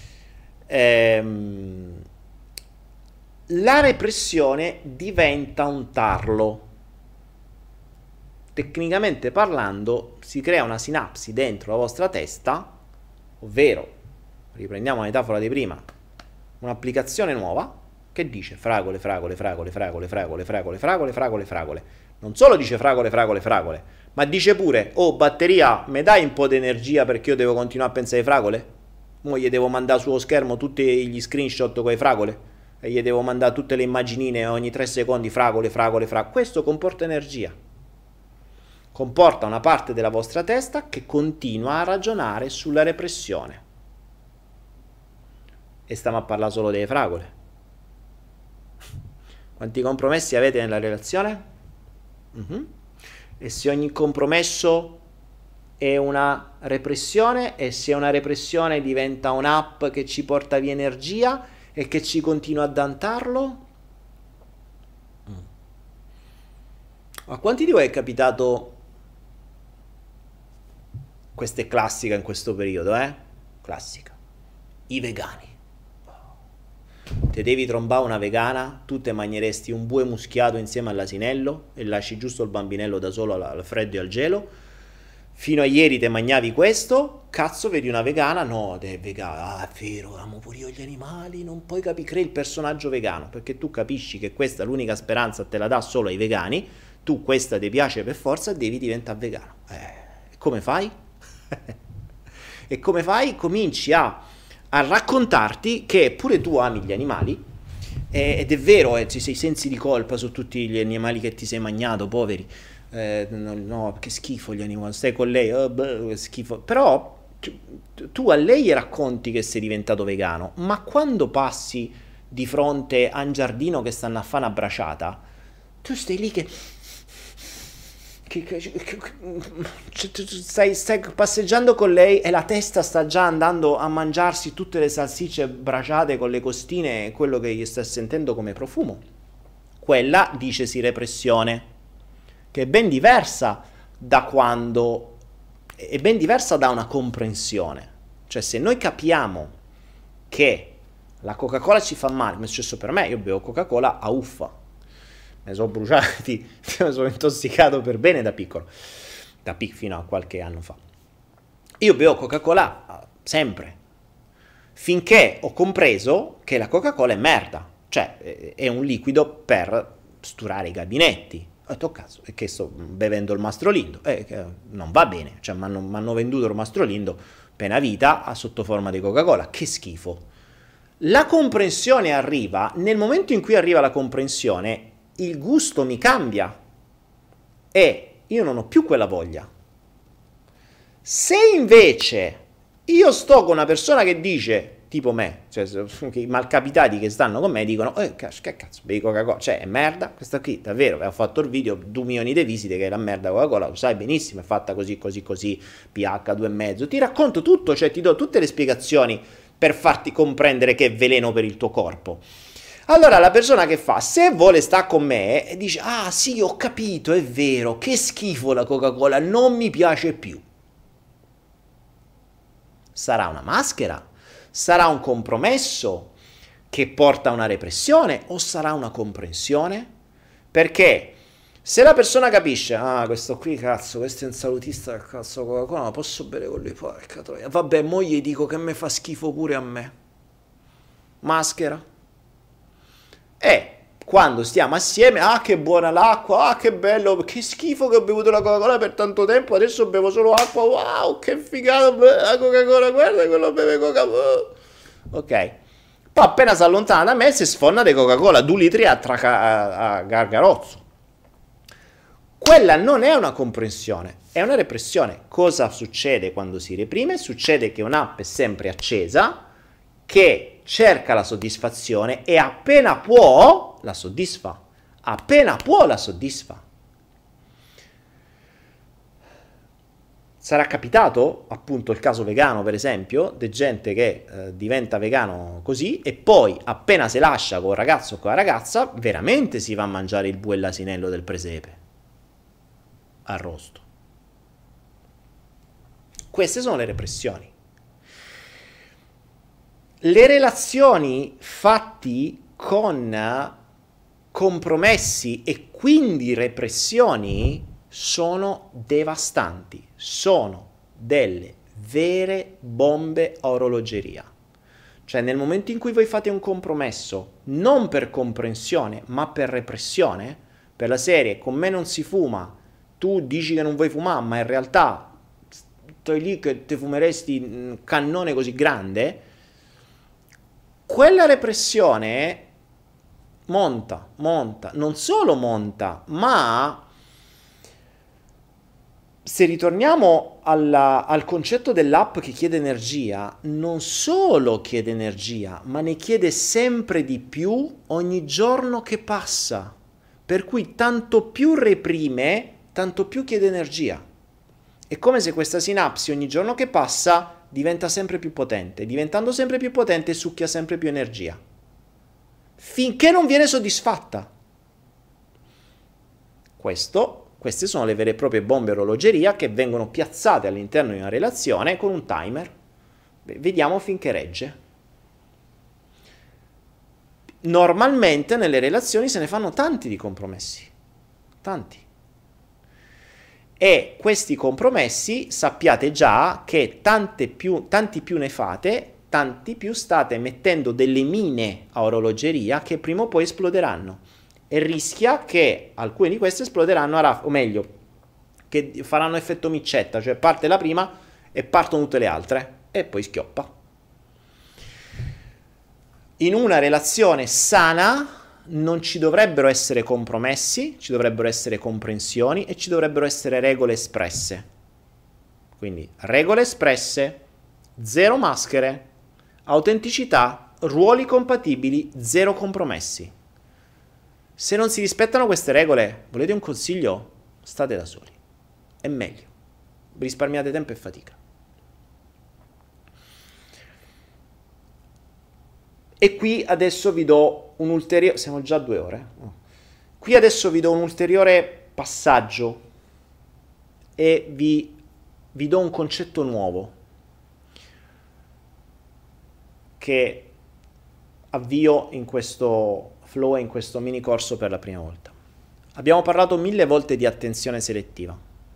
la repressione diventa un tarlo. Tecnicamente parlando, si crea una sinapsi dentro la vostra testa, ovvero, riprendiamo la metafora di prima, un'applicazione nuova che dice fragole, fragole, fragole, fragole, fragole, fragole, fragole, fragole, fragole. Non solo dice fragole, fragole, fragole, ma dice pure, oh batteria, mi dai un po' di energia perché io devo continuare a pensare ai fragole? Mo gli devo mandare sullo schermo tutti gli screenshot con le fragole e gli devo mandare tutte le immaginine ogni 3 secondi, fragole, fragole, fragole. Questo comporta energia. Comporta una parte della vostra testa che continua a ragionare sulla repressione. E stiamo a parlare solo delle fragole. Quanti compromessi avete nella relazione? E se ogni compromesso è una repressione, e se una repressione diventa un'app che ci porta via energia e che ci continua a dantarlo? A quanti di voi è capitato, questa è classica in questo periodo, classica, i vegani. Te devi trombare una vegana, tu te mangeresti un bue muschiato insieme all'asinello e lasci giusto il bambinello da solo al freddo e al gelo. Fino a ieri te mangiavi questo, cazzo vedi una vegana, no, te è vegana, ah è vero, amo pure io gli animali, non puoi capire, crei il personaggio vegano, perché tu capisci che questa è l'unica speranza, te la dà solo ai vegani, tu questa ti piace per forza, devi diventare vegano. Come fai? E come fai? Cominci a raccontarti che pure tu ami gli animali, ed è vero, ci sei sensi di colpa su tutti gli animali che ti sei mangiato, poveri, no, che schifo gli animali, stai con lei, che schifo, però tu a lei racconti che sei diventato vegano, ma quando passi di fronte a un giardino che stanno a fare una braciata, tu stai lì che stai passeggiando con lei e la testa sta già andando a mangiarsi tutte le salsicce braciate con le costine e quello che gli sta sentendo come profumo. Quella dicesi repressione, che è ben diversa da quando è ben diversa da una comprensione. Cioè, se noi capiamo che la Coca-Cola ci fa male, come è successo per me, io bevo Coca-Cola a uffa, mi sono bruciati, mi sono intossicato per bene da piccolo, fino a qualche anno fa. Io bevo Coca-Cola sempre, finché ho compreso che la Coca-Cola è merda, cioè è un liquido per sturare i gabinetti. Ho detto, cazzo, è che sto bevendo il Mastrolindo, non va bene, cioè mi hanno venduto il Mastrolindo per una vita sotto forma di Coca-Cola, che schifo. La comprensione arriva, nel momento in cui arriva la comprensione, il gusto mi cambia e io non ho più quella voglia. Se invece io sto con una persona che dice, tipo me, cioè i malcapitati che stanno con me dicono, che cazzo, bevi Coca-Cola, cioè è merda, questa qui, davvero, ho fatto il video, 2 milioni di visite, che è la merda Coca-Cola, lo sai benissimo, è fatta così, così, così, pH 2,5, ti racconto tutto, cioè ti do tutte le spiegazioni per farti comprendere che è veleno per il tuo corpo. Allora la persona che fa, se vuole sta con me, e dice, ah sì, ho capito, è vero, che schifo la Coca-Cola, non mi piace più. Sarà una maschera? Sarà un compromesso che porta a una repressione o sarà una comprensione? Perché se la persona capisce, ah questo qui cazzo, questo è un salutista del cazzo Coca-Cola, ma posso bere con lui, porca troia, vabbè, mo gli dico che me fa schifo pure a me. Maschera. E quando stiamo assieme, ah che buona l'acqua, ah che bello, che schifo che ho bevuto la Coca-Cola per tanto tempo, adesso bevo solo acqua, wow, che figata, la Coca-Cola, guarda quello beve Coca-Cola. Ok, poi appena si allontana da me si sforna di Coca-Cola, 2 litri a gargarozzo. Quella non è una comprensione, È una repressione. Cosa succede quando si reprime? Succede che un'app è sempre accesa, che cerca la soddisfazione e appena può la soddisfa. Appena può la soddisfa. Sarà capitato, appunto, il caso vegano, per esempio, di gente che diventa vegano così e poi, appena si lascia con il ragazzo o con la ragazza, veramente si va a mangiare il bue e l'asinello del presepe. Arrosto. Queste sono le repressioni. Le relazioni fatti con compromessi e quindi repressioni sono devastanti, sono delle vere bombe a orologeria. Cioè nel momento in cui voi fate un compromesso, non per comprensione, ma per repressione, per la serie con me non si fuma, tu dici che non vuoi fumare, ma in realtà stai lì che ti fumeresti un cannone così grande, quella repressione monta, non solo monta, ma se ritorniamo al concetto dell'app che chiede energia, non solo chiede energia, ma ne chiede sempre di più ogni giorno che passa. Per cui tanto più reprime, tanto più chiede energia. È come se questa sinapsi ogni giorno che passa diventa sempre più potente, diventando sempre più potente succhia sempre più energia, finché non viene soddisfatta. Queste sono le vere e proprie bombe orologeria che vengono piazzate all'interno di una relazione con un timer. Vediamo finché regge. Normalmente nelle relazioni se ne fanno tanti di compromessi. Tanti. E questi compromessi sappiate già che tanti più ne fate, tanti più state mettendo delle mine a orologeria che prima o poi esploderanno. E rischia che alcune di queste esploderanno, o meglio, che faranno effetto micetta, cioè parte la prima e partono tutte le altre e poi schioppa. In una relazione sana non ci dovrebbero essere compromessi, ci dovrebbero essere comprensioni e ci dovrebbero essere regole espresse. Quindi regole espresse, zero maschere, autenticità, ruoli compatibili, zero compromessi. Se non si rispettano queste regole, volete un consiglio? State da soli. È meglio. Risparmiate tempo e fatica. E qui adesso vi do un ulteriore... Siamo già a 2 ore. Qui adesso vi do un ulteriore passaggio e vi do un concetto nuovo che avvio in questo flow e in questo mini corso per la prima volta. Abbiamo parlato 1000 volte di attenzione selettiva.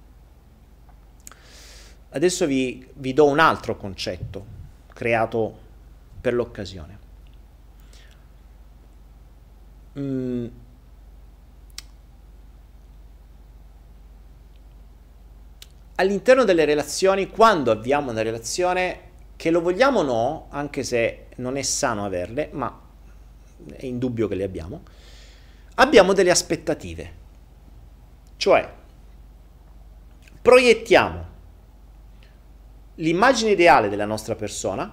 Adesso vi do un altro concetto creato per l'occasione. All'interno delle relazioni, quando avviamo una relazione, che lo vogliamo o no, anche se non è sano averle, ma è indubbio che le abbiamo delle aspettative. Cioè, proiettiamo l'immagine ideale della nostra persona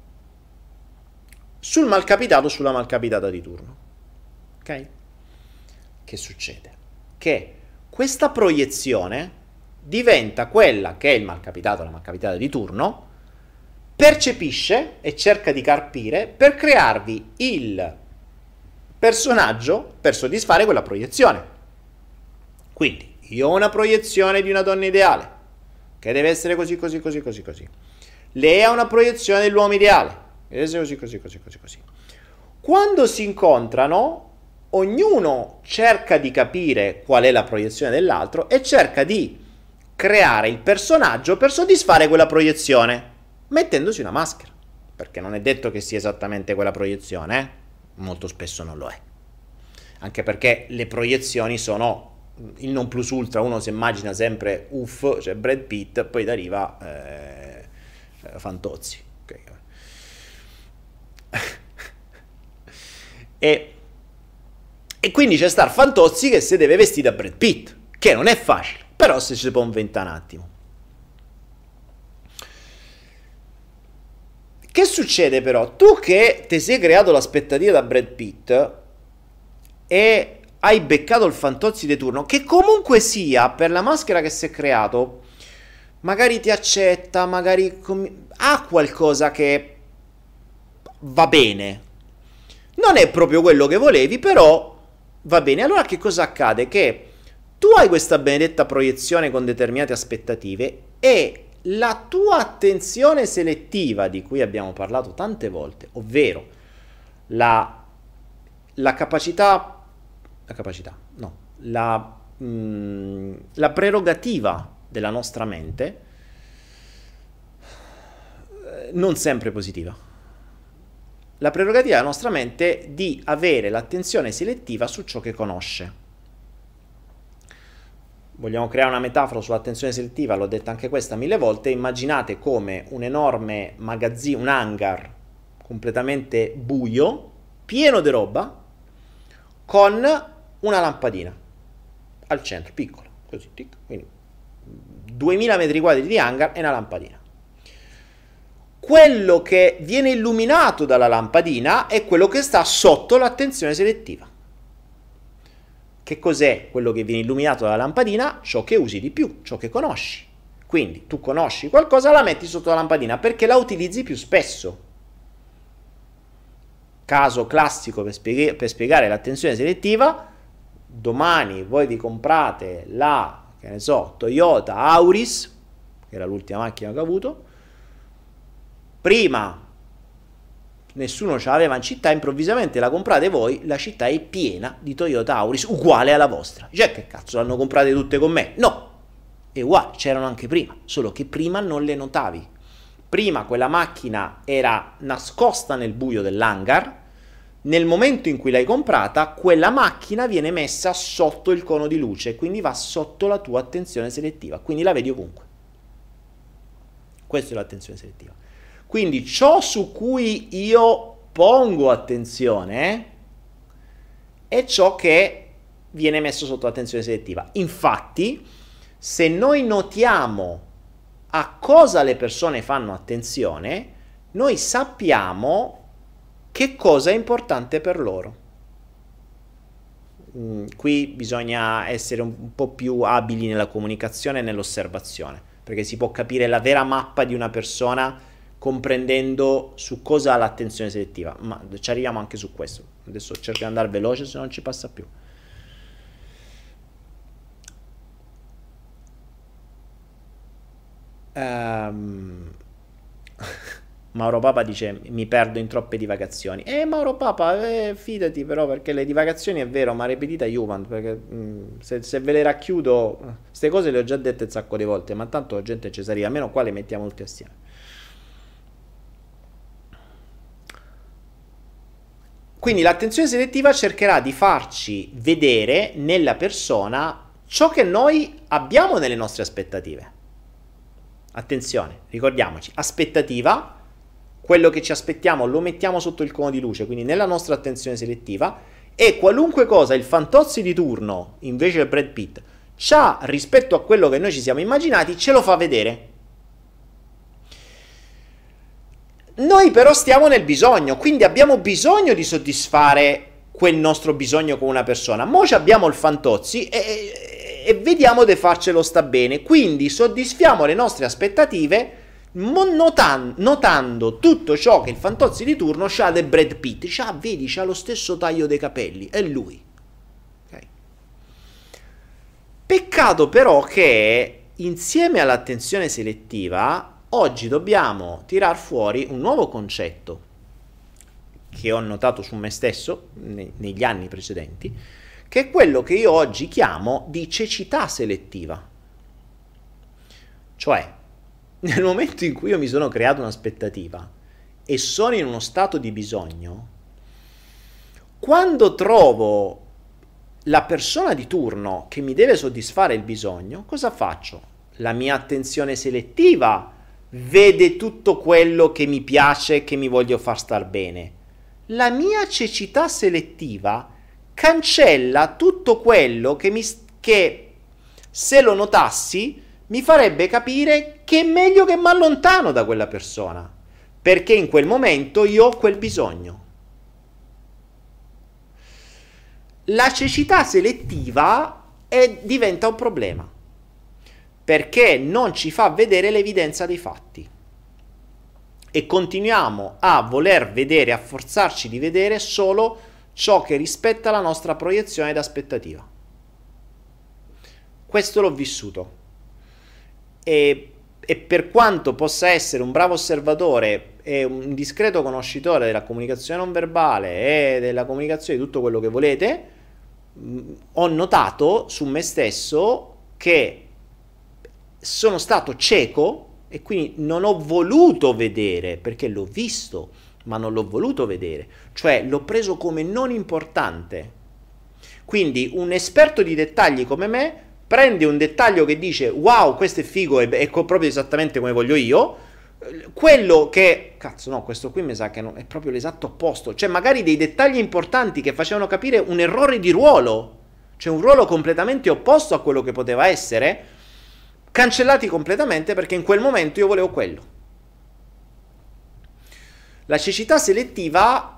sul malcapitato, sulla malcapitata di turno. Ok? Che succede? Che questa proiezione diventa quella che è il malcapitato, la malcapitata di turno, percepisce e cerca di carpire per crearvi il personaggio per soddisfare quella proiezione. Quindi, io ho una proiezione di una donna ideale, che deve essere così, così, così, così, così. Lei ha una proiezione dell'uomo ideale, che deve essere così, così, così, così, così. Quando si incontrano, ognuno cerca di capire qual è la proiezione dell'altro e cerca di creare il personaggio per soddisfare quella proiezione, mettendosi una maschera, perché non è detto che sia esattamente quella proiezione, molto spesso non lo è, anche perché le proiezioni sono il non plus ultra. Uno si immagina sempre cioè Brad Pitt, poi da arriva Fantozzi, okay. E quindi c'è Fantozzi che si deve vestire da Brad Pitt, che non è facile, Però se ci si può inventare un attimo. Che succede però? Tu che ti sei creato l'aspettativa da Brad Pitt e hai beccato il Fantozzi di turno, che comunque sia, per la maschera che si è creato, magari ti accetta, magari ha qualcosa che va bene. Non è proprio quello che volevi, però va bene. Allora che cosa accade? Che tu hai questa benedetta proiezione con determinate aspettative e la tua attenzione selettiva, di cui abbiamo parlato tante volte, ovvero la prerogativa della nostra mente, non sempre positiva. La prerogativa della nostra mente di avere l'attenzione selettiva su ciò che conosce. Vogliamo creare una metafora sull'attenzione selettiva, l'ho detta anche questa 1000 volte. Immaginate come un enorme magazzino, un hangar completamente buio, pieno di roba, con una lampadina al centro, piccola, così, quindi 2000 metri quadri di hangar e una lampadina. Quello che viene illuminato dalla lampadina è quello che sta sotto l'attenzione selettiva. Che cos'è quello che viene illuminato dalla lampadina? Ciò che usi di più, ciò che conosci. Quindi tu conosci qualcosa, la metti sotto la lampadina perché la utilizzi più spesso. Caso classico per spiegare l'attenzione selettiva: domani voi vi comprate la, che ne so, Toyota Auris, che era l'ultima macchina che ho avuto. Prima nessuno ce l'aveva in città, improvvisamente la comprate voi, la città è piena di Toyota Auris uguale alla vostra. Cioè, che cazzo, l'hanno comprate tutte con me? No, è uguale, c'erano anche prima, solo che prima non le notavi. Prima quella macchina era nascosta nel buio dell'hangar, nel momento in cui l'hai comprata, quella macchina viene messa sotto il cono di luce, quindi va sotto la tua attenzione selettiva, quindi la vedi ovunque. Questa è l'attenzione selettiva. Quindi ciò su cui io pongo attenzione è ciò che viene messo sotto l'attenzione selettiva. Infatti, se noi notiamo a cosa le persone fanno attenzione, noi sappiamo che cosa è importante per loro. Qui bisogna essere un po' più abili nella comunicazione e nell'osservazione, perché si può capire la vera mappa di una persona comprendendo su cosa ha l'attenzione selettiva, ma ci arriviamo anche su questo. Adesso cerco di andare veloce, se no non ci passa più. Mauro Papa dice: mi perdo in troppe divagazioni. Mauro Papa, fidati però, perché le divagazioni è vero, ma ripetita Juventus, perché se ve le racchiudo, queste cose le ho già dette un sacco di volte, ma tanto la gente ci sarà, almeno qua le mettiamo tutte assieme. Quindi l'attenzione selettiva cercherà di farci vedere nella persona ciò che noi abbiamo nelle nostre aspettative. Attenzione, ricordiamoci, aspettativa, quello che ci aspettiamo lo mettiamo sotto il cono di luce, quindi nella nostra attenzione selettiva, e qualunque cosa il Fantozzi di turno, invece del Brad Pitt, c'ha rispetto a quello che noi ci siamo immaginati, ce lo fa vedere. Noi però stiamo nel bisogno, quindi abbiamo bisogno di soddisfare quel nostro bisogno con una persona. Mo' abbiamo il Fantozzi e vediamo di farcelo sta bene, quindi soddisfiamo le nostre aspettative notando tutto ciò che il Fantozzi di turno c'ha del Brad Pitt. Vedi, c'ha lo stesso taglio dei capelli, è lui. Okay. Peccato però che insieme all'attenzione selettiva oggi dobbiamo tirar fuori un nuovo concetto che ho notato su me stesso negli anni precedenti, che è quello che io oggi chiamo di cecità selettiva. Cioè, nel momento in cui io mi sono creato un'aspettativa e sono in uno stato di bisogno, quando trovo la persona di turno che mi deve soddisfare il bisogno, cosa faccio? La mia attenzione selettiva vede tutto quello che mi piace, che mi voglio far star bene. La mia cecità selettiva cancella tutto quello che Se lo notassi, mi farebbe capire che è meglio che mi allontano da quella persona, perché in quel momento io ho quel bisogno. La cecità selettiva diventa un problema, perché non ci fa vedere l'evidenza dei fatti e continuiamo a voler vedere, a forzarci di vedere solo ciò che rispetta la nostra proiezione ed aspettativa. Questo l'ho vissuto e per quanto possa essere un bravo osservatore e un discreto conoscitore della comunicazione non verbale e della comunicazione di tutto quello che volete, ho notato su me stesso che sono stato cieco e quindi non ho voluto vedere, perché l'ho visto, ma non l'ho voluto vedere, cioè l'ho preso come non importante. Quindi un esperto di dettagli come me prende un dettaglio che dice wow, questo è figo, è proprio esattamente come voglio io, quello che cazzo no, questo qui mi sa che è proprio l'esatto opposto, cioè magari dei dettagli importanti che facevano capire un errore di ruolo, cioè un ruolo completamente opposto a quello che poteva essere, cancellati completamente perché in quel momento io volevo quello. La cecità selettiva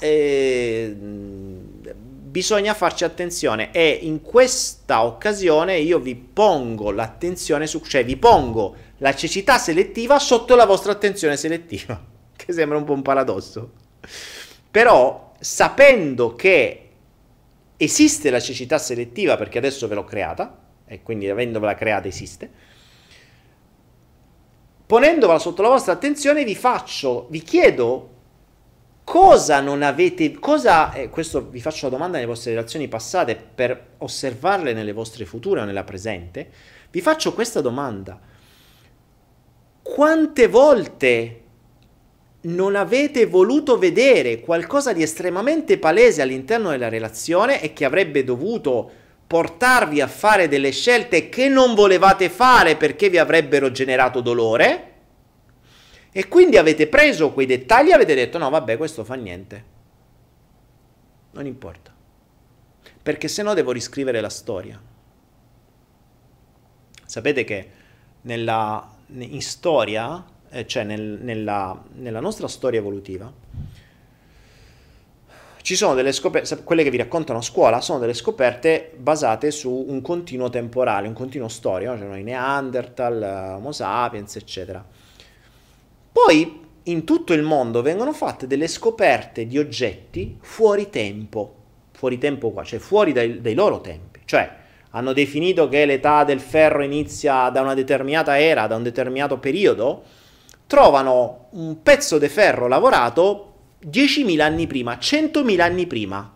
bisogna farci attenzione e in questa occasione io vi pongo l'attenzione su, cioè vi pongo la cecità selettiva sotto la vostra attenzione selettiva, che sembra un po' un paradosso, però sapendo che esiste la cecità selettiva, perché adesso ve l'ho creata e quindi avendovela creata esiste, ponendola sotto la vostra attenzione vi chiedo cosa non avete, questo vi faccio la domanda nelle vostre relazioni passate per osservarle nelle vostre future o nella presente, vi faccio questa domanda: quante volte non avete voluto vedere qualcosa di estremamente palese all'interno della relazione e che avrebbe dovuto portarvi a fare delle scelte che non volevate fare perché vi avrebbero generato dolore? E quindi avete preso quei dettagli e avete detto no vabbè, questo fa niente, non importa, perché se no devo riscrivere la storia. Sapete che in storia, cioè nella nostra storia evolutiva, ci sono delle scoperte, quelle che vi raccontano a scuola sono delle scoperte basate su un continuo temporale, un continuo storico, cioè i Neanderthal, Homo sapiens, eccetera. Poi in tutto il mondo vengono fatte delle scoperte di oggetti fuori tempo qua, cioè fuori dai loro tempi, cioè hanno definito che l'età del ferro inizia da una determinata era, da un determinato periodo, trovano un pezzo di ferro lavorato 10.000 anni prima, 100.000 anni prima.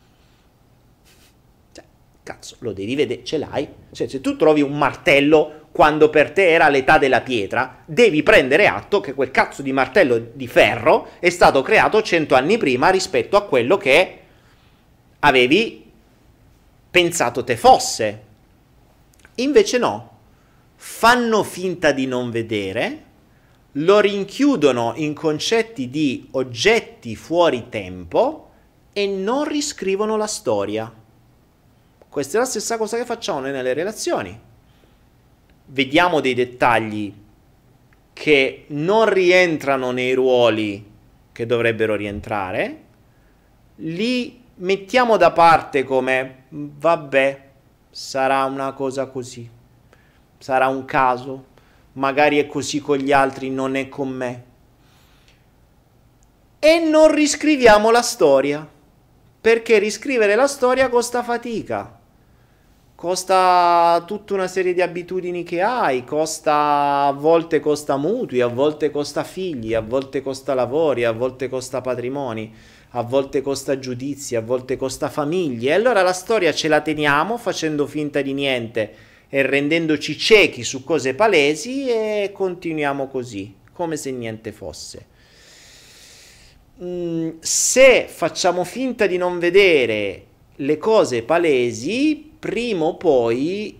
Cioè, cazzo, lo devi vedere, ce l'hai. Cioè, se tu trovi un martello quando per te era l'età della pietra, devi prendere atto che quel cazzo di martello di ferro è stato creato 100 anni prima rispetto a quello che avevi pensato te fosse. Invece no, fanno finta di non vedere, lo rinchiudono in concetti di oggetti fuori tempo e non riscrivono la storia. Questa è la stessa cosa che facciamo noi nelle relazioni. Vediamo dei dettagli che non rientrano nei ruoli che dovrebbero rientrare, li mettiamo da parte come vabbè, sarà una cosa così, sarà un caso, magari è così con gli altri, non è con me, e non riscriviamo la storia, perché riscrivere la storia costa fatica, costa tutta una serie di abitudini che hai, a volte costa mutui, a volte costa figli, a volte costa lavori, a volte costa patrimoni, a volte costa giudizi, a volte costa famiglie. E allora la storia ce la teniamo facendo finta di niente e rendendoci ciechi su cose palesi e continuiamo così, come se niente fosse. Se facciamo finta di non vedere le cose palesi, prima o poi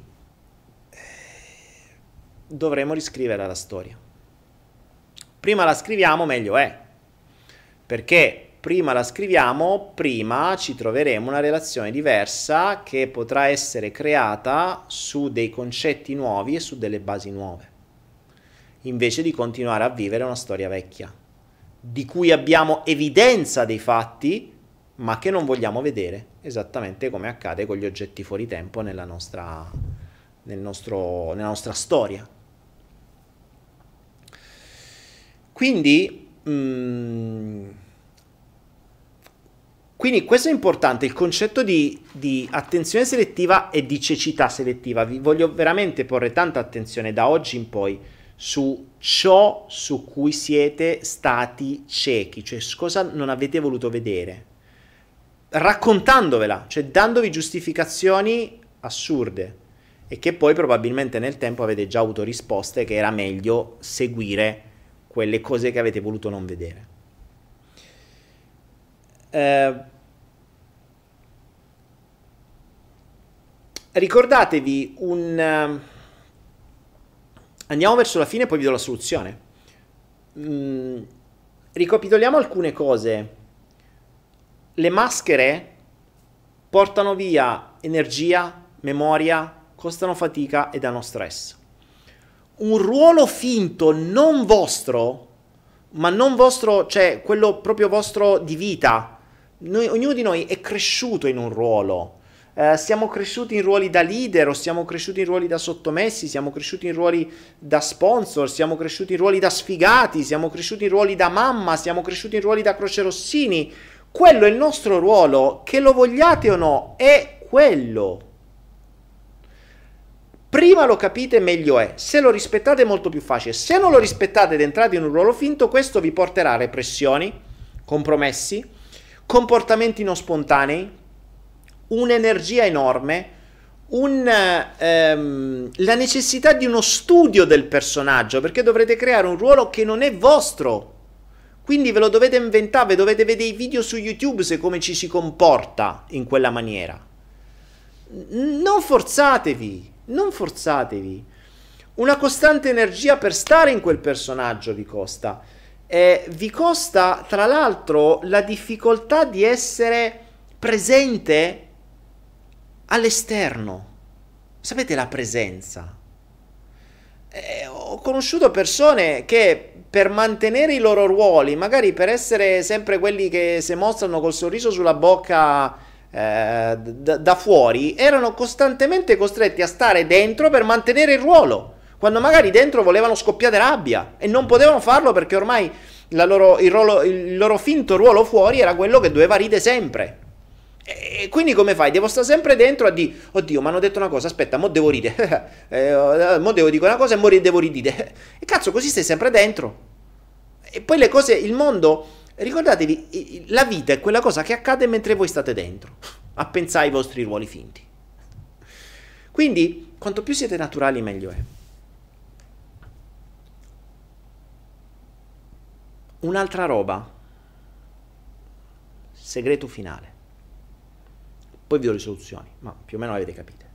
dovremo riscrivere la storia. Prima la scriviamo, meglio è, perché prima la scriviamo, prima ci troveremo una relazione diversa che potrà essere creata su dei concetti nuovi e su delle basi nuove, invece di continuare a vivere una storia vecchia, di cui abbiamo evidenza dei fatti, ma che non vogliamo vedere, esattamente come accade con gli oggetti fuori tempo nella nostra storia. Quindi questo è importante, il concetto di attenzione selettiva e di cecità selettiva. Vi voglio veramente porre tanta attenzione da oggi in poi su ciò su cui siete stati ciechi, cioè cosa non avete voluto vedere, raccontandovela, cioè dandovi giustificazioni assurde e che poi probabilmente nel tempo avete già avuto risposte che era meglio seguire quelle cose che avete voluto non vedere. Ricordatevi andiamo verso la fine e poi vi do la soluzione. Ricapitoliamo alcune cose. Le maschere portano via energia, memoria, costano fatica e danno stress. Un ruolo finto non vostro, ma non vostro, cioè quello proprio vostro di vita. Ognuno di noi è cresciuto in un ruolo. Siamo cresciuti in ruoli da leader, o siamo cresciuti in ruoli da sottomessi, siamo cresciuti in ruoli da sponsor, siamo cresciuti in ruoli da sfigati, siamo cresciuti in ruoli da mamma, siamo cresciuti in ruoli da crocerossini. Quello è il nostro ruolo, che lo vogliate o no, è quello. Prima lo capite meglio è, se lo rispettate è molto più facile, se non lo rispettate ed entrate in un ruolo finto, questo vi porterà a repressioni, compromessi, comportamenti non spontanei, un'energia enorme, la necessità di uno studio del personaggio, perché dovrete creare un ruolo che non è vostro, quindi ve lo dovete inventare, dovete vedere i video su YouTube se come ci si comporta in quella maniera. Non forzatevi. Una costante energia per stare in quel personaggio vi costa. Vi costa, tra l'altro, la difficoltà di essere presente all'esterno. Sapete, la presenza. Ho conosciuto persone che per mantenere i loro ruoli, magari per essere sempre quelli che si mostrano col sorriso sulla bocca da fuori, erano costantemente costretti a stare dentro per mantenere il ruolo, quando magari dentro volevano scoppiare rabbia e non potevano farlo perché ormai il loro finto ruolo fuori era quello che doveva ridere sempre. E quindi come fai? Devo stare sempre dentro a dire: oddio, mi hanno detto una cosa, aspetta, mo devo ridere, mo devo dire una cosa e mo devo ridere. E cazzo, così stai sempre dentro. E poi le cose, il mondo, ricordatevi, la vita è quella cosa che accade mentre voi state dentro a pensare ai vostri ruoli finti. Quindi, quanto più siete naturali meglio è. Un'altra roba, segreto finale. Poi vi do le soluzioni, ma più o meno avete capite.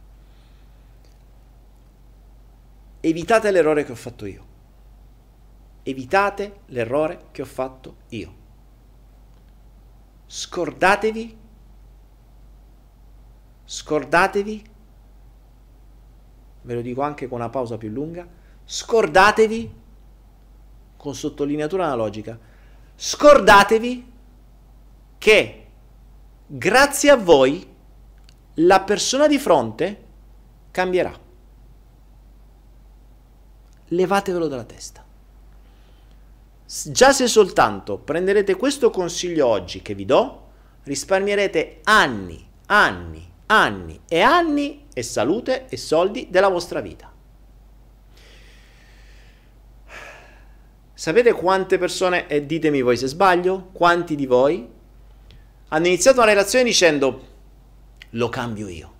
Evitate l'errore che ho fatto io. Evitate l'errore che ho fatto io. Scordatevi, ve lo dico anche con una pausa più lunga, scordatevi, con sottolineatura analogica, scordatevi che grazie a voi la persona di fronte cambierà. Levatevelo dalla testa. Già se soltanto prenderete questo consiglio oggi che vi do, risparmierete anni e salute e soldi della vostra vita. Sapete quante persone, e ditemi voi se sbaglio, quanti di voi hanno iniziato una relazione dicendo: lo cambio io.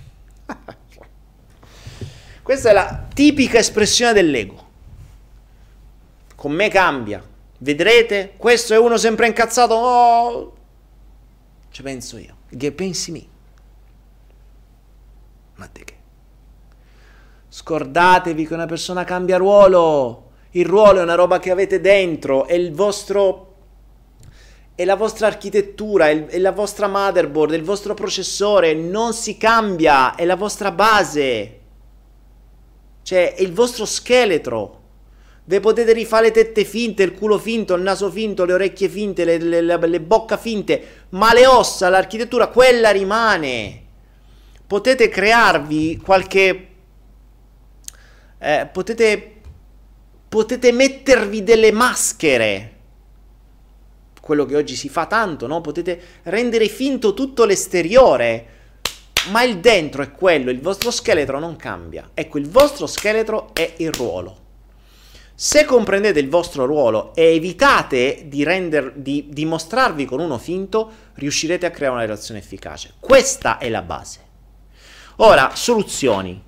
Questa è la tipica espressione dell'ego. Con me cambia, vedrete, questo è uno sempre incazzato, oh, ci penso io, che pensi me? Ma te che? Scordatevi che una persona cambia ruolo, il ruolo è una roba che avete dentro, è il vostro è la vostra architettura, è la vostra motherboard, è il vostro processore, non si cambia, è la vostra base, cioè è il vostro scheletro. Ve potete rifare le tette finte, il culo finto, il naso finto, le orecchie finte, le bocca finte, ma le ossa, l'architettura, quella rimane. Potete crearvi qualche... potete mettervi delle maschere, quello che oggi si fa tanto, no? Potete rendere finto tutto l'esteriore, ma il dentro è quello, il vostro scheletro non cambia. Ecco, il vostro scheletro è il ruolo. Se comprendete il vostro ruolo e evitate di mostrarvi con uno finto, riuscirete a creare una relazione efficace. Questa è la base. Ora, soluzioni.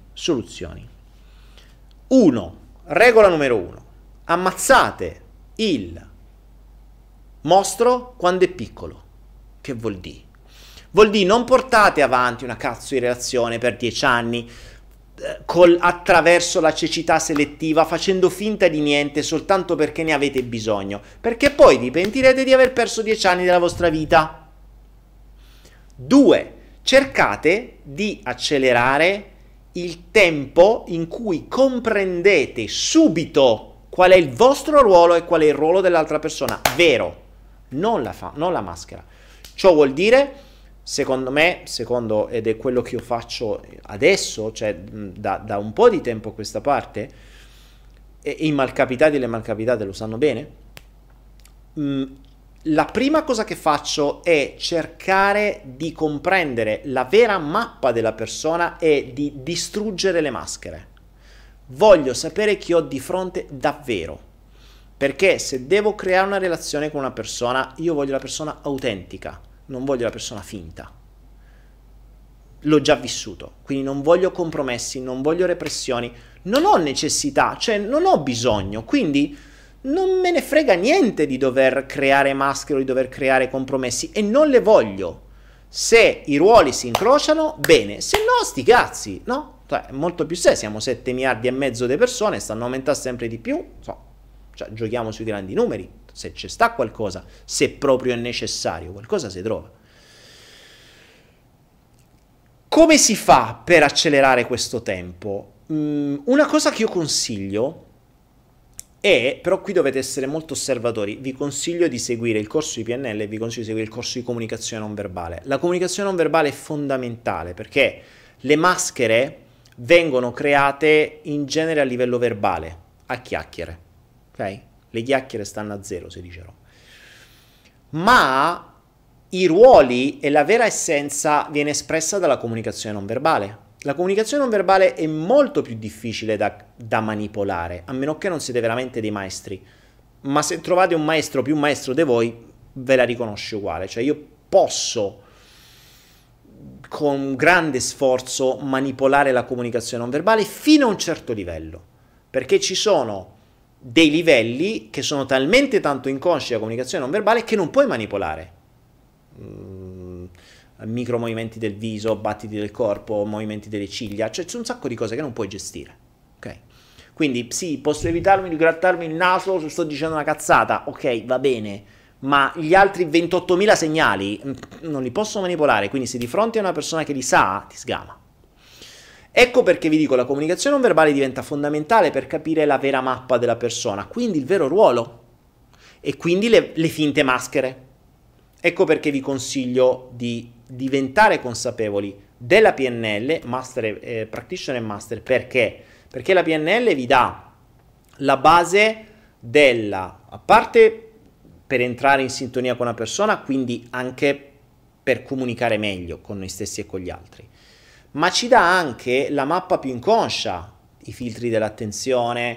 1. Regola numero 1. Ammazzate il mostro quando è piccolo. Che vuol dire? Vuol dire non portate avanti una cazzo di relazione per 10 anni attraverso la cecità selettiva, facendo finta di niente soltanto perché ne avete bisogno, perché poi vi pentirete di aver perso 10 anni della vostra vita. 2. Cercate di accelerare il tempo in cui comprendete subito qual è il vostro ruolo e qual è il ruolo dell'altra persona, vero, non la maschera. Ciò vuol dire, secondo me, ed è quello che io faccio adesso, cioè da un po' di tempo a questa parte, e i malcapitati e le malcapitate lo sanno bene, la prima cosa che faccio è cercare di comprendere la vera mappa della persona e di distruggere le maschere. Voglio sapere chi ho di fronte davvero, perché se devo creare una relazione con una persona, io voglio la persona autentica, non voglio la persona finta. L'ho già vissuto, quindi non voglio compromessi, non voglio repressioni, non ho necessità, cioè non ho bisogno, quindi non me ne frega niente di dover creare maschere o di dover creare compromessi, e non le voglio. Se i ruoli si incrociano, bene, se no sti cazzi, no? Cioè, molto più se siamo 7 miliardi e mezzo di persone, stanno aumentando sempre di più, cioè, giochiamo sui grandi numeri, se c'è sta qualcosa, se proprio è necessario, qualcosa si trova. Come si fa per accelerare questo tempo? Una cosa che io consiglio però qui dovete essere molto osservatori, vi consiglio di seguire il corso di PNL e vi consiglio di seguire il corso di comunicazione non verbale. La comunicazione non verbale è fondamentale perché le maschere vengono create in genere a livello verbale, a chiacchiere, ok? Le chiacchiere stanno a zero, si dice, ma i ruoli e la vera essenza viene espressa dalla comunicazione non verbale. La comunicazione non verbale è molto più difficile da manipolare, a meno che non siete veramente dei maestri. Ma se trovate un maestro più maestro di voi, ve la riconosce uguale. Cioè io posso, con grande sforzo, manipolare la comunicazione non verbale fino a un certo livello. Perché ci sono dei livelli che sono talmente tanto inconsci della comunicazione non verbale che non puoi manipolare. Micro movimenti del viso, battiti del corpo, movimenti delle ciglia, cioè c'è un sacco di cose che non puoi gestire, ok? Quindi sì, posso evitarmi di grattarmi il naso se sto dicendo una cazzata, ok, va bene, ma gli altri 28.000 segnali non li posso manipolare, quindi se di fronte a una persona che li sa, ti sgama. Ecco perché vi dico, la comunicazione non verbale diventa fondamentale per capire la vera mappa della persona, quindi il vero ruolo, e quindi le finte maschere. Ecco perché vi consiglio di diventare consapevoli della PNL, Master, Practitioner e Master. Perché? Perché la PNL vi dà la base a parte per entrare in sintonia con una persona, quindi anche per comunicare meglio con noi stessi e con gli altri, ma ci dà anche la mappa più inconscia, i filtri dell'attenzione,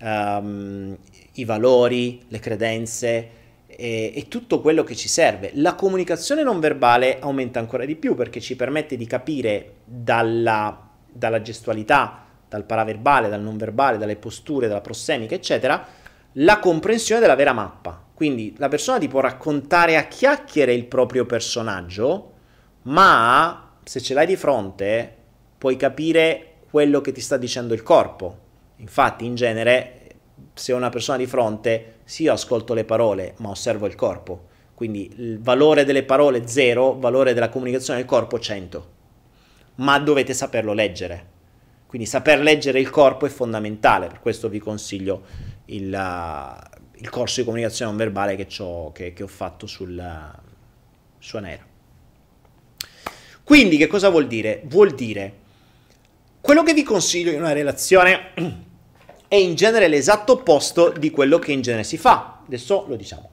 i valori, le credenze, e tutto quello che ci serve. La comunicazione non verbale aumenta ancora di più perché ci permette di capire dalla gestualità, dal paraverbale, dal non verbale, dalle posture, dalla prossemica, eccetera, la comprensione della vera mappa. Quindi la persona ti può raccontare a chiacchiere il proprio personaggio, ma se ce l'hai di fronte puoi capire quello che ti sta dicendo il corpo. Infatti, in genere, se ho una persona di fronte, sì, io ascolto le parole, ma osservo il corpo. Quindi il valore delle parole 0, valore della comunicazione del corpo 100. Ma dovete saperlo leggere. Quindi saper leggere il corpo è fondamentale, per questo vi consiglio il corso di comunicazione non verbale che ho fatto su Anera. Quindi che cosa vuol dire? Vuol dire, quello che vi consiglio in una relazione è in genere l'esatto opposto di quello che in genere si fa. Adesso lo diciamo.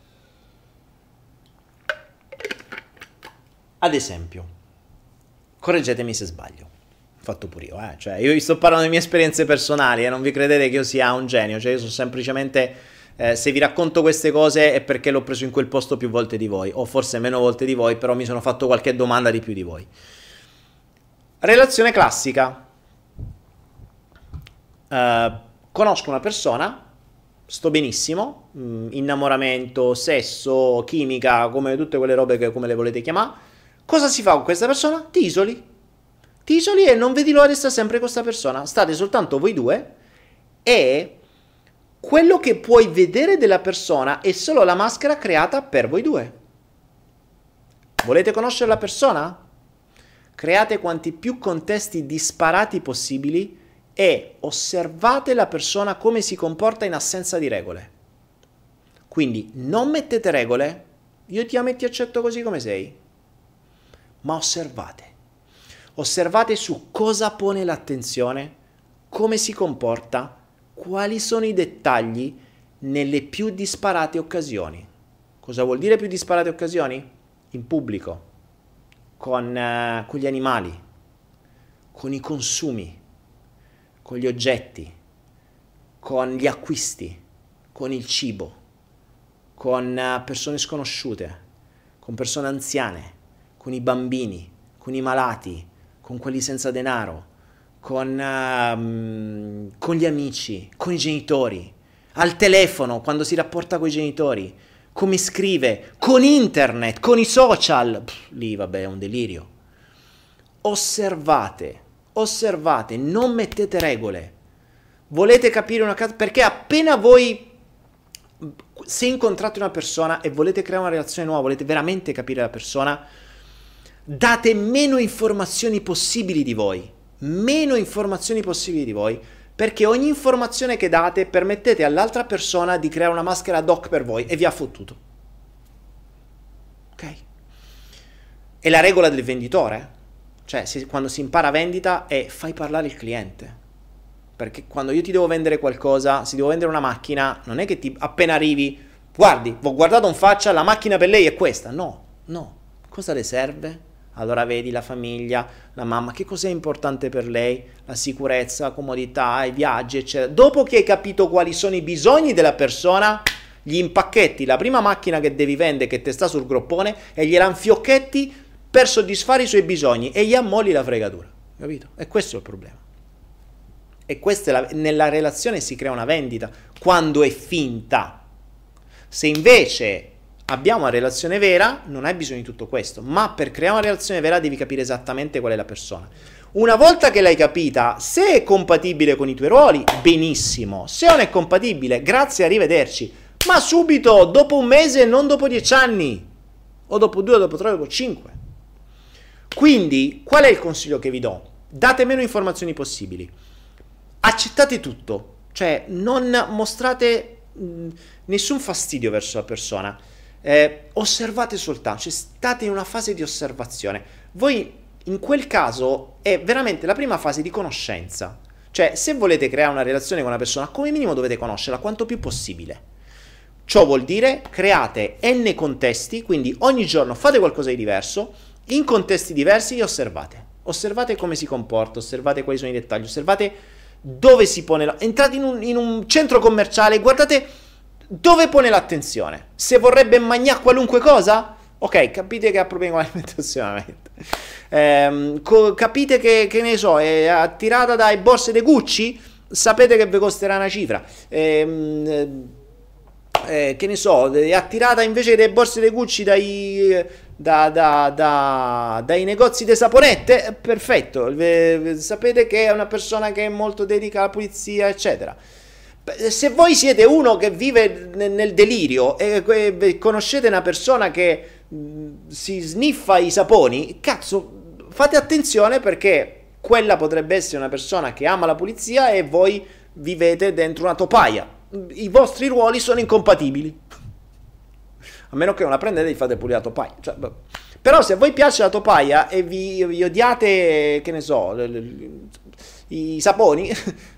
Ad esempio, correggetemi se sbaglio. Fatto pure io, cioè io vi sto parlando delle mie esperienze personali, non vi credete che io sia un genio, cioè io sono semplicemente, se vi racconto queste cose è perché l'ho preso in quel posto più volte di voi, o forse meno volte di voi, però mi sono fatto qualche domanda di più di voi. Relazione classica. Conosco una persona, sto benissimo, innamoramento, sesso, chimica, come tutte quelle robe che come le volete chiamare. Cosa si fa con questa persona? Ti isoli e non vedi l'ora di stare sempre con questa persona. State soltanto voi due e quello che puoi vedere della persona è solo la maschera creata per voi due. Volete conoscere la persona? Create quanti più contesti disparati possibili e osservate la persona come si comporta in assenza di regole. Quindi non mettete regole, io ti amo e ti accetto così come sei, ma osservate. Osservate su cosa pone l'attenzione, come si comporta, quali sono i dettagli nelle più disparate occasioni. Cosa vuol dire più disparate occasioni? In pubblico, con gli animali, con i consumi, con gli oggetti, con gli acquisti, con il cibo, con persone sconosciute, con persone anziane, con i bambini, con i malati, con quelli senza denaro, con gli amici, con i genitori, al telefono quando si rapporta con i genitori, come scrive, con internet, con i social. Lì vabbè è un delirio. Osservate, non mettete regole. Volete capire una cosa? Perché appena voi, se incontrate una persona e volete creare una relazione nuova, volete veramente capire la persona, date meno informazioni possibili di voi, perché ogni informazione che date permettete all'altra persona di creare una maschera ad hoc per voi e vi ha fottuto. Ok? È la regola del venditore, cioè quando si impara vendita è fai parlare il cliente, perché quando io ti devo vendere qualcosa, se devo vendere una macchina, non è che appena arrivi, guardi, ho guardato in faccia, la macchina per lei è questa, no, cosa le serve? Allora vedi la famiglia, la mamma, che cos'è importante per lei? La sicurezza, la comodità, i viaggi, eccetera. Dopo che hai capito quali sono i bisogni della persona, gli impacchetti la prima macchina che devi vendere, che te sta sul groppone, e gliela infiocchetti per soddisfare i suoi bisogni e gli ammolli la fregatura. Capito? E questo è il problema. E nella relazione si crea una vendita quando è finta. Se invece abbiamo una relazione vera, non hai bisogno di tutto questo, ma per creare una relazione vera devi capire esattamente qual è la persona. Una volta che l'hai capita, se è compatibile con i tuoi ruoli, benissimo. Se non è compatibile, grazie, arrivederci. Ma subito, dopo un mese, non dopo 10 anni, o dopo 2, o dopo 3, o dopo 5. Quindi, qual è il consiglio che vi do? Date meno informazioni possibili. Accettate tutto, cioè non mostrate nessun fastidio verso la persona. Osservate soltanto, cioè state in una fase di osservazione. Voi in quel caso è veramente la prima fase di conoscenza, cioè se volete creare una relazione con una persona come minimo dovete conoscerla quanto più possibile. Ciò vuol dire create n contesti, quindi ogni giorno fate qualcosa di diverso, in contesti diversi e osservate come si comporta, osservate quali sono i dettagli, osservate dove si pone entrate in un centro commerciale, guardate dove pone l'attenzione. Se vorrebbe mangiare qualunque cosa, ok, capite che ha problemi con l'alimentazione. Capite che ne so, è attirata dai borse di Gucci, sapete che vi costerà una cifra. Che ne so, è attirata invece delle borse di Gucci dai negozi di saponette, perfetto, sapete che è una persona che è molto dedicata alla pulizia, eccetera. Se voi siete uno che vive nel delirio e conoscete una persona che si sniffa i saponi, cazzo, fate attenzione, perché quella potrebbe essere una persona che ama la pulizia e voi vivete dentro una topaia. I vostri ruoli sono incompatibili. A meno che non la prendete e fate pulire la topaia. Cioè, però se a voi piace la topaia e vi odiate, che ne so, i saponi,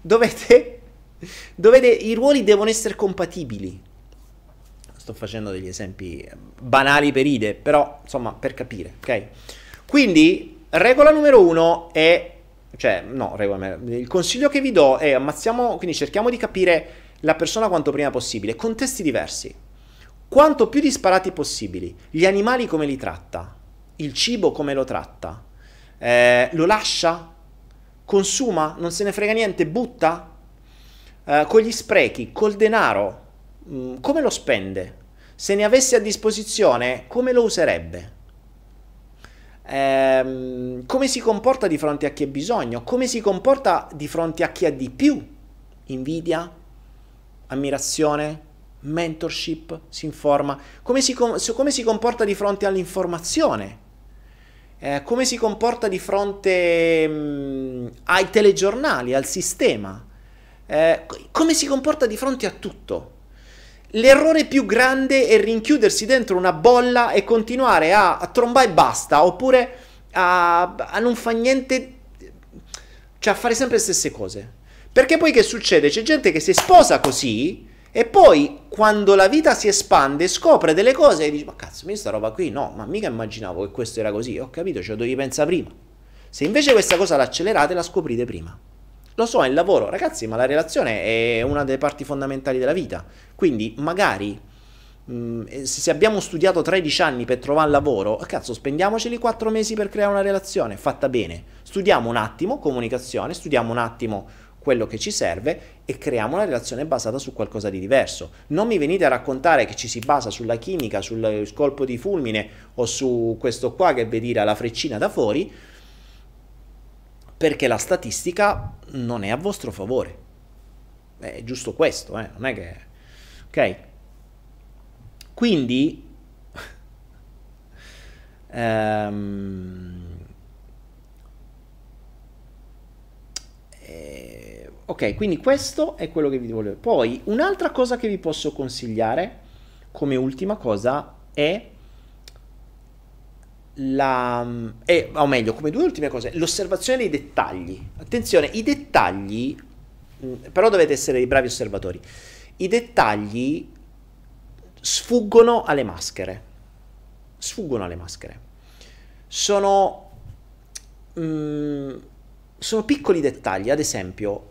i ruoli devono essere compatibili. Sto facendo degli esempi banali per idee, però insomma per capire, ok? Quindi regola numero 1 è, il consiglio che vi do è quindi cerchiamo di capire la persona quanto prima possibile, contesti diversi, quanto più disparati possibili, gli animali come li tratta, il cibo come lo tratta, lo lascia, consuma, non se ne frega niente, butta, con gli sprechi, col denaro, come lo spende, se ne avesse a disposizione come lo userebbe, come si comporta di fronte a chi ha bisogno, come si comporta di fronte a chi ha di più, invidia, ammirazione, mentorship, si informa, come si comporta di fronte all'informazione, come si comporta di fronte ai telegiornali, al sistema, come si comporta di fronte a tutto. L'errore più grande è rinchiudersi dentro una bolla e continuare a trombare e basta, oppure a non fare niente, cioè a fare sempre le stesse cose. Perché poi che succede? C'è gente che si sposa così e poi quando la vita si espande scopre delle cose e dice: ma cazzo, sta roba qui no, ma mica immaginavo che questo era così. Ho capito, ce lo dovevi pensare prima. Se invece questa cosa l'accelerate, la scoprite prima. Lo so, è il lavoro, ragazzi, ma la relazione è una delle parti fondamentali della vita. Quindi magari se abbiamo studiato 13 anni per trovare lavoro, cazzo, spendiamoceli 4 mesi per creare una relazione fatta bene. Studiamo un attimo comunicazione, studiamo un attimo quello che ci serve e creiamo una relazione basata su qualcosa di diverso. Non mi venite a raccontare che ci si basa sulla chimica, sul colpo di fulmine o su questo qua che vedi la freccina da fuori, perché la statistica non è a vostro favore. È giusto questo, non è che... Ok? Quindi... ok, quindi questo è quello che vi volevo. Poi, un'altra cosa che vi posso consigliare, come ultima cosa, è o meglio, come 2 ultime cose, l'osservazione dei dettagli. Attenzione, i dettagli, però dovete essere dei bravi osservatori. I dettagli sfuggono alle maschere. Sono piccoli dettagli, ad esempio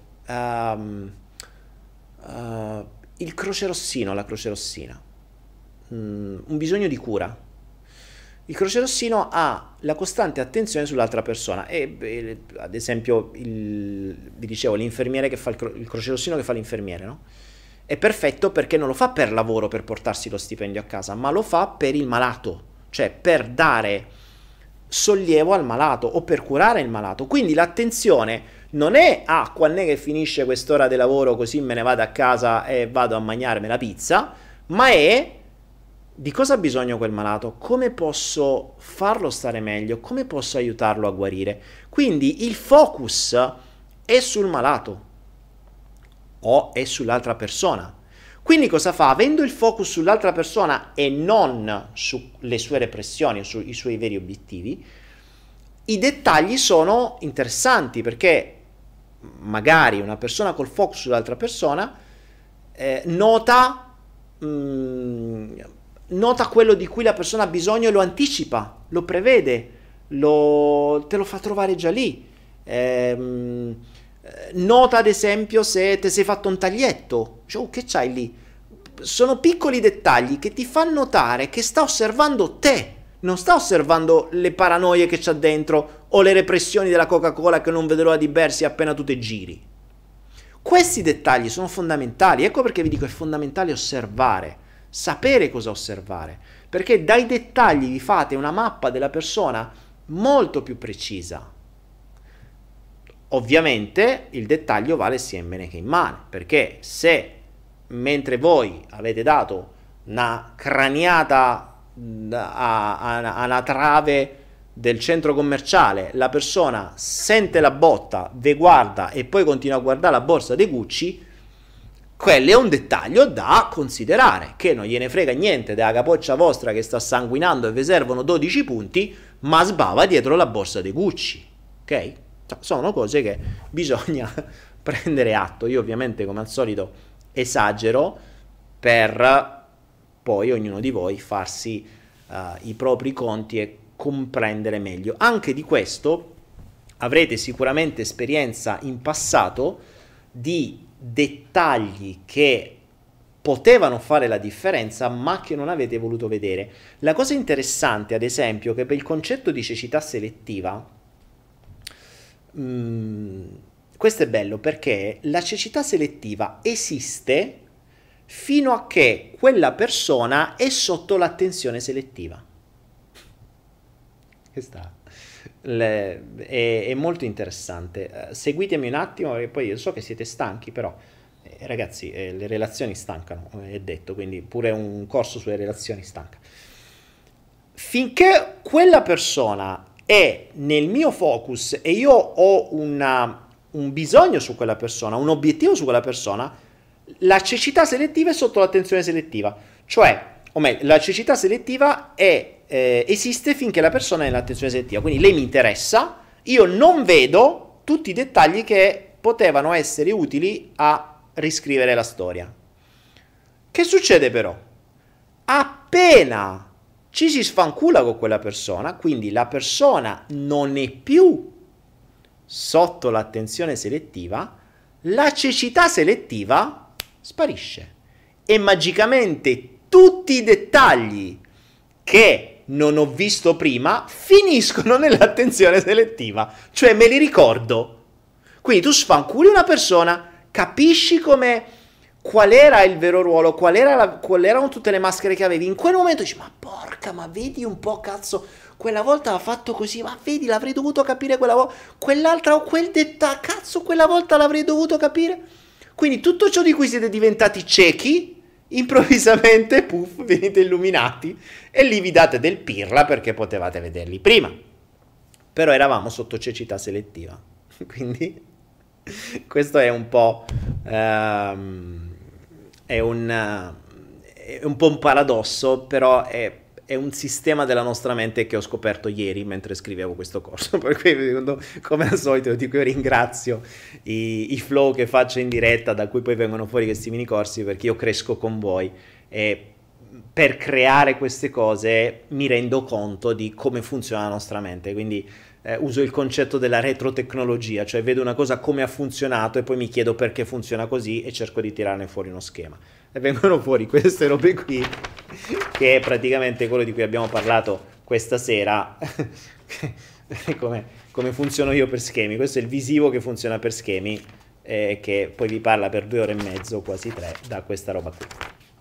il crocerossino, la crocerossina, un bisogno di cura. Il crocerossino ha la costante attenzione sull'altra persona e ad esempio vi dicevo l'infermiere che fa il crocerossino che fa l'infermiere, no? È perfetto perché non lo fa per lavoro, per portarsi lo stipendio a casa, ma lo fa per il malato, cioè per dare sollievo al malato o per curare il malato. Quindi l'attenzione non è quando è che finisce quest'ora di lavoro così me ne vado a casa e vado a mangiarmi la pizza, ma è di cosa ha bisogno quel malato, come posso farlo stare meglio, come posso aiutarlo a guarire. Quindi il focus è sul malato o è sull'altra persona. Quindi cosa fa? Avendo il focus sull'altra persona e non sulle sue repressioni o sui suoi veri obiettivi, i dettagli sono interessanti, perché magari una persona col focus sull'altra persona nota quello di cui la persona ha bisogno e lo anticipa, lo prevede, te lo fa trovare già lì. Nota ad esempio se ti sei fatto un taglietto, cioè, che c'hai lì? Sono piccoli dettagli che ti fanno notare che sta osservando te, non sta osservando le paranoie che c'ha dentro o le repressioni della Coca-Cola che non vedo l'ora di bersi appena tu te giri. Questi dettagli sono fondamentali, ecco perché vi dico è fondamentale osservare, sapere cosa osservare, perché dai dettagli vi fate una mappa della persona molto più precisa. ovviamente il dettaglio vale sia in bene che in male, perché se mentre voi avete dato una craniata a una trave del centro commerciale, la persona sente la botta, ve guarda e poi continua a guardare la borsa dei Gucci, quello è un dettaglio da considerare, che non gliene frega niente della capoccia vostra che sta sanguinando e vi servono 12 punti, ma sbava dietro la borsa dei Gucci, ok? Sono cose che bisogna prendere atto. Io ovviamente come al solito esagero per poi ognuno di voi farsi i propri conti e comprendere meglio. Anche di questo avrete sicuramente esperienza in passato di dettagli che potevano fare la differenza ma che non avete voluto vedere. La cosa interessante, ad esempio, che per il concetto di cecità selettiva, questo è bello perché la cecità selettiva esiste fino a che quella persona è sotto l'attenzione selettiva. Questa è molto interessante. Seguitemi un attimo, perché poi io so che siete stanchi, però ragazzi, le relazioni stancano, è detto, quindi pure un corso sulle relazioni stanca. Finché quella persona è nel mio focus e io ho un bisogno su quella persona, un obiettivo su quella persona, la cecità selettiva è sotto l'attenzione selettiva. Cioè, o meglio, la cecità selettiva esiste finché la persona è nell'attenzione selettiva. Quindi lei mi interessa, io non vedo tutti i dettagli che potevano essere utili a riscrivere la storia. Che succede però? Appena ci si sfancula con quella persona, quindi la persona non è più sotto l'attenzione selettiva, la cecità selettiva sparisce e magicamente tutti i dettagli che non ho visto prima finiscono nell'attenzione selettiva, cioè me li ricordo. Quindi tu sfanculi una persona, capisci qual era il vero ruolo, qual erano tutte le maschere che avevi, in quel momento dici, ma porca, ma vedi un po', cazzo, quella volta ha fatto così, ma vedi, l'avrei dovuto capire quella volta, quell'altra o quel dettaglio, cazzo, quella volta l'avrei dovuto capire. Quindi tutto ciò di cui siete diventati ciechi, improvvisamente, puff, venite illuminati e lì vi date del pirla perché potevate vederli prima. Però eravamo sotto cecità selettiva. Quindi questo è un po' è un po' un paradosso, però è un sistema della nostra mente che ho scoperto ieri mentre scrivevo questo corso. Per cui, come al solito, dico, io ringrazio i flow che faccio in diretta, da cui poi vengono fuori questi mini corsi, perché io cresco con voi e per creare queste cose mi rendo conto di come funziona la nostra mente. Quindi uso il concetto della retrotecnologia, cioè vedo una cosa come ha funzionato e poi mi chiedo perché funziona così e cerco di tirarne fuori uno schema. E vengono fuori queste robe qui, che è praticamente quello di cui abbiamo parlato questa sera, come funziono io per schemi. Questo è il visivo che funziona per schemi, che poi vi parla per 2 ore e mezzo, quasi 3, da questa roba qui.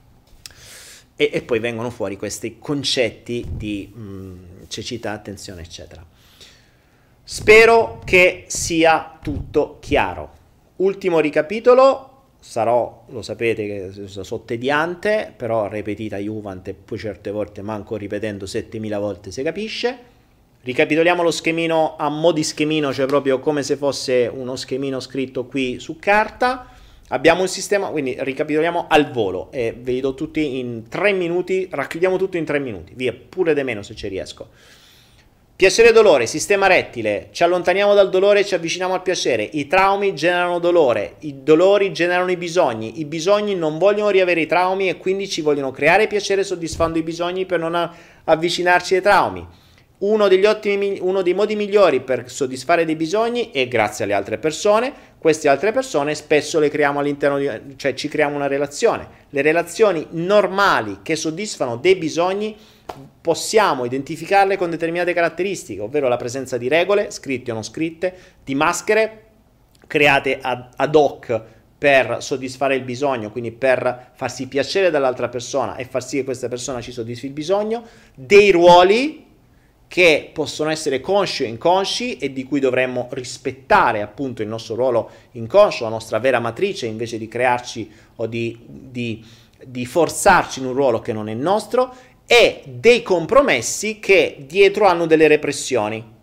E poi vengono fuori questi concetti di cecità, attenzione, eccetera. Spero che sia tutto chiaro. Ultimo ricapitolo. Lo sapete che so tediante, però ripetita Juvante, poi certe volte manco ripetendo 7000 volte si capisce. Ricapitoliamo lo schemino a mo' di schemino, cioè proprio come se fosse uno schemino scritto qui su carta. Abbiamo un sistema, quindi ricapitoliamo al volo e ve li do tutti in 3 minuti, racchiudiamo tutto in 3 minuti, via, pure di meno se ci riesco. Piacere e dolore, sistema rettile, ci allontaniamo dal dolore e ci avviciniamo al piacere, i traumi generano dolore, i dolori generano i bisogni non vogliono riavere i traumi e quindi ci vogliono creare piacere soddisfando i bisogni per non avvicinarci ai traumi. Uno dei modi migliori per soddisfare dei bisogni è grazie alle altre persone. Queste altre persone spesso le creiamo all'interno cioè ci creiamo una relazione. Le relazioni normali che soddisfano dei bisogni possiamo identificarle con determinate caratteristiche, ovvero la presenza di regole, scritte o non scritte, di maschere create ad hoc per soddisfare il bisogno, quindi per farsi piacere dall'altra persona e far sì che questa persona ci soddisfi il bisogno, dei ruoli che possono essere consci o inconsci e di cui dovremmo rispettare appunto il nostro ruolo inconscio, la nostra vera matrice, invece di crearci o di forzarci in un ruolo che non è nostro, e dei compromessi che dietro hanno delle repressioni.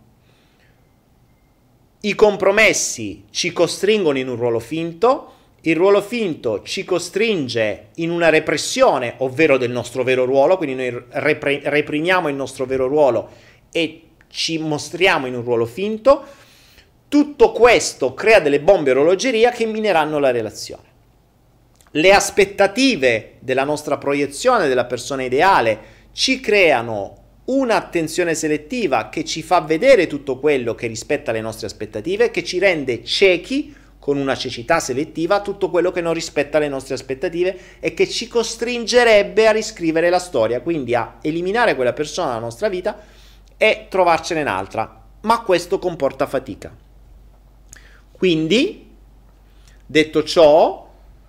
I compromessi ci costringono in un ruolo finto, il ruolo finto ci costringe in una repressione, ovvero del nostro vero ruolo, quindi noi reprimiamo il nostro vero ruolo e ci mostriamo in un ruolo finto. Tutto questo crea delle bombe a orologeria che mineranno la relazione. Le aspettative della nostra proiezione della persona ideale ci creano un'attenzione selettiva che ci fa vedere tutto quello che rispetta le nostre aspettative, che ci rende ciechi con una cecità selettiva a tutto quello che non rispetta le nostre aspettative e che ci costringerebbe a riscrivere la storia, quindi a eliminare quella persona dalla nostra vita e trovarcene un'altra, ma questo comporta fatica. Quindi, detto ciò,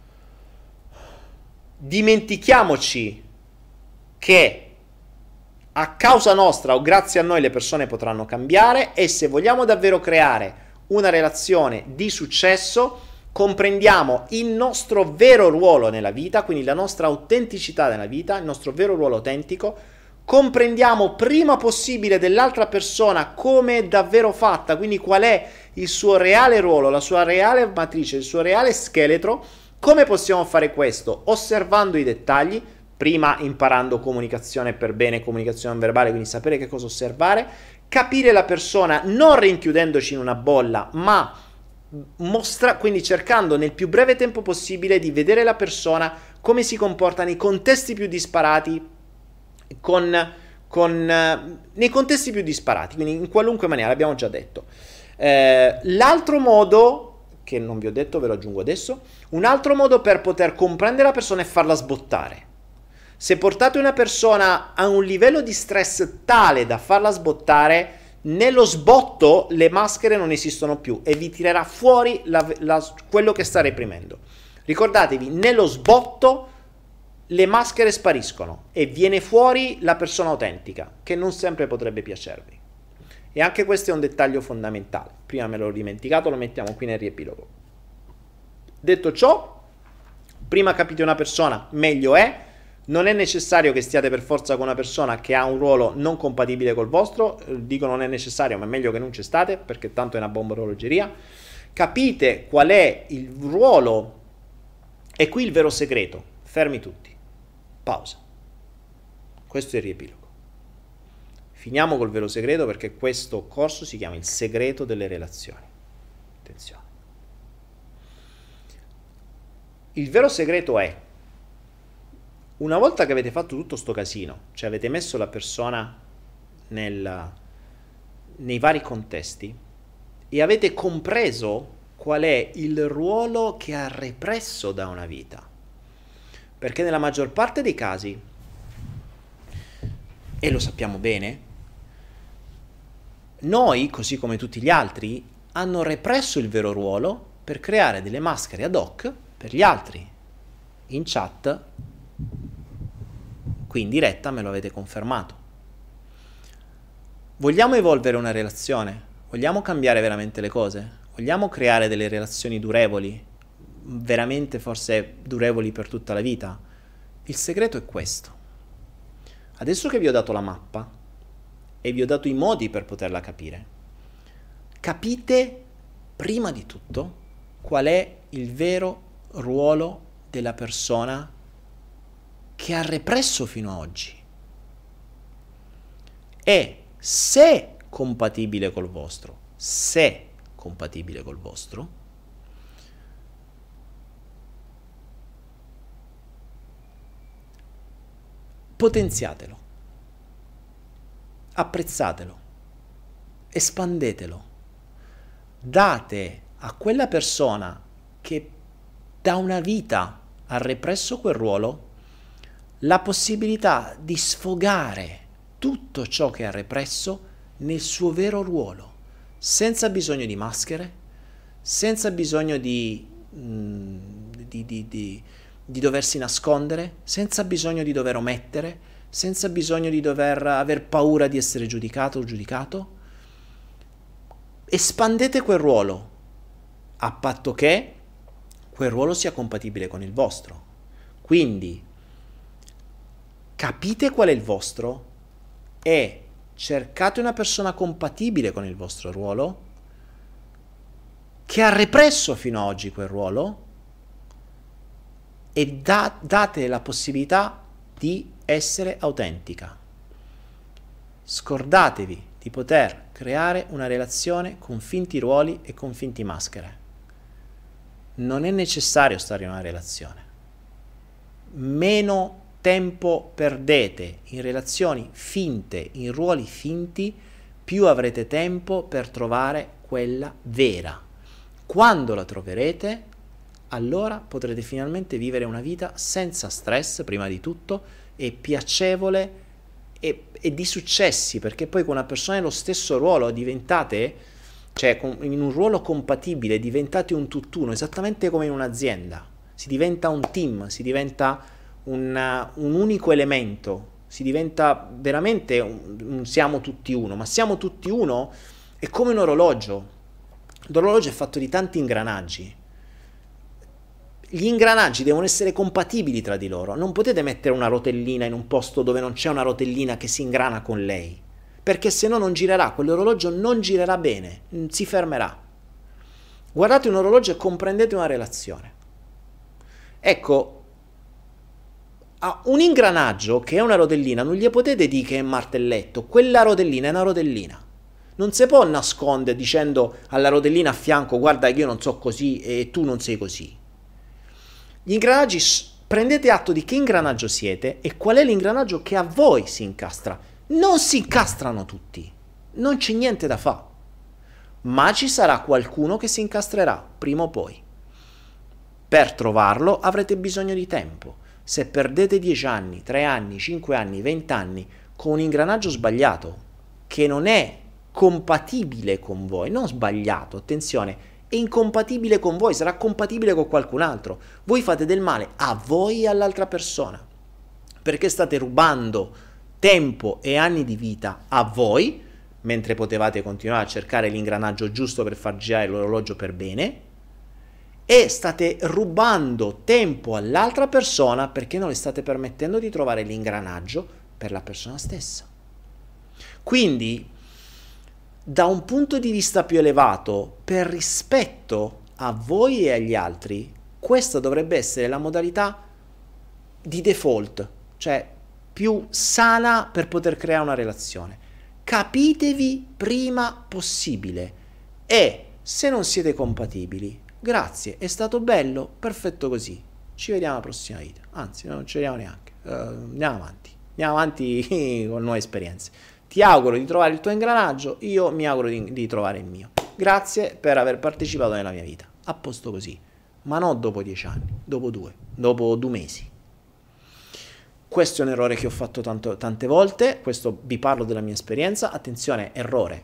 dimentichiamoci che a causa nostra o grazie a noi le persone potranno cambiare, e se vogliamo davvero creare una relazione di successo, comprendiamo il nostro vero ruolo nella vita, quindi la nostra autenticità nella vita, il nostro vero ruolo autentico, comprendiamo prima possibile dell'altra persona come è davvero fatta, quindi qual è il suo reale ruolo, la sua reale matrice, il suo reale scheletro. Come possiamo fare questo? Osservando i dettagli, prima imparando comunicazione per bene, comunicazione non verbale, quindi sapere che cosa osservare, capire la persona non rinchiudendoci in una bolla, ma quindi cercando nel più breve tempo possibile di vedere la persona come si comporta nei contesti più disparati, nei contesti più disparati, quindi in qualunque maniera, l'abbiamo già detto. L'altro modo, che non vi ho detto, ve lo aggiungo adesso, un altro modo per poter comprendere la persona è farla sbottare. Se portate una persona a un livello di stress tale da farla sbottare, nello sbotto le maschere non esistono più e vi tirerà fuori quello che sta reprimendo. Ricordatevi, nello sbotto le maschere spariscono e viene fuori la persona autentica, che non sempre potrebbe piacervi. E anche questo è un dettaglio fondamentale. Prima me l'ho dimenticato, lo mettiamo qui nel riepilogo. Detto ciò, prima capite una persona, meglio è. Non è necessario che stiate per forza con una persona che ha un ruolo non compatibile col vostro. Dico non è necessario, ma è meglio che non ci state, perché tanto è una bomba orologeria. Capite qual è il ruolo, e qui il vero segreto. Fermi tutti. Pausa. Questo è il riepilogo. Finiamo col vero segreto, perché questo corso si chiama il segreto delle relazioni. Attenzione. Il vero segreto è: una volta che avete fatto tutto sto casino, cioè avete messo la persona nei vari contesti e avete compreso qual è il ruolo che ha represso da una vita, perché nella maggior parte dei casi, e lo sappiamo bene, noi, così come tutti gli altri, hanno represso il vero ruolo per creare delle maschere ad hoc per gli altri. In chat, qui in diretta, me lo avete confermato. Vogliamo evolvere una relazione? Vogliamo cambiare veramente le cose? Vogliamo creare delle relazioni durevoli? Veramente forse durevoli per tutta la vita? Il segreto è questo. Adesso che vi ho dato la mappa e vi ho dato i modi per poterla capire, capite prima di tutto qual è il vero ruolo della persona che ha represso fino ad oggi, e se compatibile col vostro, potenziatelo, apprezzatelo, espandetelo, date a quella persona che da una vita ha represso quel ruolo la possibilità di sfogare tutto ciò che ha represso nel suo vero ruolo, senza bisogno di maschere, senza bisogno di doversi nascondere, senza bisogno di dover omettere, senza bisogno di dover aver paura di essere giudicato o giudicato. Espandete quel ruolo, a patto che quel ruolo sia compatibile con il vostro. Quindi capite qual è il vostro e cercate una persona compatibile con il vostro ruolo, che ha represso fino ad oggi quel ruolo, e date la possibilità di essere autentica. Scordatevi di poter creare una relazione con finti ruoli e con finti maschere. Non è necessario stare in una relazione. Meno tempo perdete in relazioni finte, in ruoli finti, più avrete tempo per trovare quella vera. Quando la troverete, allora potrete finalmente vivere una vita senza stress, prima di tutto, e piacevole e di successi, perché poi con una persona nello stesso ruolo diventate, cioè in un ruolo compatibile, diventate un tutt'uno, esattamente come in un'azienda. Si diventa un team, si diventa un unico elemento, si diventa veramente siamo tutti uno, ma siamo tutti uno è come un orologio. L'orologio è fatto di tanti ingranaggi. Gli ingranaggi devono essere compatibili tra di loro. Non potete mettere una rotellina in un posto dove non c'è una rotellina che si ingrana con lei, perché se no non girerà, quell'orologio non girerà bene, si fermerà. Guardate un orologio e comprendete una relazione. Ecco, a un ingranaggio che è una rotellina non gli potete dire che è un martelletto, quella rotellina è una rotellina. Non si può nascondere dicendo alla rotellina a fianco: guarda che io non so così e tu non sei così. Gli ingranaggi, prendete atto di che ingranaggio siete e qual è l'ingranaggio che a voi si incastra. Non si incastrano tutti, non c'è niente da fare, ma ci sarà qualcuno che si incastrerà prima o poi. Per trovarlo avrete bisogno di tempo. Se perdete 10 anni, 3 anni, 5 anni, 20 anni con un ingranaggio sbagliato, che non è compatibile con voi, non sbagliato, attenzione, è incompatibile con voi, sarà compatibile con qualcun altro. Voi fate del male a voi e all'altra persona, perché state rubando tempo e anni di vita a voi, mentre potevate continuare a cercare l'ingranaggio giusto per far girare l'orologio per bene, e state rubando tempo all'altra persona perché non le state permettendo di trovare l'ingranaggio per la persona stessa. Quindi, da un punto di vista più elevato, per rispetto a voi e agli altri, questa dovrebbe essere la modalità di default, cioè più sana per poter creare una relazione. Capitevi prima possibile e se non siete compatibili, grazie, è stato bello, perfetto così, ci vediamo alla prossima vita, anzi non ci vediamo neanche, andiamo avanti con nuove esperienze. Ti auguro di trovare il tuo ingranaggio, io mi auguro di trovare il mio. Grazie per aver partecipato nella mia vita. A posto così, ma non dopo 10 anni, dopo 2 mesi. Questo è un errore che ho fatto tante volte, questo vi parlo della mia esperienza. Attenzione, errore.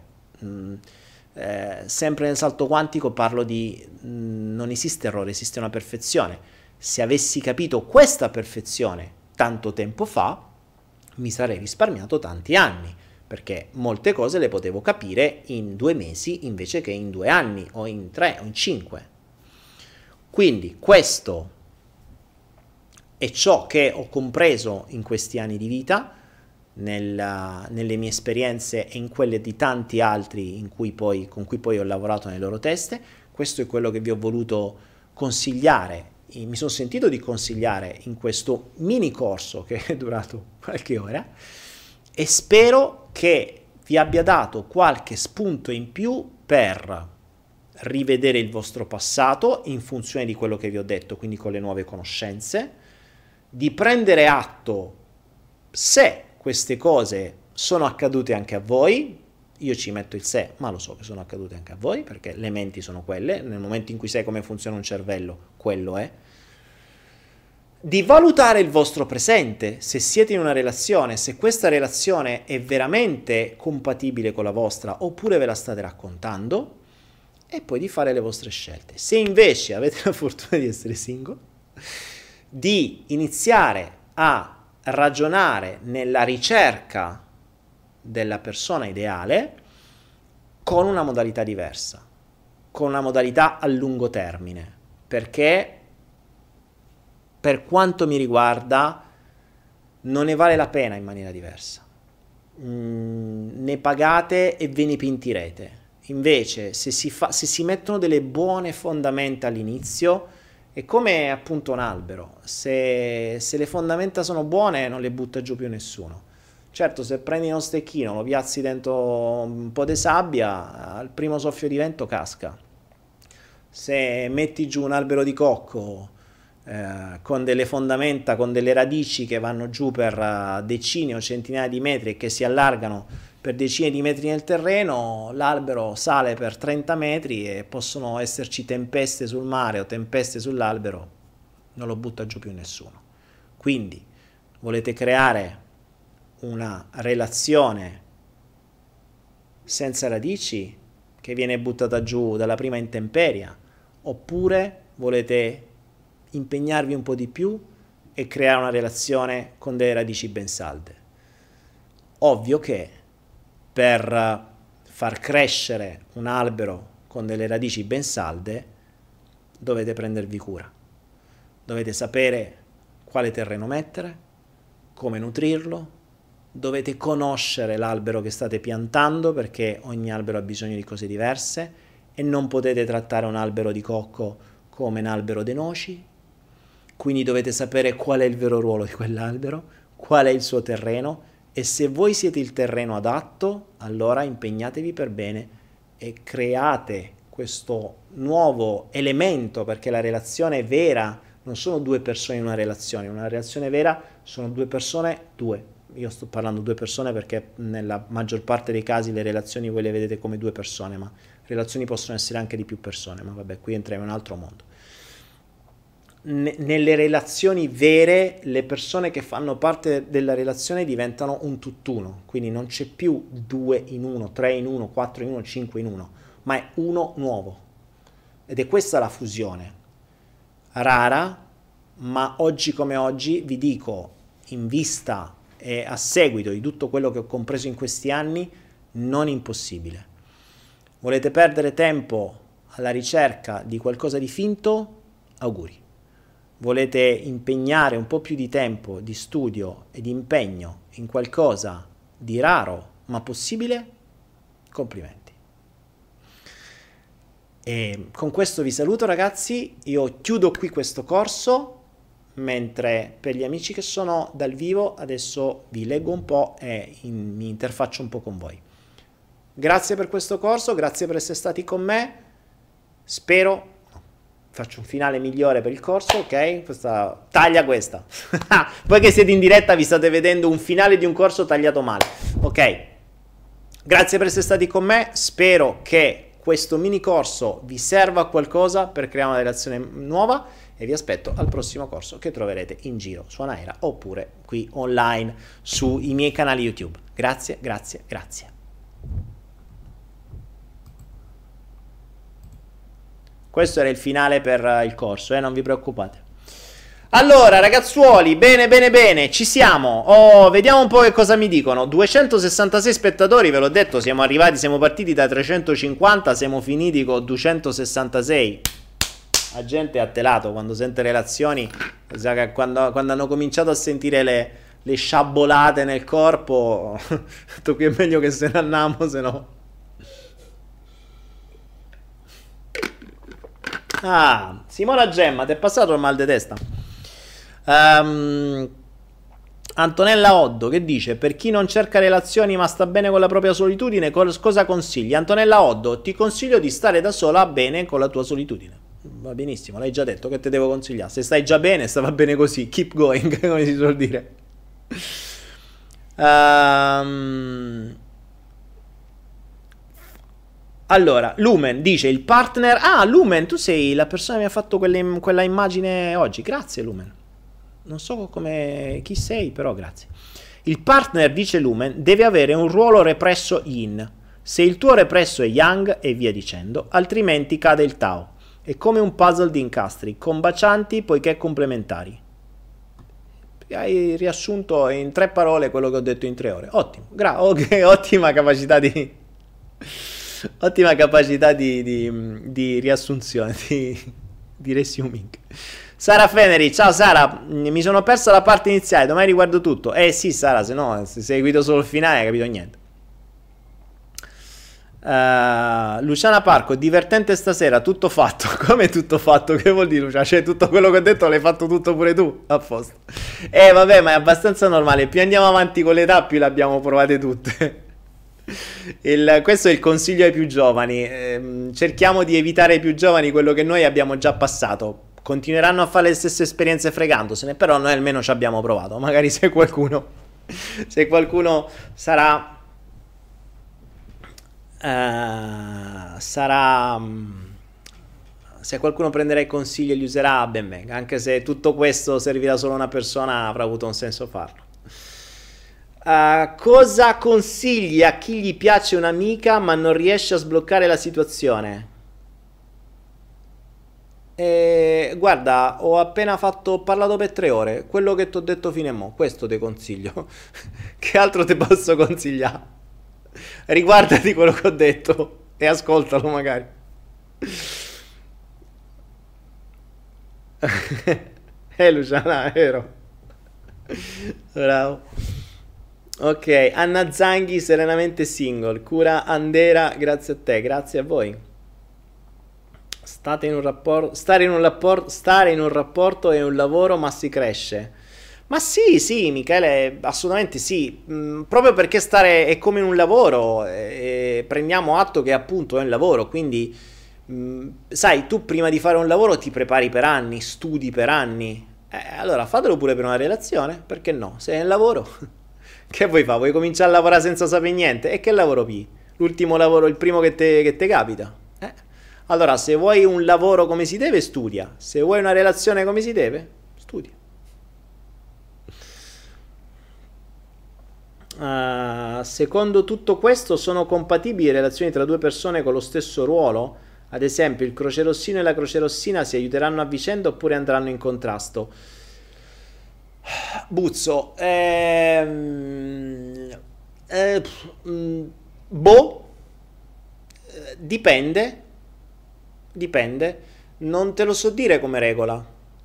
Sempre nel salto quantico parlo di non esiste errore, esiste una perfezione. Se avessi capito questa perfezione tanto tempo fa, mi sarei risparmiato tanti anni, perché molte cose le potevo capire in 2 mesi invece che in 2 anni o in 3 o in 5. Quindi questo è ciò che ho compreso in questi anni di vita, nelle mie esperienze e in quelle di tanti altri con cui poi ho lavorato nelle loro teste. Questo è quello che vi ho voluto consigliare, mi sono sentito di consigliare in questo mini corso che è durato qualche ora, e spero che vi abbia dato qualche spunto in più per rivedere il vostro passato in funzione di quello che vi ho detto, quindi con le nuove conoscenze, di prendere atto se queste cose sono accadute anche a voi. Io ci metto il se, ma lo so che sono accadute anche a voi, perché le menti sono quelle, nel momento in cui sai come funziona un cervello, quello è. Di valutare il vostro presente, se siete in una relazione, se questa relazione è veramente compatibile con la vostra oppure ve la state raccontando, e poi di fare le vostre scelte. Se invece avete la fortuna di essere single, di iniziare a ragionare nella ricerca della persona ideale con una modalità diversa, con una modalità a lungo termine, perché per quanto mi riguarda non ne vale la pena in maniera diversa. Ne pagate e ve ne pentirete. Invece se si mettono delle buone fondamenta all'inizio, è come appunto un albero, se le fondamenta sono buone non le butta giù più nessuno. Certo, se prendi uno stecchino, lo piazzi dentro un po' di sabbia, al primo soffio di vento casca. Se metti giù un albero di cocco con delle fondamenta, con delle radici che vanno giù per decine o centinaia di metri e che si allargano per decine di metri nel terreno, l'albero sale per 30 metri e possono esserci tempeste sul mare o tempeste sull'albero, non lo butta giù più nessuno. Quindi volete creare una relazione senza radici che viene buttata giù dalla prima intemperia, oppure volete impegnarvi un po' di più e creare una relazione con delle radici ben salde. Ovvio che per far crescere un albero con delle radici ben salde dovete prendervi cura, dovete sapere quale terreno mettere, come nutrirlo, dovete conoscere l'albero che state piantando, perché ogni albero ha bisogno di cose diverse e non potete trattare un albero di cocco come un albero di noci. Quindi dovete sapere qual è il vero ruolo di quell'albero, qual è il suo terreno, e se voi siete il terreno adatto, allora impegnatevi per bene e create questo nuovo elemento, perché la relazione vera non sono due persone in una relazione vera sono due persone, io sto parlando due persone perché nella maggior parte dei casi le relazioni voi le vedete come due persone, ma relazioni possono essere anche di più persone, ma vabbè, qui entriamo in un altro mondo. Nelle relazioni vere le persone che fanno parte della relazione diventano un tutt'uno, quindi non c'è più 2 in 1, 3 in 1, 4 in 1, 5 in 1, ma è uno nuovo, ed è questa la fusione rara, ma oggi come oggi vi dico, in vista e a seguito di tutto quello che ho compreso in questi anni, non impossibile. Volete perdere tempo alla ricerca di qualcosa di finto? Auguri. Volete impegnare un po' più di tempo, di studio e di impegno in qualcosa di raro ma possibile? Complimenti. E con questo vi saluto ragazzi, io chiudo qui questo corso, mentre per gli amici che sono dal vivo adesso vi leggo un po' e mi interfaccio un po' con voi. Grazie per questo corso, grazie per essere stati con me, spero faccio un finale migliore per il corso, ok? Taglia questa. Voi che siete in diretta vi state vedendo un finale di un corso tagliato male, ok? Grazie per essere stati con me, spero che questo mini corso vi serva a qualcosa per creare una relazione nuova e vi aspetto al prossimo corso che troverete in giro su Anaera oppure qui online sui miei canali YouTube. Grazie, grazie, grazie. Questo era il finale per il corso, non vi preoccupate. Allora, ragazzuoli, bene, ci siamo. Vediamo un po' che cosa mi dicono. 266 spettatori, ve l'ho detto, siamo partiti da 350, siamo finiti con 266. La gente è attelato quando sente relazioni, quando hanno cominciato a sentire le sciabolate nel corpo, ho detto qui è meglio che se ne andiamo, se no... Ah, Simona Gemma, ti è passato il mal di testa? Antonella Oddo che dice: per chi non cerca relazioni ma sta bene con la propria solitudine, cosa consigli? Antonella Oddo, ti consiglio di stare da sola bene con la tua solitudine. Va benissimo, l'hai già detto, che te devo consigliare? Se stai già bene, va bene così, keep going, come si suol dire. Allora, Lumen dice il partner... Ah, Lumen, tu sei la persona che mi ha fatto quella immagine oggi. Grazie, Lumen. Non so chi sei, però grazie. Il partner, dice Lumen, deve avere un ruolo represso yin. Se il tuo represso è yang e via dicendo, altrimenti cade il Tao. È come un puzzle di incastri, combacianti poiché complementari. Hai riassunto in 3 parole quello che ho detto in 3 ore. Ottimo. Ok, ottima capacità di riassunzione, di resuming. Sara Feneri, ciao Sara, mi sono persa la parte iniziale, domani riguardo tutto. Sì Sara, se no, se hai seguito solo il finale hai capito niente. Luciana Parco, divertente stasera, tutto fatto. Come tutto fatto? Che vuol dire Luciana? Cioè tutto quello che ho detto l'hai fatto tutto pure tu? A posto. Vabbè, ma è abbastanza normale, più andiamo avanti con l'età più le abbiamo provate tutte. Questo è il consiglio ai più giovani, cerchiamo di evitare ai più giovani quello che noi abbiamo già passato. Continueranno a fare le stesse esperienze fregandosene, però noi almeno ci abbiamo provato. Magari se qualcuno sarà se qualcuno prenderà i consigli e li userà, ben venga, anche se tutto questo servirà solo a una persona, avrà avuto un senso farlo. Cosa consigli a chi gli piace un'amica ma non riesce a sbloccare la situazione? Guarda, ho appena parlato per 3 ore. Quello che ti ho detto fino a mo', questo ti consiglio. Che altro ti posso consigliare? Riguardati quello che ho detto e ascoltalo magari. Luciana, è vero. Bravo. Ok, Anna Zanghi, serenamente single. Cura Andera, grazie a te, grazie a voi. Stare in un rapporto è un lavoro, ma si cresce. Ma sì, Michele, assolutamente sì. Proprio perché stare è come in un lavoro, prendiamo atto che appunto è un lavoro, quindi sai, tu prima di fare un lavoro ti prepari per anni, studi per anni. Allora fatelo pure per una relazione, perché no? Se è un lavoro, che vuoi fare? Vuoi cominciare a lavorare senza sapere niente? E che lavoro pigli? L'ultimo lavoro, il primo che te capita? Allora, se vuoi un lavoro come si deve, studia. Se vuoi una relazione come si deve, studia. Secondo tutto questo, sono compatibili relazioni tra 2 persone con lo stesso ruolo? Ad esempio, il crocerossino e la crocerossina si aiuteranno a vicenda oppure andranno in contrasto? Buzzo. Dipende. Non te lo so dire come regola.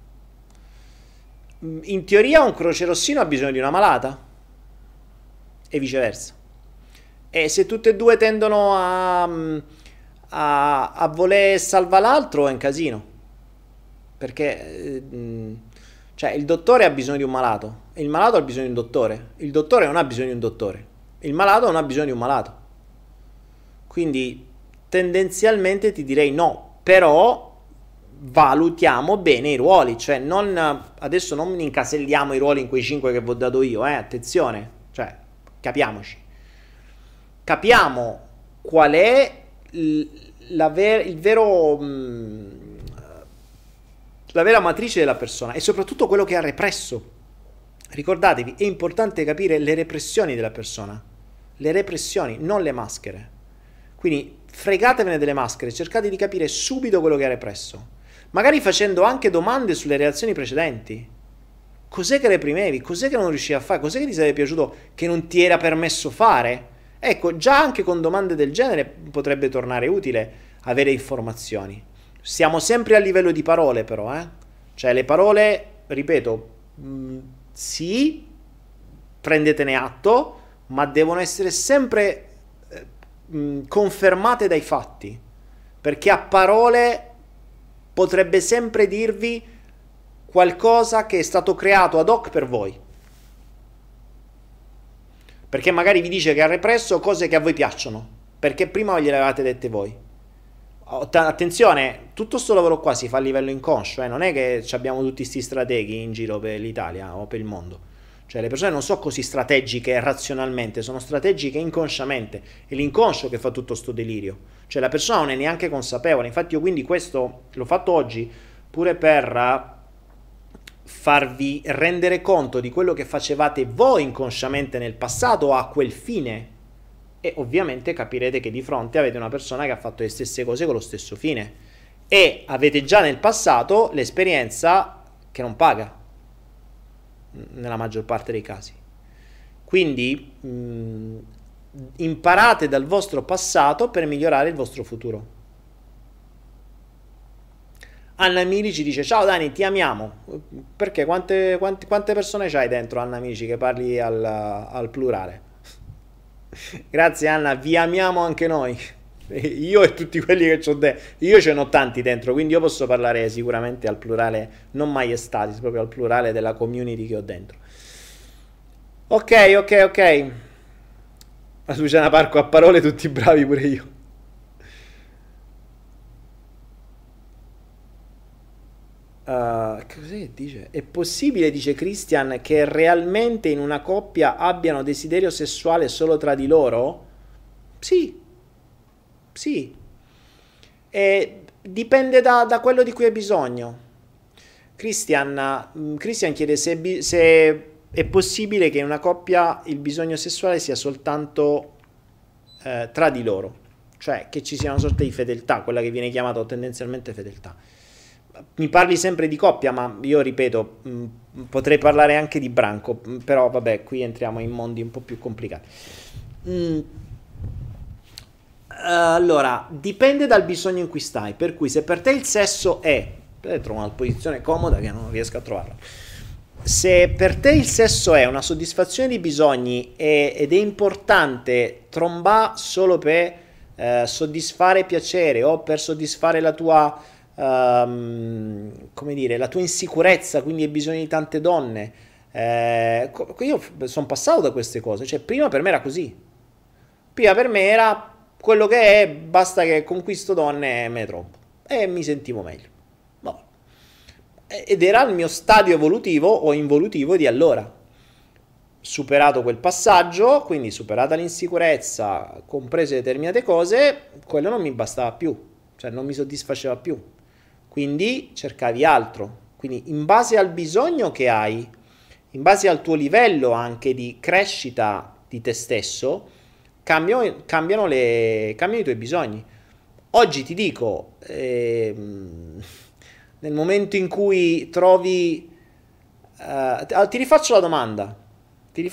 In teoria un crocerossino ha bisogno di una malata e viceversa. E se tutte e due tendono a voler salvare l'altro è un casino. Perché cioè il dottore ha bisogno di un malato e il malato ha bisogno di un dottore. Il dottore non ha bisogno di un dottore. Il malato non ha bisogno di un malato. Quindi tendenzialmente ti direi no. Però valutiamo bene i ruoli, cioè adesso non incaselliamo i ruoli in quei 5 che vi ho dato io, attenzione, cioè capiamoci, capiamo qual è la vera matrice della persona e soprattutto quello che ha represso. Ricordatevi, è importante capire le repressioni della persona, le repressioni, non le maschere. Quindi fregatevene delle maschere, cercate di capire subito quello che ha represso, magari facendo anche domande sulle reazioni precedenti. Cos'è che reprimevi? Cos'è che non riuscivi a fare? Cos'è che ti sarebbe piaciuto che non ti era permesso fare? Ecco, già anche con domande del genere potrebbe tornare utile avere informazioni. Siamo sempre a livello di parole però, Cioè le parole, ripeto, sì, prendetene atto, ma devono essere sempre confermate dai fatti, perché a parole potrebbe sempre dirvi qualcosa che è stato creato ad hoc per voi, perché magari vi dice che ha represso cose che a voi piacciono perché prima gliele avevate dette voi. Attenzione, tutto sto lavoro qua si fa a livello inconscio, non è che abbiamo tutti sti strateghi in giro per l'Italia o per il mondo. Cioè le persone non sono così strategiche razionalmente, sono strategiche inconsciamente. È l'inconscio che fa tutto sto delirio. Cioè la persona non è neanche consapevole. Infatti io quindi questo l'ho fatto oggi pure per farvi rendere conto di quello che facevate voi inconsciamente nel passato a quel fine. E ovviamente capirete che di fronte avete una persona che ha fatto le stesse cose con lo stesso fine. E avete già nel passato l'esperienza che non paga. nella maggior parte dei casi. Quindi imparate dal vostro passato per migliorare il vostro futuro. Anna Milici dice: ciao Dani, ti amiamo. Perché? Quante persone c'hai dentro, Anna Milici, che parli al plurale? Grazie Anna, vi amiamo anche noi. Io e tutti quelli che c'ho dentro. Io ce n'ho tanti dentro, quindi io posso parlare sicuramente al plurale, non maiestatis, proprio al plurale della community che ho dentro. Ok. La Luciana Parco, a parole tutti bravi, pure io. Cos'è che dice? È possibile, dice Christian, che realmente in una coppia abbiano desiderio sessuale solo tra di loro? Sì. E dipende da quello di cui hai bisogno. Christian chiede se è possibile che in una coppia il bisogno sessuale sia soltanto tra di loro, cioè che ci sia una sorta di fedeltà, quella che viene chiamata tendenzialmente fedeltà. Mi parli sempre di coppia, ma io ripeto, potrei parlare anche di branco, però vabbè, qui entriamo in mondi un po' più complicati. Allora, dipende dal bisogno in cui stai, per cui se per te il sesso è... trovo una posizione comoda che non riesco a trovarla. Se per te il sesso è una soddisfazione di bisogni ed è importante trombare solo per soddisfare piacere o per soddisfare la tua... come dire, la tua insicurezza, quindi hai bisogno di tante donne. Io sono passato da queste cose, cioè prima per me era così. Prima per me era quello che è, basta che conquisto donne e me ne trovo. E mi sentivo meglio. No. Ed era il mio stadio evolutivo o involutivo di allora. Superato quel passaggio, quindi superata l'insicurezza, comprese determinate cose, quello non mi bastava più, cioè non mi soddisfaceva più. Quindi cercavi altro. Quindi in base al bisogno che hai, in base al tuo livello anche di crescita di te stesso, cambiano i tuoi bisogni. Oggi ti dico, nel momento in cui trovi... ti rifaccio la domanda. Ti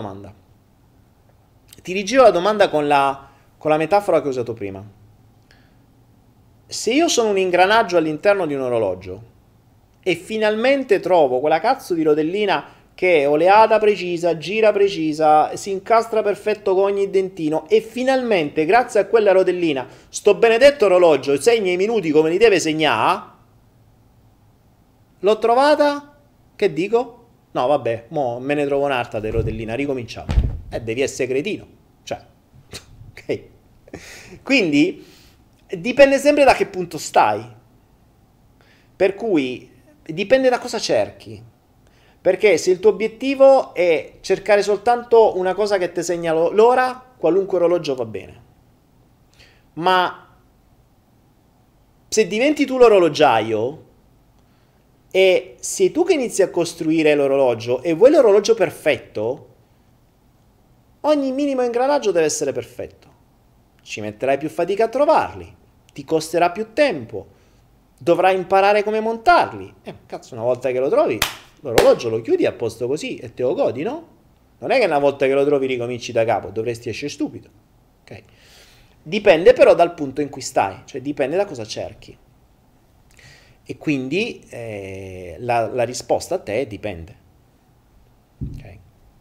rigiro la domanda con la metafora che ho usato prima. Se io sono un ingranaggio all'interno di un orologio e finalmente trovo quella cazzo di rotellina che è oleata precisa, gira precisa, si incastra perfetto con ogni dentino e finalmente grazie a quella rotellina sto benedetto orologio segna i minuti come li deve segnare, l'ho trovata, che dico? No vabbè, mo me ne trovo un'altra di rotellina, ricominciamo. Devi essere cretino, cioè ok. Quindi dipende sempre da che punto stai, per cui dipende da cosa cerchi. Perché se il tuo obiettivo è cercare soltanto una cosa che ti segna l'ora, qualunque orologio va bene. Ma se diventi tu l'orologiaio e sei tu che inizi a costruire l'orologio e vuoi l'orologio perfetto, ogni minimo ingranaggio deve essere perfetto. Ci metterai più fatica a trovarli, ti costerà più tempo, dovrai imparare come montarli. Cazzo, una volta che lo trovi, l'orologio lo chiudi a posto così e te lo godi, no? Non è che una volta che lo trovi ricominci da capo, dovresti essere stupido. Ok? Dipende però dal punto in cui stai, cioè dipende da cosa cerchi. E quindi la risposta a te dipende. Ok?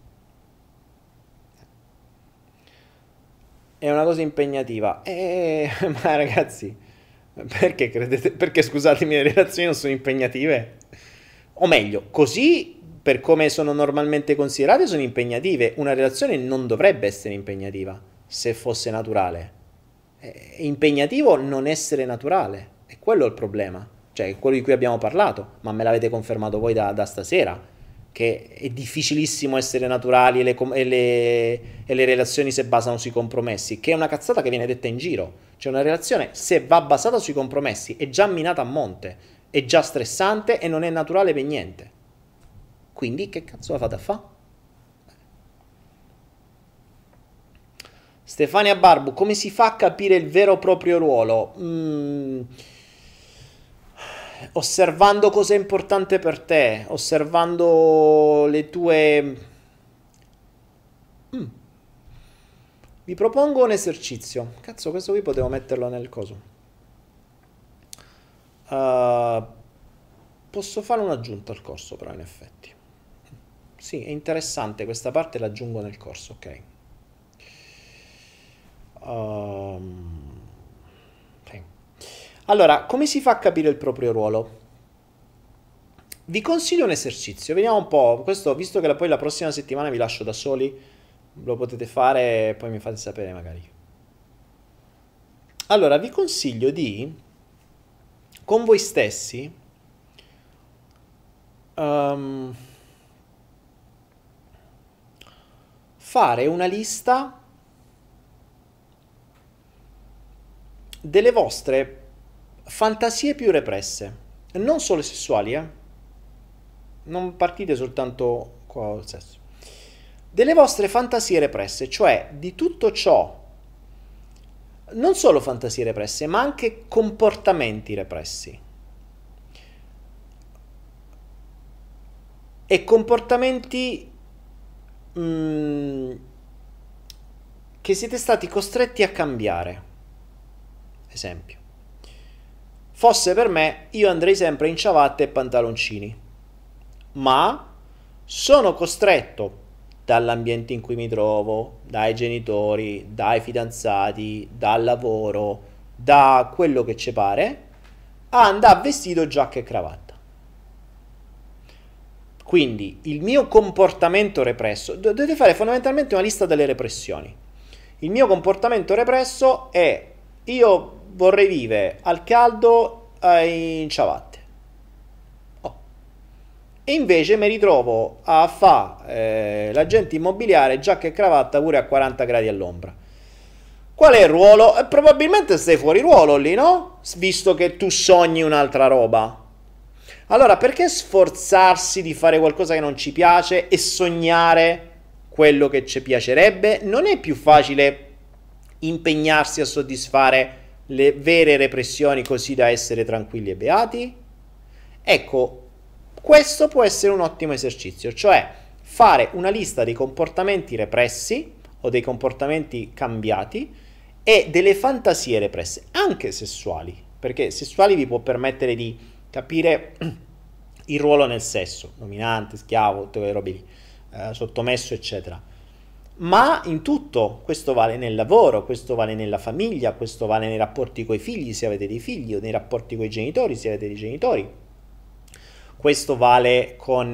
È una cosa impegnativa. Ma ragazzi, perché credete? Perché scusatemi, le relazioni non sono impegnative? O meglio, così per come sono normalmente considerate sono impegnative. Una relazione non dovrebbe essere impegnativa se fosse naturale. È impegnativo non essere naturale. È quello il problema. Cioè, è quello di cui abbiamo parlato. Ma me l'avete confermato voi da stasera. Che è difficilissimo essere naturali e le relazioni si basano sui compromessi. Che è una cazzata che viene detta in giro. Cioè, una relazione, se va basata sui compromessi, è già minata a monte. È già stressante e non è naturale per niente. Quindi che cazzo la fate a fa'? Stefania Barbu, come si fa a capire il vero proprio ruolo? osservando cosa è importante per te, osservando le tue... Vi propongo un esercizio. Cazzo, questo qui potevo metterlo nel coso. Posso fare un'aggiunta al corso, però, in effetti. Sì, è interessante, questa parte l'aggiungo nel corso, ok. Sì. Allora, come si fa a capire il proprio ruolo? Vi consiglio un esercizio, vediamo un po', questo, visto che poi la prossima settimana vi lascio da soli, lo potete fare e poi mi fate sapere magari. Allora, vi consiglio di, con voi stessi, fare una lista delle vostre fantasie più represse, non solo sessuali, non partite soltanto col sesso, delle vostre fantasie represse, cioè di tutto ciò, non solo fantasie represse, ma anche comportamenti repressi e comportamenti che siete stati costretti a cambiare. Esempio, fosse per me, io andrei sempre in ciabatte e pantaloncini, ma sono costretto dall'ambiente in cui mi trovo, dai genitori, dai fidanzati, dal lavoro, da quello che ci pare, a andare vestito giacca e cravatta. Quindi il mio comportamento represso, dovete fare fondamentalmente una lista delle repressioni. Il mio comportamento represso è: io vorrei vivere al caldo in ciabatte. E invece mi ritrovo a fare l'agente immobiliare, giacca e cravatta pure a 40 gradi all'ombra. Qual è il ruolo? Probabilmente stai fuori ruolo lì, no? Visto che tu sogni un'altra roba. Allora, perché sforzarsi di fare qualcosa che non ci piace e sognare quello che ci piacerebbe? Non è più facile impegnarsi a soddisfare le vere repressioni così da essere tranquilli e beati? Ecco, questo può essere un ottimo esercizio, cioè fare una lista dei comportamenti repressi o dei comportamenti cambiati e delle fantasie represse, anche sessuali, perché sessuali vi può permettere di capire il ruolo nel sesso, dominante, schiavo, tutte quelle robe lì, sottomesso, eccetera. Ma in tutto, questo vale nel lavoro, questo vale nella famiglia, questo vale nei rapporti con i figli, se avete dei figli, o nei rapporti con i genitori, se avete dei genitori. Questo vale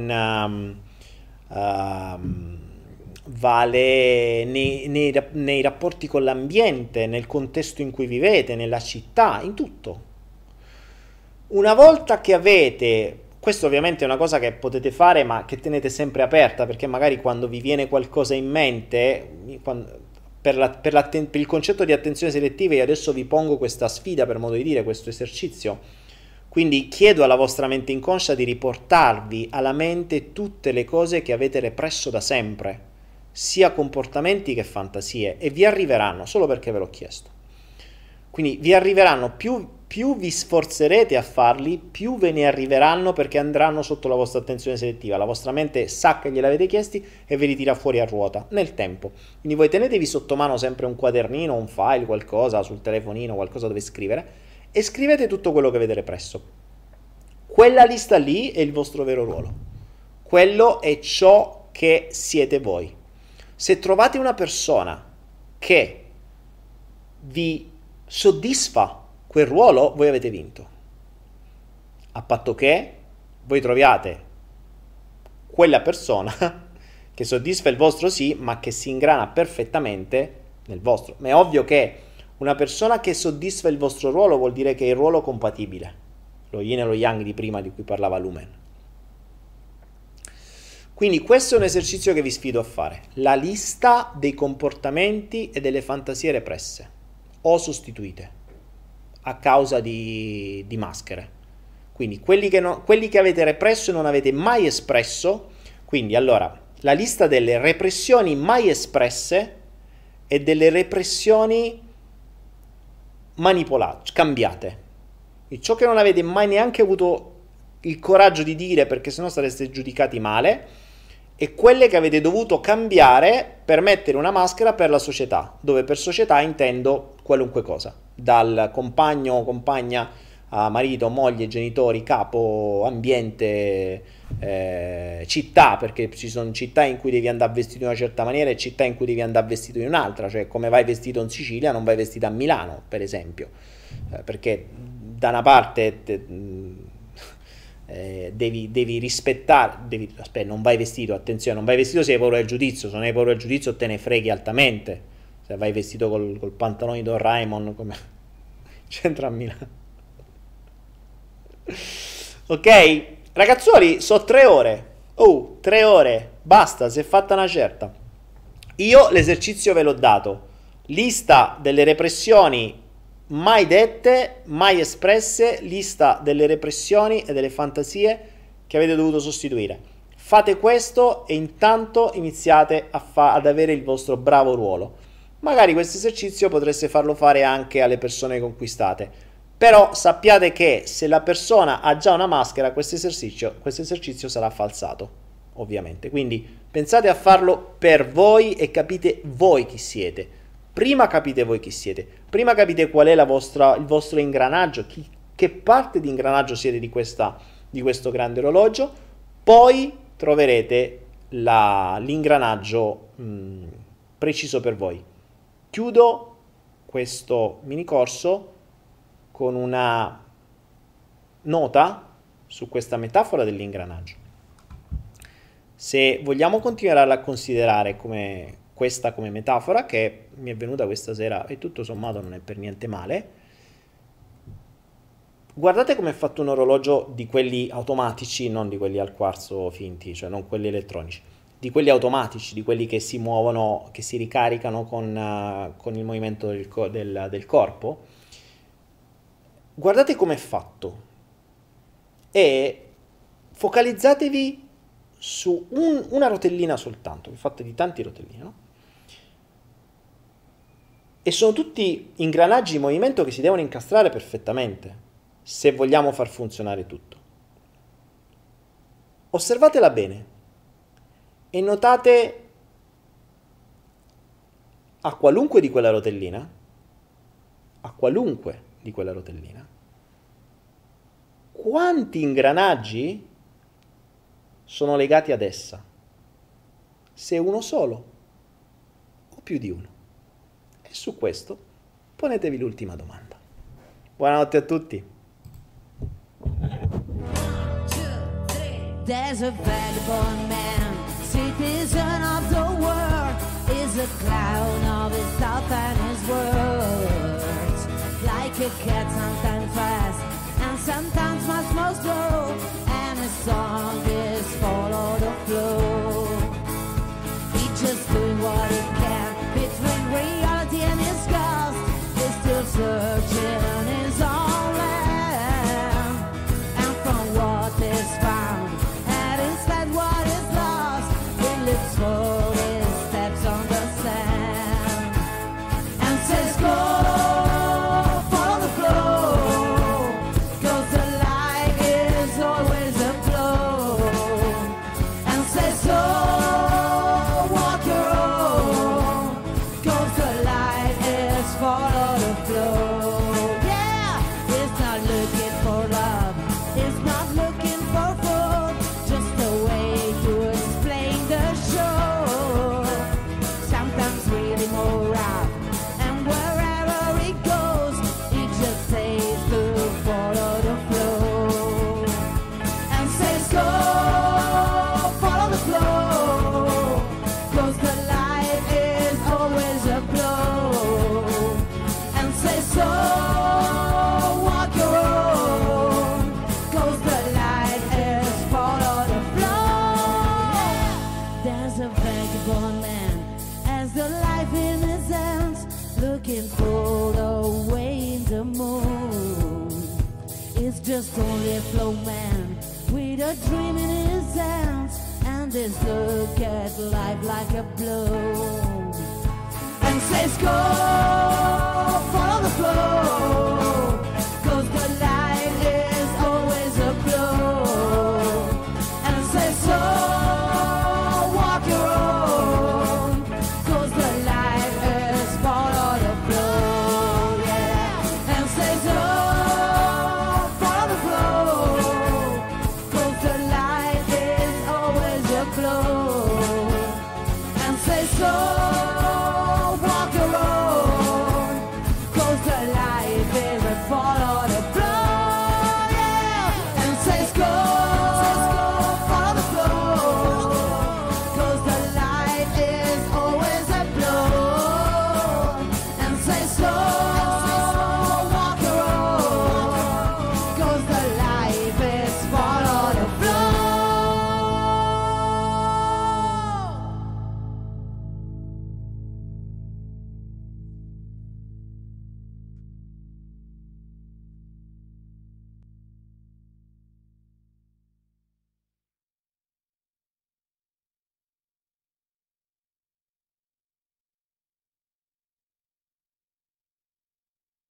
vale nei rapporti con l'ambiente, nel contesto in cui vivete, nella città, in tutto. Una volta che avete, questo ovviamente è una cosa che potete fare ma che tenete sempre aperta, perché magari quando vi viene qualcosa in mente, per il concetto di attenzione selettiva, io adesso vi pongo questa sfida, per modo di dire, questo esercizio. Quindi chiedo alla vostra mente inconscia di riportarvi alla mente tutte le cose che avete represso da sempre, sia comportamenti che fantasie, e vi arriveranno solo perché ve l'ho chiesto. Quindi vi arriveranno, più vi sforzerete a farli, più ve ne arriveranno, perché andranno sotto la vostra attenzione selettiva. La vostra mente sa che gliel'avete chiesti e ve li tira fuori a ruota nel tempo. Quindi voi tenetevi sotto mano sempre un quadernino, un file, qualcosa sul telefonino, qualcosa dove scrivere, e scrivete tutto quello che avete represso. Quella lista lì è il vostro vero ruolo. Quello è ciò che siete voi. Se trovate una persona che vi soddisfa quel ruolo, voi avete vinto. A patto che voi troviate quella persona che soddisfa il vostro sì, ma che si ingrana perfettamente nel vostro. Ma è ovvio che una persona che soddisfa il vostro ruolo vuol dire che è il ruolo compatibile, lo yin e lo yang di prima di cui parlava Lumen. Quindi questo è un esercizio che vi sfido a fare: la lista dei comportamenti e delle fantasie represse o sostituite a causa di maschere. Quindi quelli che avete represso e non avete mai espresso. Quindi allora la lista delle repressioni mai espresse e delle repressioni manipolate, cambiate. ciò che non avete mai neanche avuto il coraggio di dire perché sennò sareste giudicati male, e quelle che avete dovuto cambiare per mettere una maschera per la società, dove per società intendo qualunque cosa, dal compagno o compagna a marito, moglie, genitori, capo, ambiente, città, perché ci sono città in cui devi andare vestito in una certa maniera e città in cui devi andare vestito in un'altra, cioè come vai vestito in Sicilia non vai vestito a Milano, per esempio, perché da una parte devi rispettare, aspetta, non vai vestito, attenzione, non vai vestito se hai paura del giudizio, se non hai paura del giudizio te ne freghi altamente, se vai vestito col pantalone di Doraemon come c'entra a Milano. Ok, ragazzuoli, so 3 ore. 3 ore, basta, si è fatta una certa. Io l'esercizio ve l'ho dato. Lista delle repressioni mai dette, mai espresse, lista delle repressioni e delle fantasie che avete dovuto sostituire. Fate questo e intanto iniziate ad avere il vostro bravo ruolo. Magari questo esercizio potreste farlo fare anche alle persone conquistate. Però sappiate che se la persona ha già una maschera, questo esercizio sarà falsato, ovviamente. Quindi pensate a farlo per voi e capite voi chi siete. Prima capite voi chi siete, prima capite qual è il vostro ingranaggio, che parte di ingranaggio siete di questo grande orologio, poi troverete l'ingranaggio preciso per voi. Chiudo questo mini corso con una nota su questa metafora dell'ingranaggio. Se vogliamo continuare a considerare questa come metafora, che mi è venuta questa sera e tutto sommato non è per niente male, guardate come è fatto un orologio di quelli automatici, non di quelli al quarzo finti, cioè non quelli elettronici, di quelli automatici, di quelli che si muovono, che si ricaricano con il movimento del corpo. Guardate com'è fatto e focalizzatevi su una rotellina soltanto, che è fatta di tanti rotellini, no? E sono tutti ingranaggi in movimento che si devono incastrare perfettamente se vogliamo far funzionare tutto. Osservatela bene e notate a qualunque di quella rotellina, quanti ingranaggi sono legati ad essa, se uno solo o più di uno. E su questo ponetevi l'ultima domanda. Buonanotte a tutti. There's a vagabond man, citizen of the world, is a clown of his thought and his words. Like a cat, sometimes fast and sometimes much more slow, and his song is follow the flow. He's just doing what he can between reality and his ghost. He's still searching his own land, and from what is found and instead what is lost, he lives for his steps on the sand and says go. Just only a flow man with a dream in his hands, and his look at life like a blow, and says go follow the flow.